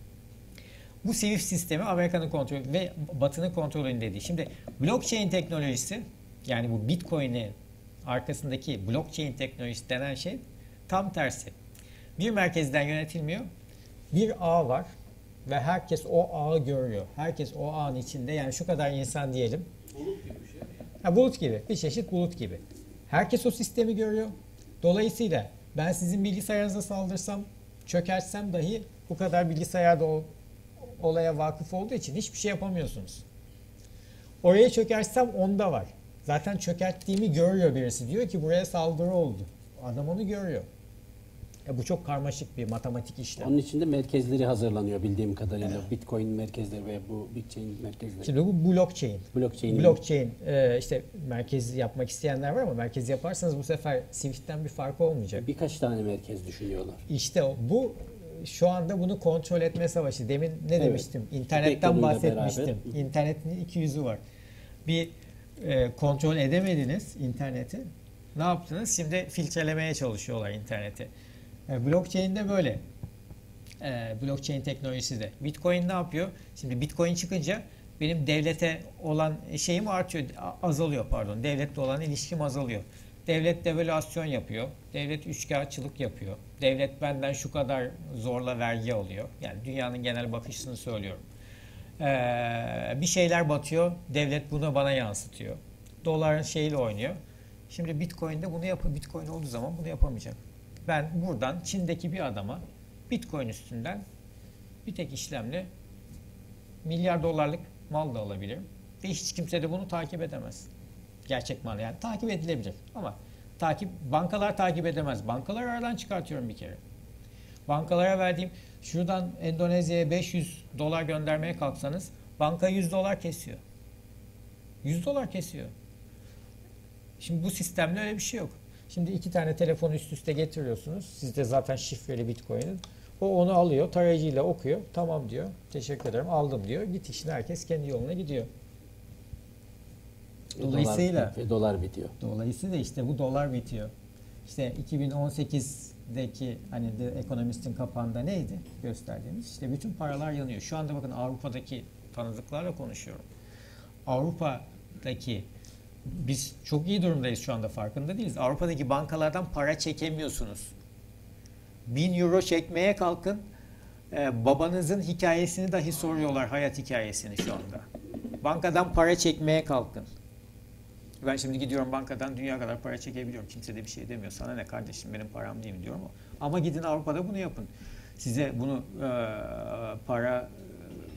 Bu Swift sistemi Amerika'nın kontrolü ve Batı'nın kontrolündeydi. Şimdi blockchain teknolojisi yani bu Bitcoin'in arkasındaki blockchain teknolojisi denen şey tam tersi. Bir merkezden yönetilmiyor. Bir ağ var ve herkes o ağı görüyor. Herkes o ağın içinde yani şu kadar insan diyelim. Bulut gibi bir şey mi? Bulut gibi. Bir çeşit bulut gibi. Herkes o sistemi görüyor. Dolayısıyla ben sizin bilgisayarınıza saldırsam, çökertsem dahi bu kadar bilgisayarda olaya vakıf olduğu için hiçbir şey yapamıyorsunuz. Oraya çökertsem onda var. Zaten çökerttiğimi görüyor birisi. Diyor ki buraya saldırı oldu. Adam onu görüyor. Bu çok karmaşık bir matematik işlem. Onun için de merkezleri hazırlanıyor bildiğim kadarıyla. Bitcoin merkezleri ve bu blockchain merkezleri. Şimdi bu blockchain. Blockchain işte merkez yapmak isteyenler var ama merkez yaparsanız bu sefer Swift'ten bir farkı olmayacak. Birkaç tane merkez düşünüyorlar. İşte bu şu anda bunu kontrol etme savaşı. Demin ne demiştim? İnternetten bahsetmiştim. İnternetin iki yüzü var. Bir kontrol edemediniz interneti. Ne yaptınız? Şimdi filtrelemeye çalışıyorlar interneti. Blockchain'de böyle. Blockchain teknolojisi de. Bitcoin ne yapıyor? Şimdi Bitcoin çıkınca benim devlete olan şeyim artıyor, azalıyor pardon. Devletle olan ilişkim azalıyor. Devlet devalüasyon yapıyor. Devlet üçkağıtçılık yapıyor. Devlet benden şu kadar zorla vergi alıyor. Yani dünyanın genel bakışını söylüyorum. Bir şeyler batıyor. Devlet bunu bana yansıtıyor. Doların şeyle oynuyor. Şimdi Bitcoin'de bunu Bitcoin olduğu zaman bunu yapamayacak. Ben buradan Çin'deki bir adama Bitcoin üstünden bir tek işlemle milyar dolarlık mal da alabilirim. Ve hiç kimse de bunu takip edemez. Gerçek mal yani takip edilebilir ama bankalar takip edemez. Bankaları aradan çıkartıyorum bir kere. Bankalara verdiğim şuradan Endonezya'ya 500 dolar göndermeye kalksanız banka 100 dolar kesiyor. 100 dolar kesiyor. Şimdi bu sistemde öyle bir şey yok. Şimdi 2 tane telefonu üst üste getiriyorsunuz. Sizde zaten şifreli Bitcoin'in. O onu alıyor, tarayıcıyla okuyor. Tamam diyor. Teşekkür ederim. Aldım diyor. Git işine herkes kendi yoluna gidiyor. Dolar bitiyor. Dolayısıyla işte bu dolar bitiyor. İşte 2018'deki hani The Economist'in kapağında neydi gösterdiğimiz? İşte bütün paralar yanıyor. Şu anda bakın Avrupa'daki tanıdıklarla konuşuyorum. Avrupa'daki biz çok iyi durumdayız şu anda farkında değiliz. Avrupa'daki bankalardan para çekemiyorsunuz. 1000 euro çekmeye kalkın. Babanızın hikayesini dahi soruyorlar, hayat hikayesini şu anda. Bankadan para çekmeye kalkın. Ben şimdi gidiyorum bankadan dünya kadar para çekebiliyorum. Kimse de bir şey demiyor. Sana ne kardeşim benim param değil mi diyorum. Ama gidin Avrupa'da bunu yapın. Size bunu para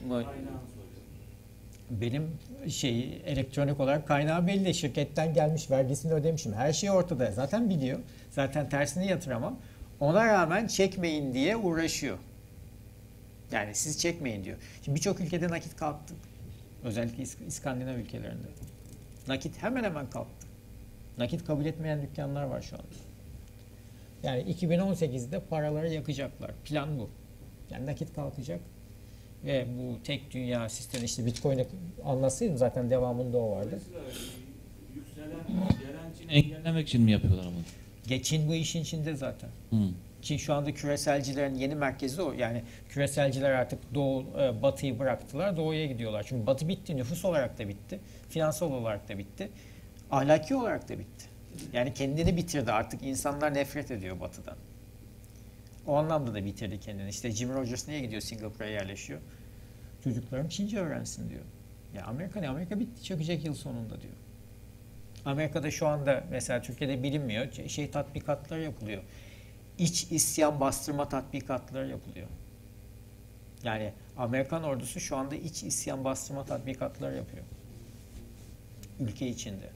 Kaynağını soruyor. Benim elektronik olarak kaynağı belli. Şirketten gelmiş, vergisini ödemişim. Her şey ortada. Zaten biliyor. Zaten tersini yatıramam. Ona rağmen çekmeyin diye uğraşıyor. Yani siz çekmeyin diyor. Şimdi birçok ülkede nakit kalktı. Özellikle İskandinav ülkelerinde. Nakit hemen hemen kalktı. Nakit kabul etmeyen dükkanlar var şu anda. Yani 2018'de paraları yakacaklar. Plan bu. Yani nakit kalkacak. Ve bu tek dünya sistemi, işte Bitcoin'i anlatsaydım zaten devamında o vardı. Yükselen gelen Çin'i engellemek için mi yapıyorlar bunu? Çin bu işin içinde zaten. Hı. Çin şu anda küreselcilerin yeni merkezi o. Yani küreselciler artık Batı'yı bıraktılar, Doğu'ya gidiyorlar. Çünkü Batı bitti, nüfus olarak da bitti, finansal olarak da bitti, ahlaki olarak da bitti. Yani kendini bitirdi, artık insanlar nefret ediyor Batı'dan. O anlamda da bitirdi kendini. İşte Jim Rogers niye gidiyor Singapur'a yerleşiyor? Çocuklarım Çince öğrensin diyor. Ya Amerika bitti, çökecek yıl sonunda diyor. Amerika'da şu anda mesela Türkiye'de bilinmiyor. Tatbikatlar yapılıyor. İç isyan bastırma tatbikatları yapılıyor. Yani Amerikan ordusu şu anda iç isyan bastırma tatbikatları yapıyor. Ülke içinde.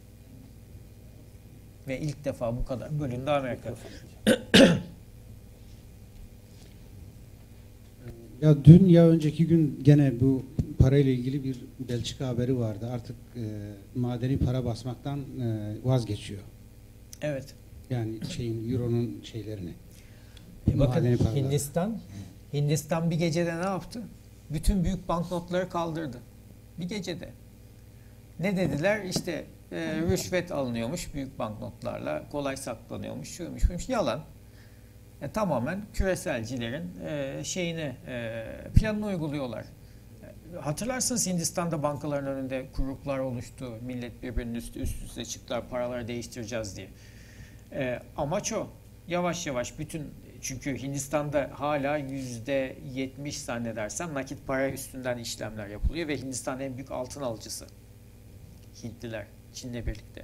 Ve ilk defa bu kadar bölündü Amerika. Ya dün ya önceki gün gene bu parayla ilgili bir Belçika haberi vardı. Artık madeni para basmaktan vazgeçiyor. Evet. Yani Euro'nun şeylerini. Bakın Hindistan bir gecede ne yaptı? Bütün büyük banknotları kaldırdı. Bir gecede. Ne dediler? İşte rüşvet alınıyormuş büyük banknotlarla, kolay saklanıyormuş, şuymuş, buymuş. Yalan. Tamamen küreselcilerin planını uyguluyorlar. Hatırlarsınız Hindistan'da bankaların önünde kuyruklar oluştu. Millet birbirinin üst üste çıktılar, paraları değiştireceğiz diye. Amaç o. Yavaş yavaş çünkü Hindistan'da hala %70 zannedersem nakit para üstünden işlemler yapılıyor ve Hindistan en büyük altın alıcısı. Hintliler, Çin'le birlikte.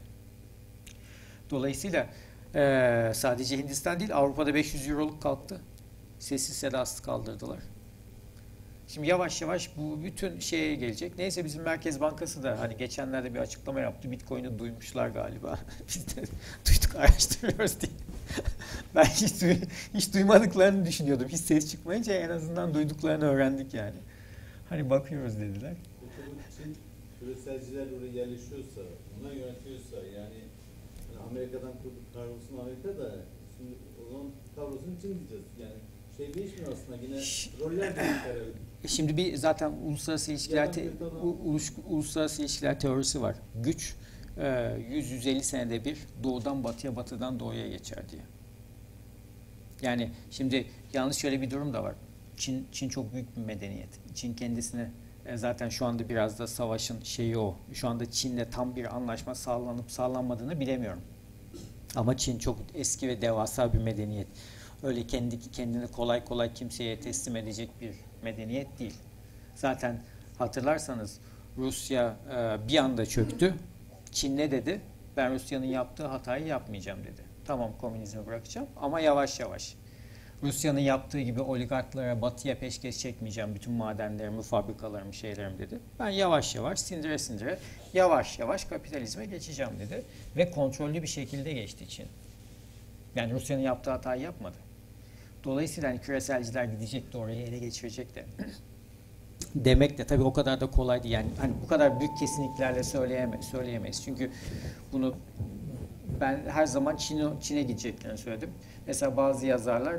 Dolayısıyla sadece Hindistan değil, Avrupa'da 500 euroluk kalktı. Sessiz sedasız kaldırdılar. Şimdi yavaş yavaş bu bütün şeye gelecek. Neyse bizim Merkez Bankası da hani geçenlerde bir açıklama yaptı. Bitcoin'i duymuşlar galiba. Biz de duyduk, araştırıyoruz diye. Ben hiç duymadıklarını düşünüyordum. Hiç ses çıkmayınca en azından duyduklarını öğrendik yani. Hani bakıyoruz dediler. Çin küreselciler oraya yerleşiyorsa, ona yönetiyorsa yani Amerika'dan kurduk kavrosunu Amerika'da, şimdi o zaman kavrosunu Çin diyeceğiz. Yani değişmiyor aslında, yine roller değişiyor. Şimdi zaten uluslararası ilişkiler teorisi var. Güç 100-150 senede bir doğudan batıya, batıdan doğuya geçer diye. Yani şimdi yalnız şöyle bir durum da var. Çin çok büyük bir medeniyet. Çin kendisine zaten şu anda biraz da savaşın o. Şu anda Çin'le tam bir anlaşma sağlanıp sağlanmadığını bilemiyorum. Ama Çin çok eski ve devasa bir medeniyet. Öyle kendini kolay kolay kimseye teslim edecek bir medeniyet değil. Zaten hatırlarsanız Rusya bir anda çöktü. Çin ne dedi? Ben Rusya'nın yaptığı hatayı yapmayacağım dedi. Tamam, komünizmi bırakacağım ama yavaş yavaş. Rusya'nın yaptığı gibi oligarklara, batıya peşkeş çekmeyeceğim bütün madenlerimi, fabrikalarımı, şeylerimi dedi. Ben yavaş yavaş, sindire sindire, yavaş yavaş kapitalizme geçeceğim dedi. Ve kontrollü bir şekilde geçti Çin. Yani Rusya'nın yaptığı hatayı yapmadı. Dolayısıyla hani küreselciler gidecek de orayı ele geçirecek de demek de tabii o kadar da kolay değil. Yani hani bu kadar büyük kesinliklerle söyleyemeyiz. Çünkü bunu ben her zaman Çin'e gideceklerini söyledim. Mesela bazı yazarlar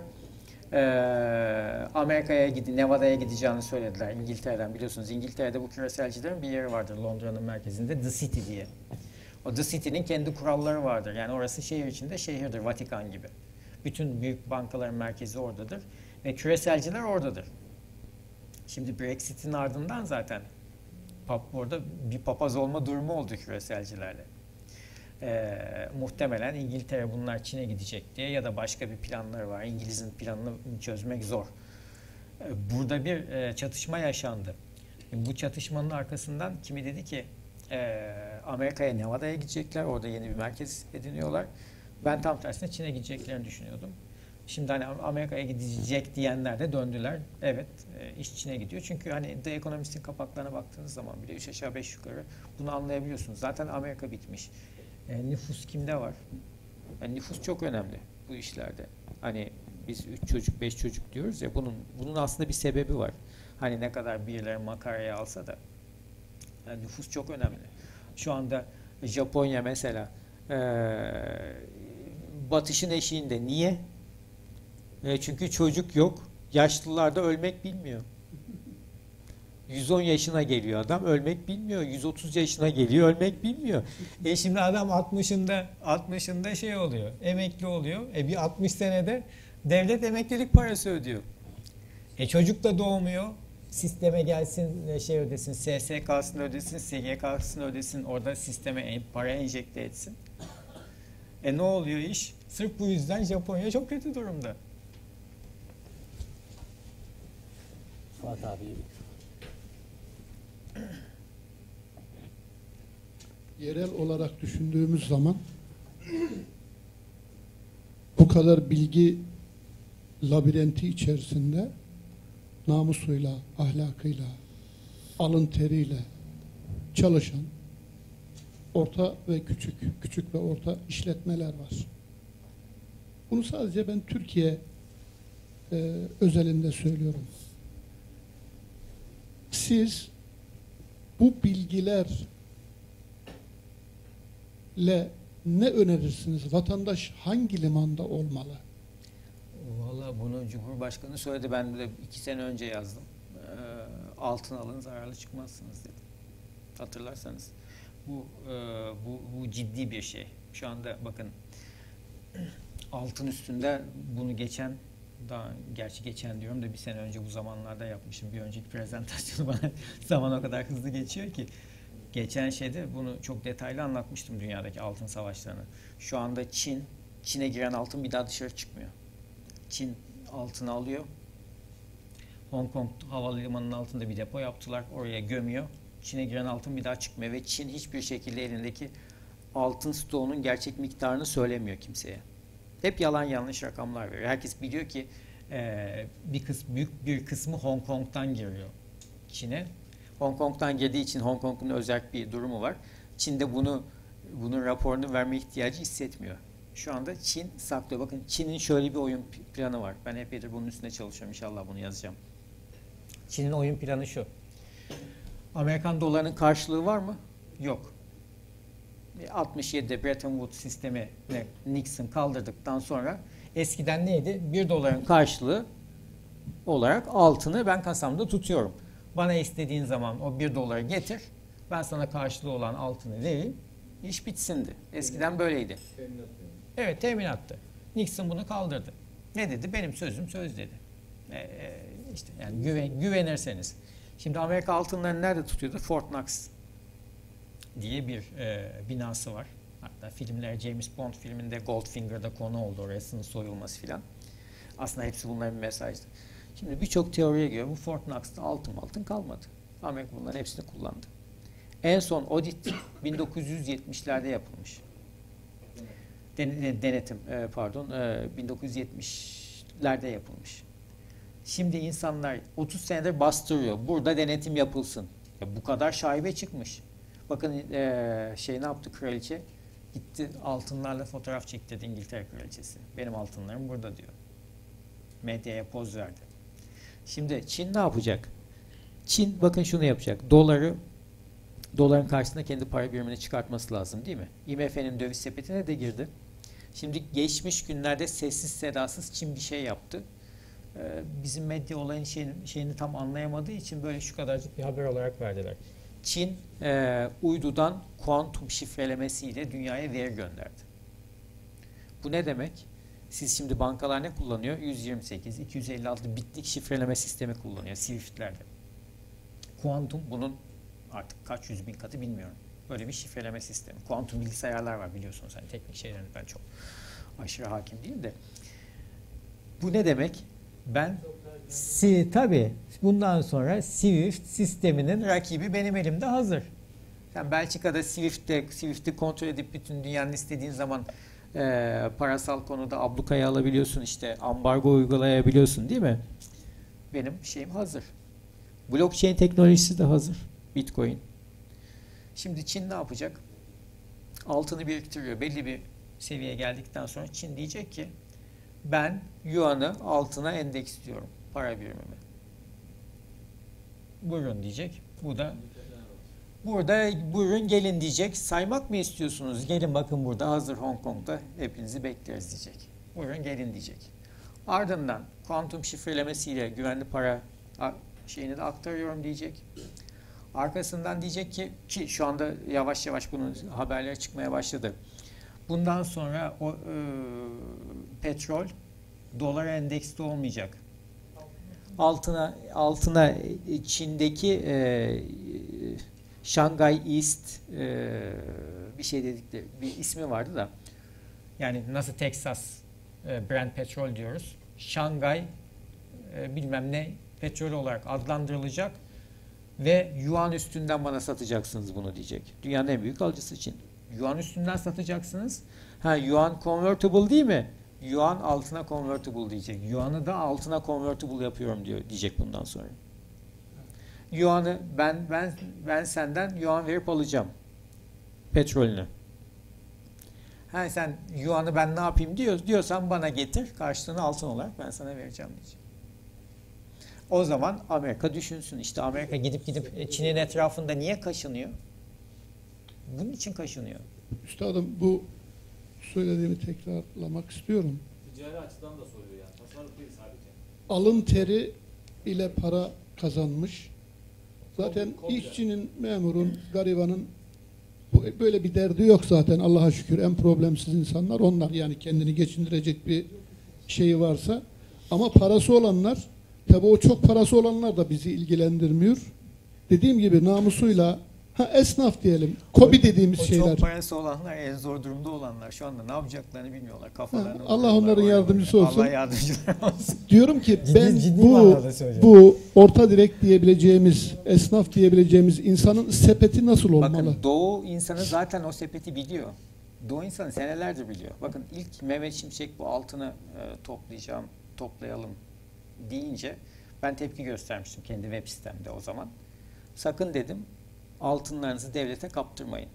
Amerika'ya Nevada'ya gideceğini söylediler İngiltere'den. Biliyorsunuz İngiltere'de bu küreselcilerin bir yeri vardır Londra'nın merkezinde, The City diye. O The City'nin kendi kuralları vardır. Yani orası şehir içinde şehirdir, Vatikan gibi. Bütün büyük bankaların merkezi oradadır ve küreselciler oradadır. Şimdi Brexit'in ardından zaten orada bir papaz olma durumu oldu küreselcilerle. Muhtemelen İngiltere bunlar Çin'e gidecek diye ya da başka bir planları var. İngiliz'in planını çözmek zor. Burada bir çatışma yaşandı. Bu çatışmanın arkasından kimi dedi ki Amerika'ya, Nevada'ya gidecekler. Orada yeni bir merkez ediniyorlar. Ben tam tersine Çin'e gideceklerini düşünüyordum. Şimdi hani Amerika'ya gidecek diyenler de döndüler. Evet, iş Çin'e gidiyor. Çünkü hani The Economist'in kapaklarına baktığınız zaman bile 3 aşağı 5 yukarı bunu anlayabiliyorsunuz. Zaten Amerika bitmiş. Nüfus kimde var? Yani nüfus çok önemli bu işlerde. Hani biz 3 çocuk 5 çocuk diyoruz ya, bunun aslında bir sebebi var. Hani ne kadar birileri makaraya alsa da yani nüfus çok önemli. Şu anda Japonya mesela batışın eşiğinde. Niye? Çünkü çocuk yok. Yaşlılar da ölmek bilmiyor. 110 yaşına geliyor adam, ölmek bilmiyor. 130 yaşına geliyor, ölmek bilmiyor. Şimdi adam 60'ında şey oluyor, emekli oluyor. Bir 60 senede devlet emeklilik parası ödüyor. Çocuk da doğmuyor. Sisteme gelsin, şey ödesin, SSK'sını ödesin, SGK'sını ödesin, orada sisteme para enjekte etsin. Ne oluyor iş? Sırf bu yüzden Japonya çok kötü durumda. Fuat abi. Yerel olarak düşündüğümüz zaman bu kadar bilgi labirenti içerisinde namusuyla, ahlakıyla, alın teriyle çalışan orta ve küçük ve orta işletmeler var. Bunu sadece ben Türkiye özelinde söylüyorum. Siz bu bilgilerle ne önerirsiniz? Vatandaş hangi limanda olmalı? Vallahi bunu Cumhurbaşkanı söyledi. Ben de 2 sene önce yazdım. Altın alın, zararlı çıkmazsınız dedim. Hatırlarsanız. Bu ciddi bir şey. Şu anda bakın altın üstünde bunu gerçi geçen diyorum da 1 sene önce bu zamanlarda yapmışım. Bir önceki prezentasyonu bana zaman o kadar hızlı geçiyor ki. Geçen şeyde bunu çok detaylı anlatmıştım, dünyadaki altın savaşlarını. Şu anda Çin'e giren altın bir daha dışarı çıkmıyor. Çin altını alıyor. Hong Kong havalimanının altında bir depo yaptılar. Oraya gömüyor. Çin'e giren altın bir daha çıkmıyor ve Çin hiçbir şekilde elindeki altın stoğunun gerçek miktarını söylemiyor kimseye. Hep yalan yanlış rakamlar veriyor. Herkes biliyor ki büyük bir kısmı Hong Kong'dan giriyor Çin'e. Hong Kong'dan girdiği için Hong Kong'un özel bir durumu var. Çin de bunun raporunu verme ihtiyacı hissetmiyor. Şu anda Çin saklıyor. Bakın Çin'in şöyle bir oyun planı var. Ben epeydir bunun üstüne çalışıyorum. İnşallah bunu yazacağım. Çin'in oyun planı şu. Amerikan dolarının karşılığı var mı? Yok. 67'de Bretton Woods sistemi Nixon kaldırdıktan sonra eskiden neydi? 1 doların karşılığı olarak altını ben kasamda tutuyorum. Bana istediğin zaman o 1 doları getir. Ben sana karşılığı olan altını vereyim. İş bitsindi. Eskiden böyleydi. Evet, teminattı. Nixon bunu kaldırdı. Ne dedi? Benim sözüm söz dedi. İşte yani güvenirseniz. Şimdi Amerika altınlarını nerede tutuyordu? Fort Knox diye bir binası var. Hatta James Bond filminde Goldfinger'da konu oldu, oraya sınır soyulması filan. Aslında hepsi bunların bir mesajdı. Şimdi birçok teoriye göre bu Fort Knox'ta altın kalmadı. Amerika bunların hepsini kullandı. En son audit 1970'lerde yapılmış. Denetim 1970'lerde yapılmış. Şimdi insanlar 30 senedir bastırıyor. Burada denetim yapılsın. Bu kadar şaibe çıkmış. Bakın ne yaptı kraliçe? Gitti altınlarla fotoğraf çektirdi İngiltere kraliçesi. Benim altınlarım burada diyor. Medyaya poz verdi. Şimdi Çin ne yapacak? Çin bakın şunu yapacak. Doların karşısında kendi para birimini çıkartması lazım değil mi? IMF'nin döviz sepetine de girdi. Şimdi geçmiş günlerde sessiz sedasız Çin bir şey yaptı. Bizim medya olayın şeyini tam anlayamadığı için böyle şu kadarcık bir haber olarak verdiler. Çin uydudan kuantum şifrelemesiyle dünyaya veri gönderdi. Bu ne demek? Siz şimdi bankalar ne kullanıyor? 128, 256 bitlik şifreleme sistemi kullanıyor Swift'lerde. Kuantum bunun artık kaç 100 bin katı bilmiyorum. Böyle bir şifreleme sistemi. Kuantum bilgisayarlar var biliyorsunuz. Hani teknik şeylerine ben çok aşırı hakim değilim de. Bu ne demek? Tabii bundan sonra Swift sisteminin rakibi benim elimde hazır. Sen Belçika'da Swift'i kontrol edip bütün dünyanın istediğin zaman parasal konuda ablukaya alabiliyorsun, işte ambargo uygulayabiliyorsun değil mi? Benim şeyim hazır. Blockchain teknolojisi de hazır. Bitcoin. Şimdi Çin ne yapacak? Altını biriktiriyor. Belli bir seviyeye geldikten sonra Çin diyecek ki ben yuan'ı altına endeksliyorum. Para birimimi. Buyurun diyecek. Bu da burada buyurun gelin diyecek. Saymak mı istiyorsunuz? Gelin bakın burada hazır Hong Kong'da hepinizi bekleriz diyecek. Buyurun gelin diyecek. Ardından kuantum şifrelemesiyle güvenli para şeyini de aktarıyorum diyecek. Arkasından diyecek ki şu anda yavaş yavaş bunun haberleri çıkmaya başladı. Bundan sonra o petrol dolara endeksli olmayacak. Altına Çin'deki Shanghai East bir şey dedikleri bir ismi vardı da, yani nasıl Texas Brent petrol diyoruz. Şangay bilmem ne petrol olarak adlandırılacak ve yuan üstünden bana satacaksınız bunu diyecek. Dünyanın en büyük alıcısı Çin. Yuan üstünden satacaksınız. Yuan convertible değil mi? Yuan altına convertible diyecek. Yuan'ı da altına convertible yapıyorum diyecek bundan sonra. Yuan'ı ben senden yuan verip alacağım. Petrolünü. Sen yuan'ı ben ne yapayım diyorsan bana getir. Karşılığını altın olarak ben sana vereceğim diyecek. O zaman Amerika düşünsün. İşte Amerika gidip Çin'in etrafında niye kaşınıyor? Bunun için kaşınıyor. Üstadım bu söylediğimi tekrarlamak istiyorum. Ticari açıdan da soruyor yani. Tasarruf değil sadece. Alın teri ile para kazanmış. Zaten işçinin, memurun, garibanın böyle bir derdi yok zaten. Allah'a şükür en problemsiz insanlar onlar. Yani kendini geçindirecek bir şeyi varsa. Ama parası olanlar, tabii o çok parası olanlar da bizi ilgilendirmiyor. Dediğim gibi namusuyla esnaf diyelim. KOBİ dediğimiz şeyler. Çok parası olanlar, en zor durumda olanlar şu anda ne yapacaklarını bilmiyorlar. Kafalarını Allah onların yardımcısı olsun. Allah yardımcıları olsun. Diyorum ki ben ciddi bu orta direkt diyebileceğimiz, esnaf diyebileceğimiz insanın sepeti nasıl olmalı? Bakın Doğu insanı zaten o sepeti biliyor. Doğu insanı senelerdir biliyor. Bakın ilk Mehmet Şimşek bu altını toplayalım deyince ben tepki göstermiştim kendi web sitemde o zaman. Sakın dedim altınlarınızı devlete kaptırmayın.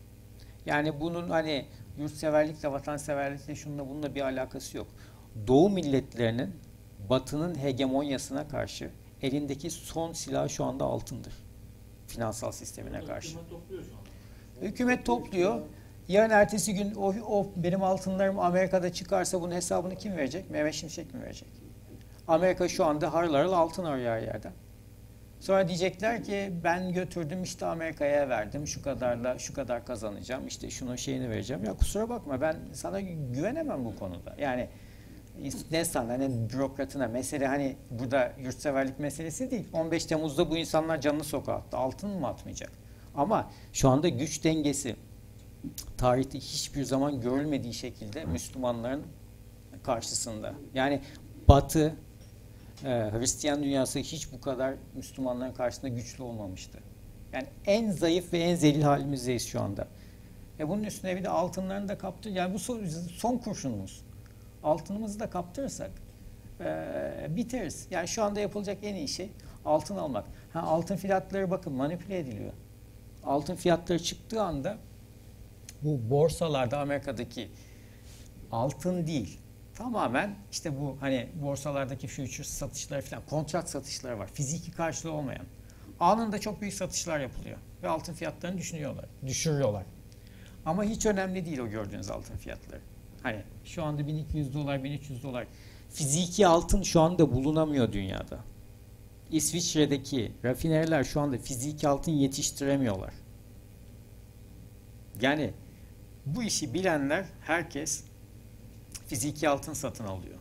Yani bunun hani yurtseverlikle, vatanseverlikle şununla bununla bir alakası yok. Doğu milletlerinin Batı'nın hegemonyasına karşı elindeki son silah şu anda altındır. Finansal sistemine karşı. Hükümet topluyor şu anda. Hükümet topluyor. Yarın ertesi gün o benim altınlarım Amerika'da çıkarsa bunun hesabını kim verecek? Mehmet Şimşek mi verecek? Amerika şu anda harıl harıl altın arıyor her yerden. Sonra diyecekler ki ben götürdüm işte Amerika'ya verdim şu kadar kazanacağım işte şunun şeyini vereceğim. Ya kusura bakma ben sana güvenemem bu konuda. Yani ne sana ne bürokratına mesele hani burada yurtseverlik meselesi değil. 15 Temmuz'da bu insanlar canını sokağa attı. Altın mı atmayacak? Ama şu anda güç dengesi tarihte hiçbir zaman görülmediği şekilde Müslümanların karşısında. Yani Batı Hristiyan dünyası hiç bu kadar Müslümanların karşısında güçlü olmamıştı. Yani en zayıf ve en zelil halimizdeyiz şu anda. Bunun üstüne bir de altınlarını da kaptır. Yani bu son kurşunumuz. Altınımızı da kaptırırsak biteriz. Yani şu anda yapılacak en iyi şey altın almak. Altın fiyatları bakın manipüle ediliyor. Altın fiyatları çıktığı anda bu borsalarda Amerika'daki altın değil, tamamen işte bu hani borsalardaki futures satışları falan, kontrat satışları var. Fiziki karşılığı olmayan. Anında çok büyük satışlar yapılıyor. Ve altın fiyatlarını düşürüyorlar. Ama hiç önemli değil o gördüğünüz altın fiyatları. Hani şu anda $1200, $1300. Fiziki altın şu anda bulunamıyor dünyada. İsviçre'deki rafineriler şu anda fiziki altın yetiştiremiyorlar. Yani bu işi bilenler herkes fiziki altın satın alıyor.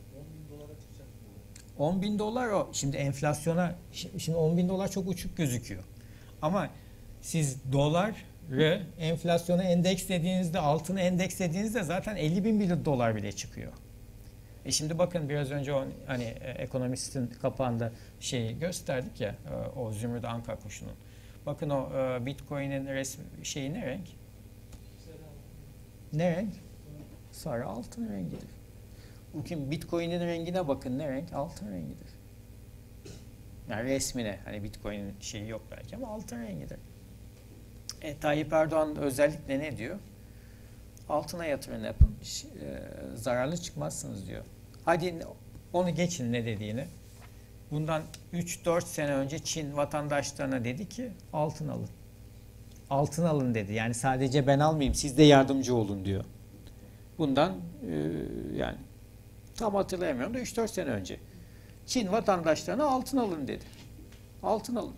$10.000 o. Şimdi enflasyona, şimdi $10.000 çok uçuk gözüküyor. Ama siz doları enflasyona endekslediğinizde, altını endekslediğinizde zaten $50.000 bile çıkıyor. Şimdi bakın biraz önce o hani ekonomistin kapağında şeyi gösterdik ya, o Zümrüt Anka kuşunun. Bakın o Bitcoin'in şeyi ne renk? Ne renk? Sarı altın rengidir. Bugün Bitcoin'in rengine bakın, ne renk? Altın rengidir. Yani resmine, hani Bitcoin'in şeyi yok belki ama altın rengidir. Tayyip Erdoğan özellikle ne diyor? Altına yatırım yapın, zararlı çıkmazsınız diyor. Hadi onu geçin ne dediğini. Bundan 3-4 sene önce Çin vatandaşlarına dedi ki altın alın. Altın alın dedi. Yani sadece ben almayayım, siz de yardımcı olun diyor. Bundan yani tam hatırlayamıyorum da 3-4 sene önce. Çin vatandaşlarına altın alın dedi. Altın alın.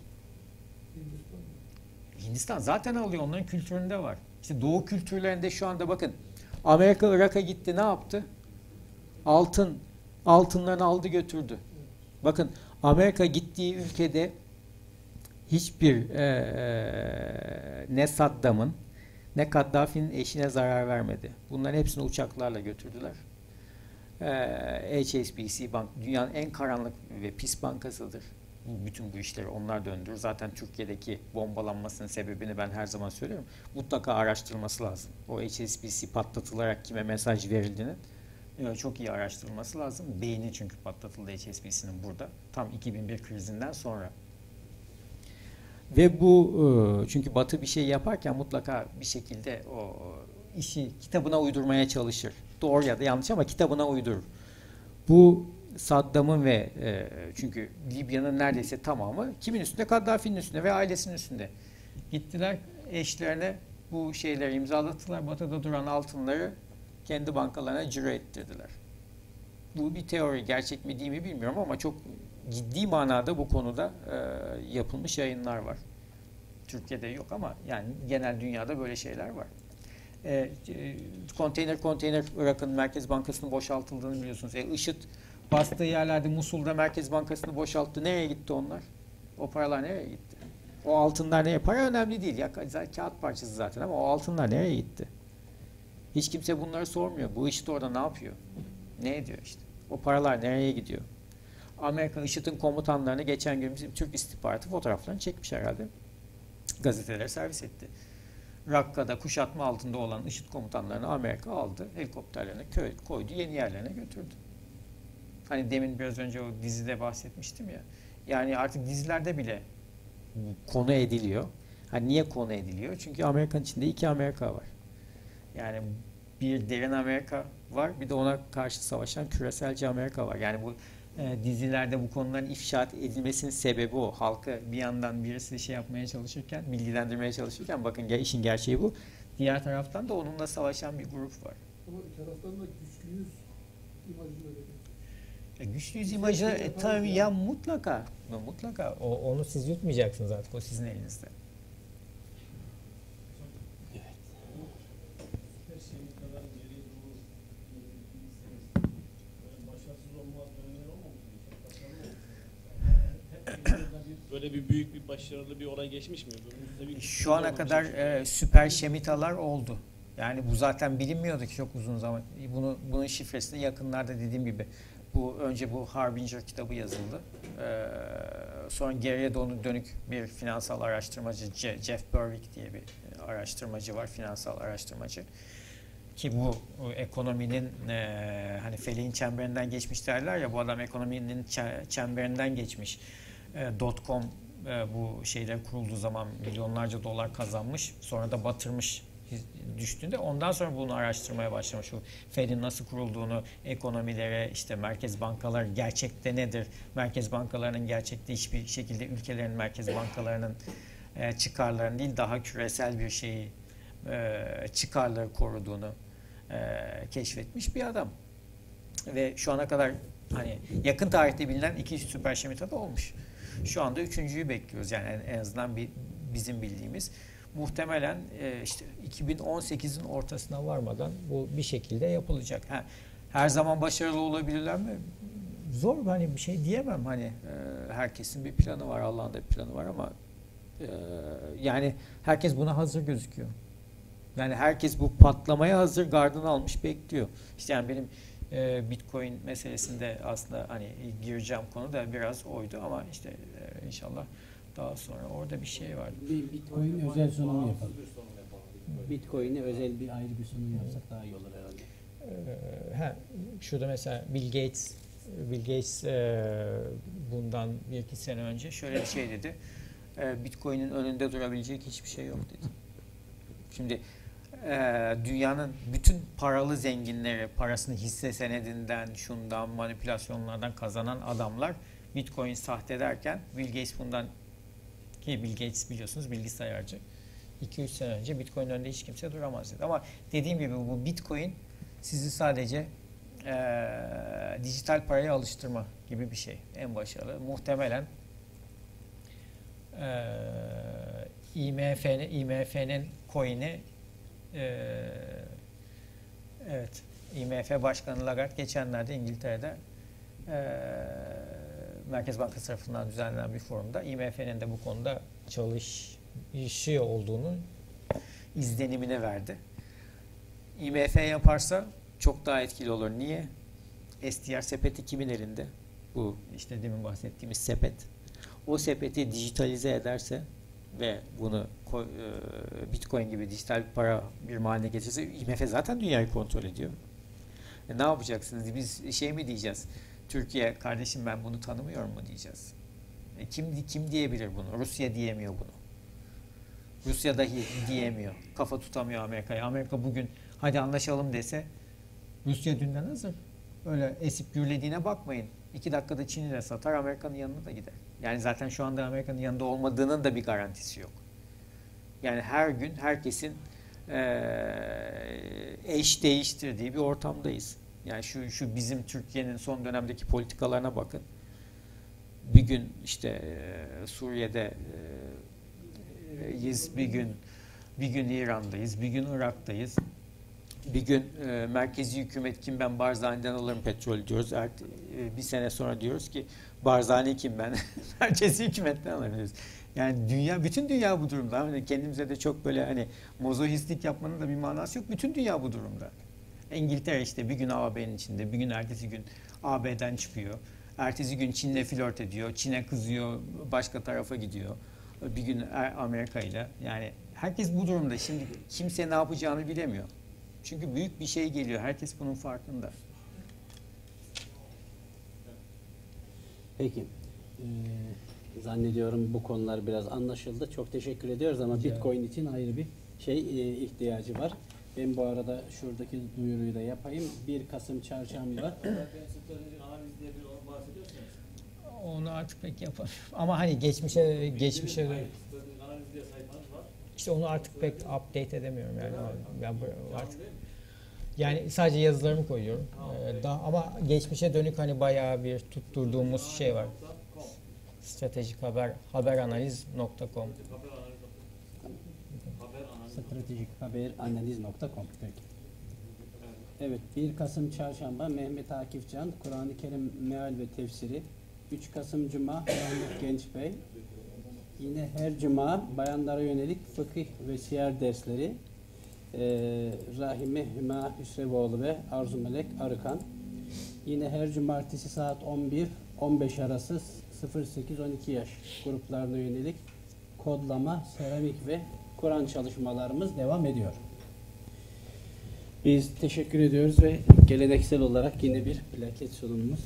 Hindistan zaten alıyor. Onların kültüründe var. İşte Doğu kültürlerinde şu anda bakın. Amerika Irak'a gitti, ne yaptı? Altınlarını aldı götürdü. Bakın Amerika gittiği ülkede hiçbir ne Saddam'ın ne Kaddafi'nin eşine zarar vermedi. Bunların hepsini uçaklarla götürdüler. HSBC Bank dünyanın en karanlık ve pis bankasıdır. Bütün bu işleri onlar döndürür. Zaten Türkiye'deki bombalanmasının sebebini ben her zaman söylüyorum. Mutlaka araştırılması lazım. O HSBC patlatılarak kime mesaj verildiğinin çok iyi araştırılması lazım. Beyni çünkü patlatıldı HSBC'nin burada. Tam 2001 krizinden sonra. Ve bu çünkü Batı bir şey yaparken mutlaka bir şekilde o işi kitabına uydurmaya çalışır. Doğru ya da yanlış ama kitabına uydurur. Bu Saddam'ın ve çünkü Libya'nın neredeyse tamamı kimin üstünde? Kaddafi'nin üstünde ve ailesinin üstünde. Gittiler eşlerine bu şeyleri imzalattılar. Batı'da duran altınları kendi bankalarına ciro ettirdiler. Bu bir teori. Gerçek mi değil mi bilmiyorum ama çok ciddi manada bu konuda yapılmış yayınlar var. Türkiye'de yok ama yani genel dünyada böyle şeyler var. Konteyner Irak'ın Merkez Bankası'nın boşaltıldığını biliyorsunuz. IŞİD bastığı yerlerde Musul'da Merkez Bankası'nı boşalttı. Nereye gitti onlar? O paralar nereye gitti? O altınlar nereye? Para önemli değil. Ya, kağıt parçası zaten ama o altınlar nereye gitti? Hiç kimse bunları sormuyor. Bu IŞİD orada ne yapıyor? Ne ediyor işte? O paralar nereye gidiyor? Amerika IŞİD'in komutanlarını geçen gün bizim Türk istihbaratı fotoğraflarını çekmiş herhalde. Gazetelere servis etti. Rakka'da kuşatma altında olan IŞİD komutanlarını Amerika aldı. Helikopterlerine koydu. Yeni yerlerine götürdü. Hani demin biraz önce o dizide bahsetmiştim ya. Yani artık dizilerde bile konu ediliyor. Hani niye konu ediliyor? Çünkü Amerika'nın içinde iki Amerika var. Yani bir derin Amerika var, bir de ona karşı savaşan küreselci Amerika var. Yani bu dizilerde bu konuların ifşa edilmesinin sebebi o. Halkı bir yandan birisi şey yapmaya çalışırken, bilgilendirmeye çalışırken bakın işin gerçeği bu. Diğer taraftan da onunla savaşan bir grup var. Ama bir taraftan da güçlüyüz imajı öyle. Güçlüyüz imajı tabii ya mutlaka. Onu siz yutmayacaksınız artık. O sizin elinizde. Böyle bir büyük bir başarılı bir olay geçmiş mi? Şu ana kadar süper şemitalar oldu. Yani bu zaten bilinmiyordu ki çok uzun zaman. Bunun şifresini yakınlarda dediğim gibi önce bu Harbinger kitabı yazıldı. Sonra geriye dönük bir finansal araştırmacı Jeff Berwick diye bir araştırmacı var, finansal araştırmacı. Ki bu ekonominin hani feleğin çemberinden geçmiş derler ya, bu adam ekonominin çemberinden geçmiş. .com bu şeyler kurulduğu zaman milyonlarca dolar kazanmış, sonra da batırmış düştüğünde ondan sonra bunu araştırmaya başlamış. Şu Fed'in nasıl kurulduğunu, ekonomilere, işte merkez bankalar gerçekte nedir? Merkez bankalarının gerçekte hiçbir şekilde ülkelerin merkez bankalarının çıkarlarını değil, daha küresel bir şeyi çıkarları koruduğunu keşfetmiş bir adam. Ve şu ana kadar hani yakın tarihte bilinen 2 süper şemita da olmuş. Şu anda 3.'yü bekliyoruz. Yani en azından bizim bildiğimiz. Muhtemelen işte 2018'in ortasına varmadan bu bir şekilde yapılacak. Her zaman başarılı olabilirler mi? Zor, hani bir şey diyemem. Hani herkesin bir planı var, Allah'ın da bir planı var ama yani herkes buna hazır gözüküyor. Yani herkes bu patlamaya hazır, gardını almış bekliyor. İşte yani benim Bitcoin meselesinde aslında hani gireceğim konu da biraz oydu ama işte inşallah daha sonra orada bir şey var. Bitcoin özel sunumu yapalım. Bitcoin'e özel bir ayrı bir sunum yapsak daha iyi olur herhalde. Şurada mesela Bill Gates bundan 1-2 sene önce şöyle bir şey dedi. Bitcoin'in önünde durabilecek hiçbir şey yok dedi. Şimdi dünyanın bütün paralı zenginleri, parasını hisse senedinden, şundan, manipülasyonlardan kazanan adamlar Bitcoin sahte derken Bill Gates bundan, ki Bill Gates biliyorsunuz bilgisayarcı, 2-3 sene önce Bitcoin önünde hiç kimse duramaz dedi. Ama dediğim gibi bu Bitcoin sizi sadece dijital paraya alıştırma gibi bir şey. En başarılı. Muhtemelen IMF'nin coin'i evet, IMF Başkanı Lagarde geçenlerde İngiltere'de Merkez Bankası tarafından düzenlenen bir forumda IMF'nin de bu konuda çalışıyor olduğunu izlenimine verdi. IMF yaparsa çok daha etkili olur. Niye? STR sepeti kimin elinde? Bu işte demin bahsettiğimiz sepet. O sepeti dijitalize ederse ve bunu Bitcoin gibi dijital para bir haline getirirse, IMF zaten dünyayı kontrol ediyor. Ne yapacaksınız? Biz şey mi diyeceğiz? Türkiye, kardeşim ben bunu tanımıyorum mu diyeceğiz. Kim diyebilir bunu? Rusya diyemiyor bunu. Rusya dahi diyemiyor. Kafa tutamıyor Amerika'ya. Amerika bugün hadi anlaşalım dese, Rusya dünden hazır. Öyle esip gürlediğine bakmayın. 2 dakikada Çin'i de satar, Amerika'nın yanına da gider. Yani zaten şu anda Amerika'nın yanında olmadığının da bir garantisi yok. Yani her gün herkesin eş değiştirdiği bir ortamdayız. Yani şu bizim Türkiye'nin son dönemdeki politikalarına bakın. Bir gün işte Suriye'de bir gün İran'dayız, bir gün Irak'tayız. Bir gün merkezi hükümet kim, ben Barzani'den alırım petrol diyoruz. Bir sene sonra diyoruz ki Barzani kim, ben merkezi hükümetten alırım diyoruz. Yani bütün dünya bu durumda. Hani kendimize de çok böyle hani mozohistlik yapmanın da bir manası yok. Bütün dünya bu durumda. İngiltere işte bir gün AB'nin içinde, bir gün ertesi gün AB'den çıkıyor. Ertesi gün Çin'le flört ediyor, Çin'e kızıyor, başka tarafa gidiyor. Bir gün Amerika ile. Yani herkes bu durumda. Şimdi kimse ne yapacağını bilemiyor. Çünkü büyük bir şey geliyor. Herkes bunun farkında. Peki. Zannediyorum bu konular biraz anlaşıldı. Çok teşekkür ediyoruz ama Bitcoin için ayrı bir ihtiyacı var. Ben bu arada şuradaki duyuruyu da yapayım. 1 Kasım çarşamba. Onu artık pek yapamıyorum. Ama hani geçmişe işte onu artık pek update edemiyorum yani. Artık yani sadece yazılarımı koyuyorum. Ama geçmişe dönük hani bayağı bir tutturduğumuz şey var. Stratejik haberanaliz.com. Stratejikhaberanaliz.com. Peki. Evet, 1 Kasım çarşamba Mehmet Akif Can, Kur'an-ı Kerim meal ve tefsiri. 3 Kasım Cuma Mahmut Genç Bey. Yine her Cuma bayanlara yönelik fıkıh ve siyer dersleri. Rahime Hüma Hüsrevoğlu ve Arzu Melek Arıkan. Yine her cumartesi saat 11-15 arası 0-8-12 yaş gruplarına yönelik kodlama, seramik ve Kur'an çalışmalarımız devam ediyor. Biz teşekkür ediyoruz ve geleneksel olarak yine bir plaket sunumumuz.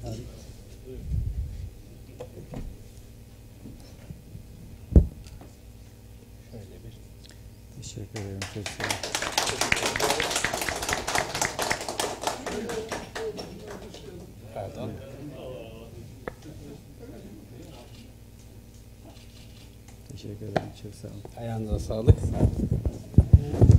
Şöyle bir. Teşekkür ederim. Çok sağ olun. Pardon. Teşekkür ederim. Çok sağ olun. Ayağınıza sağlık.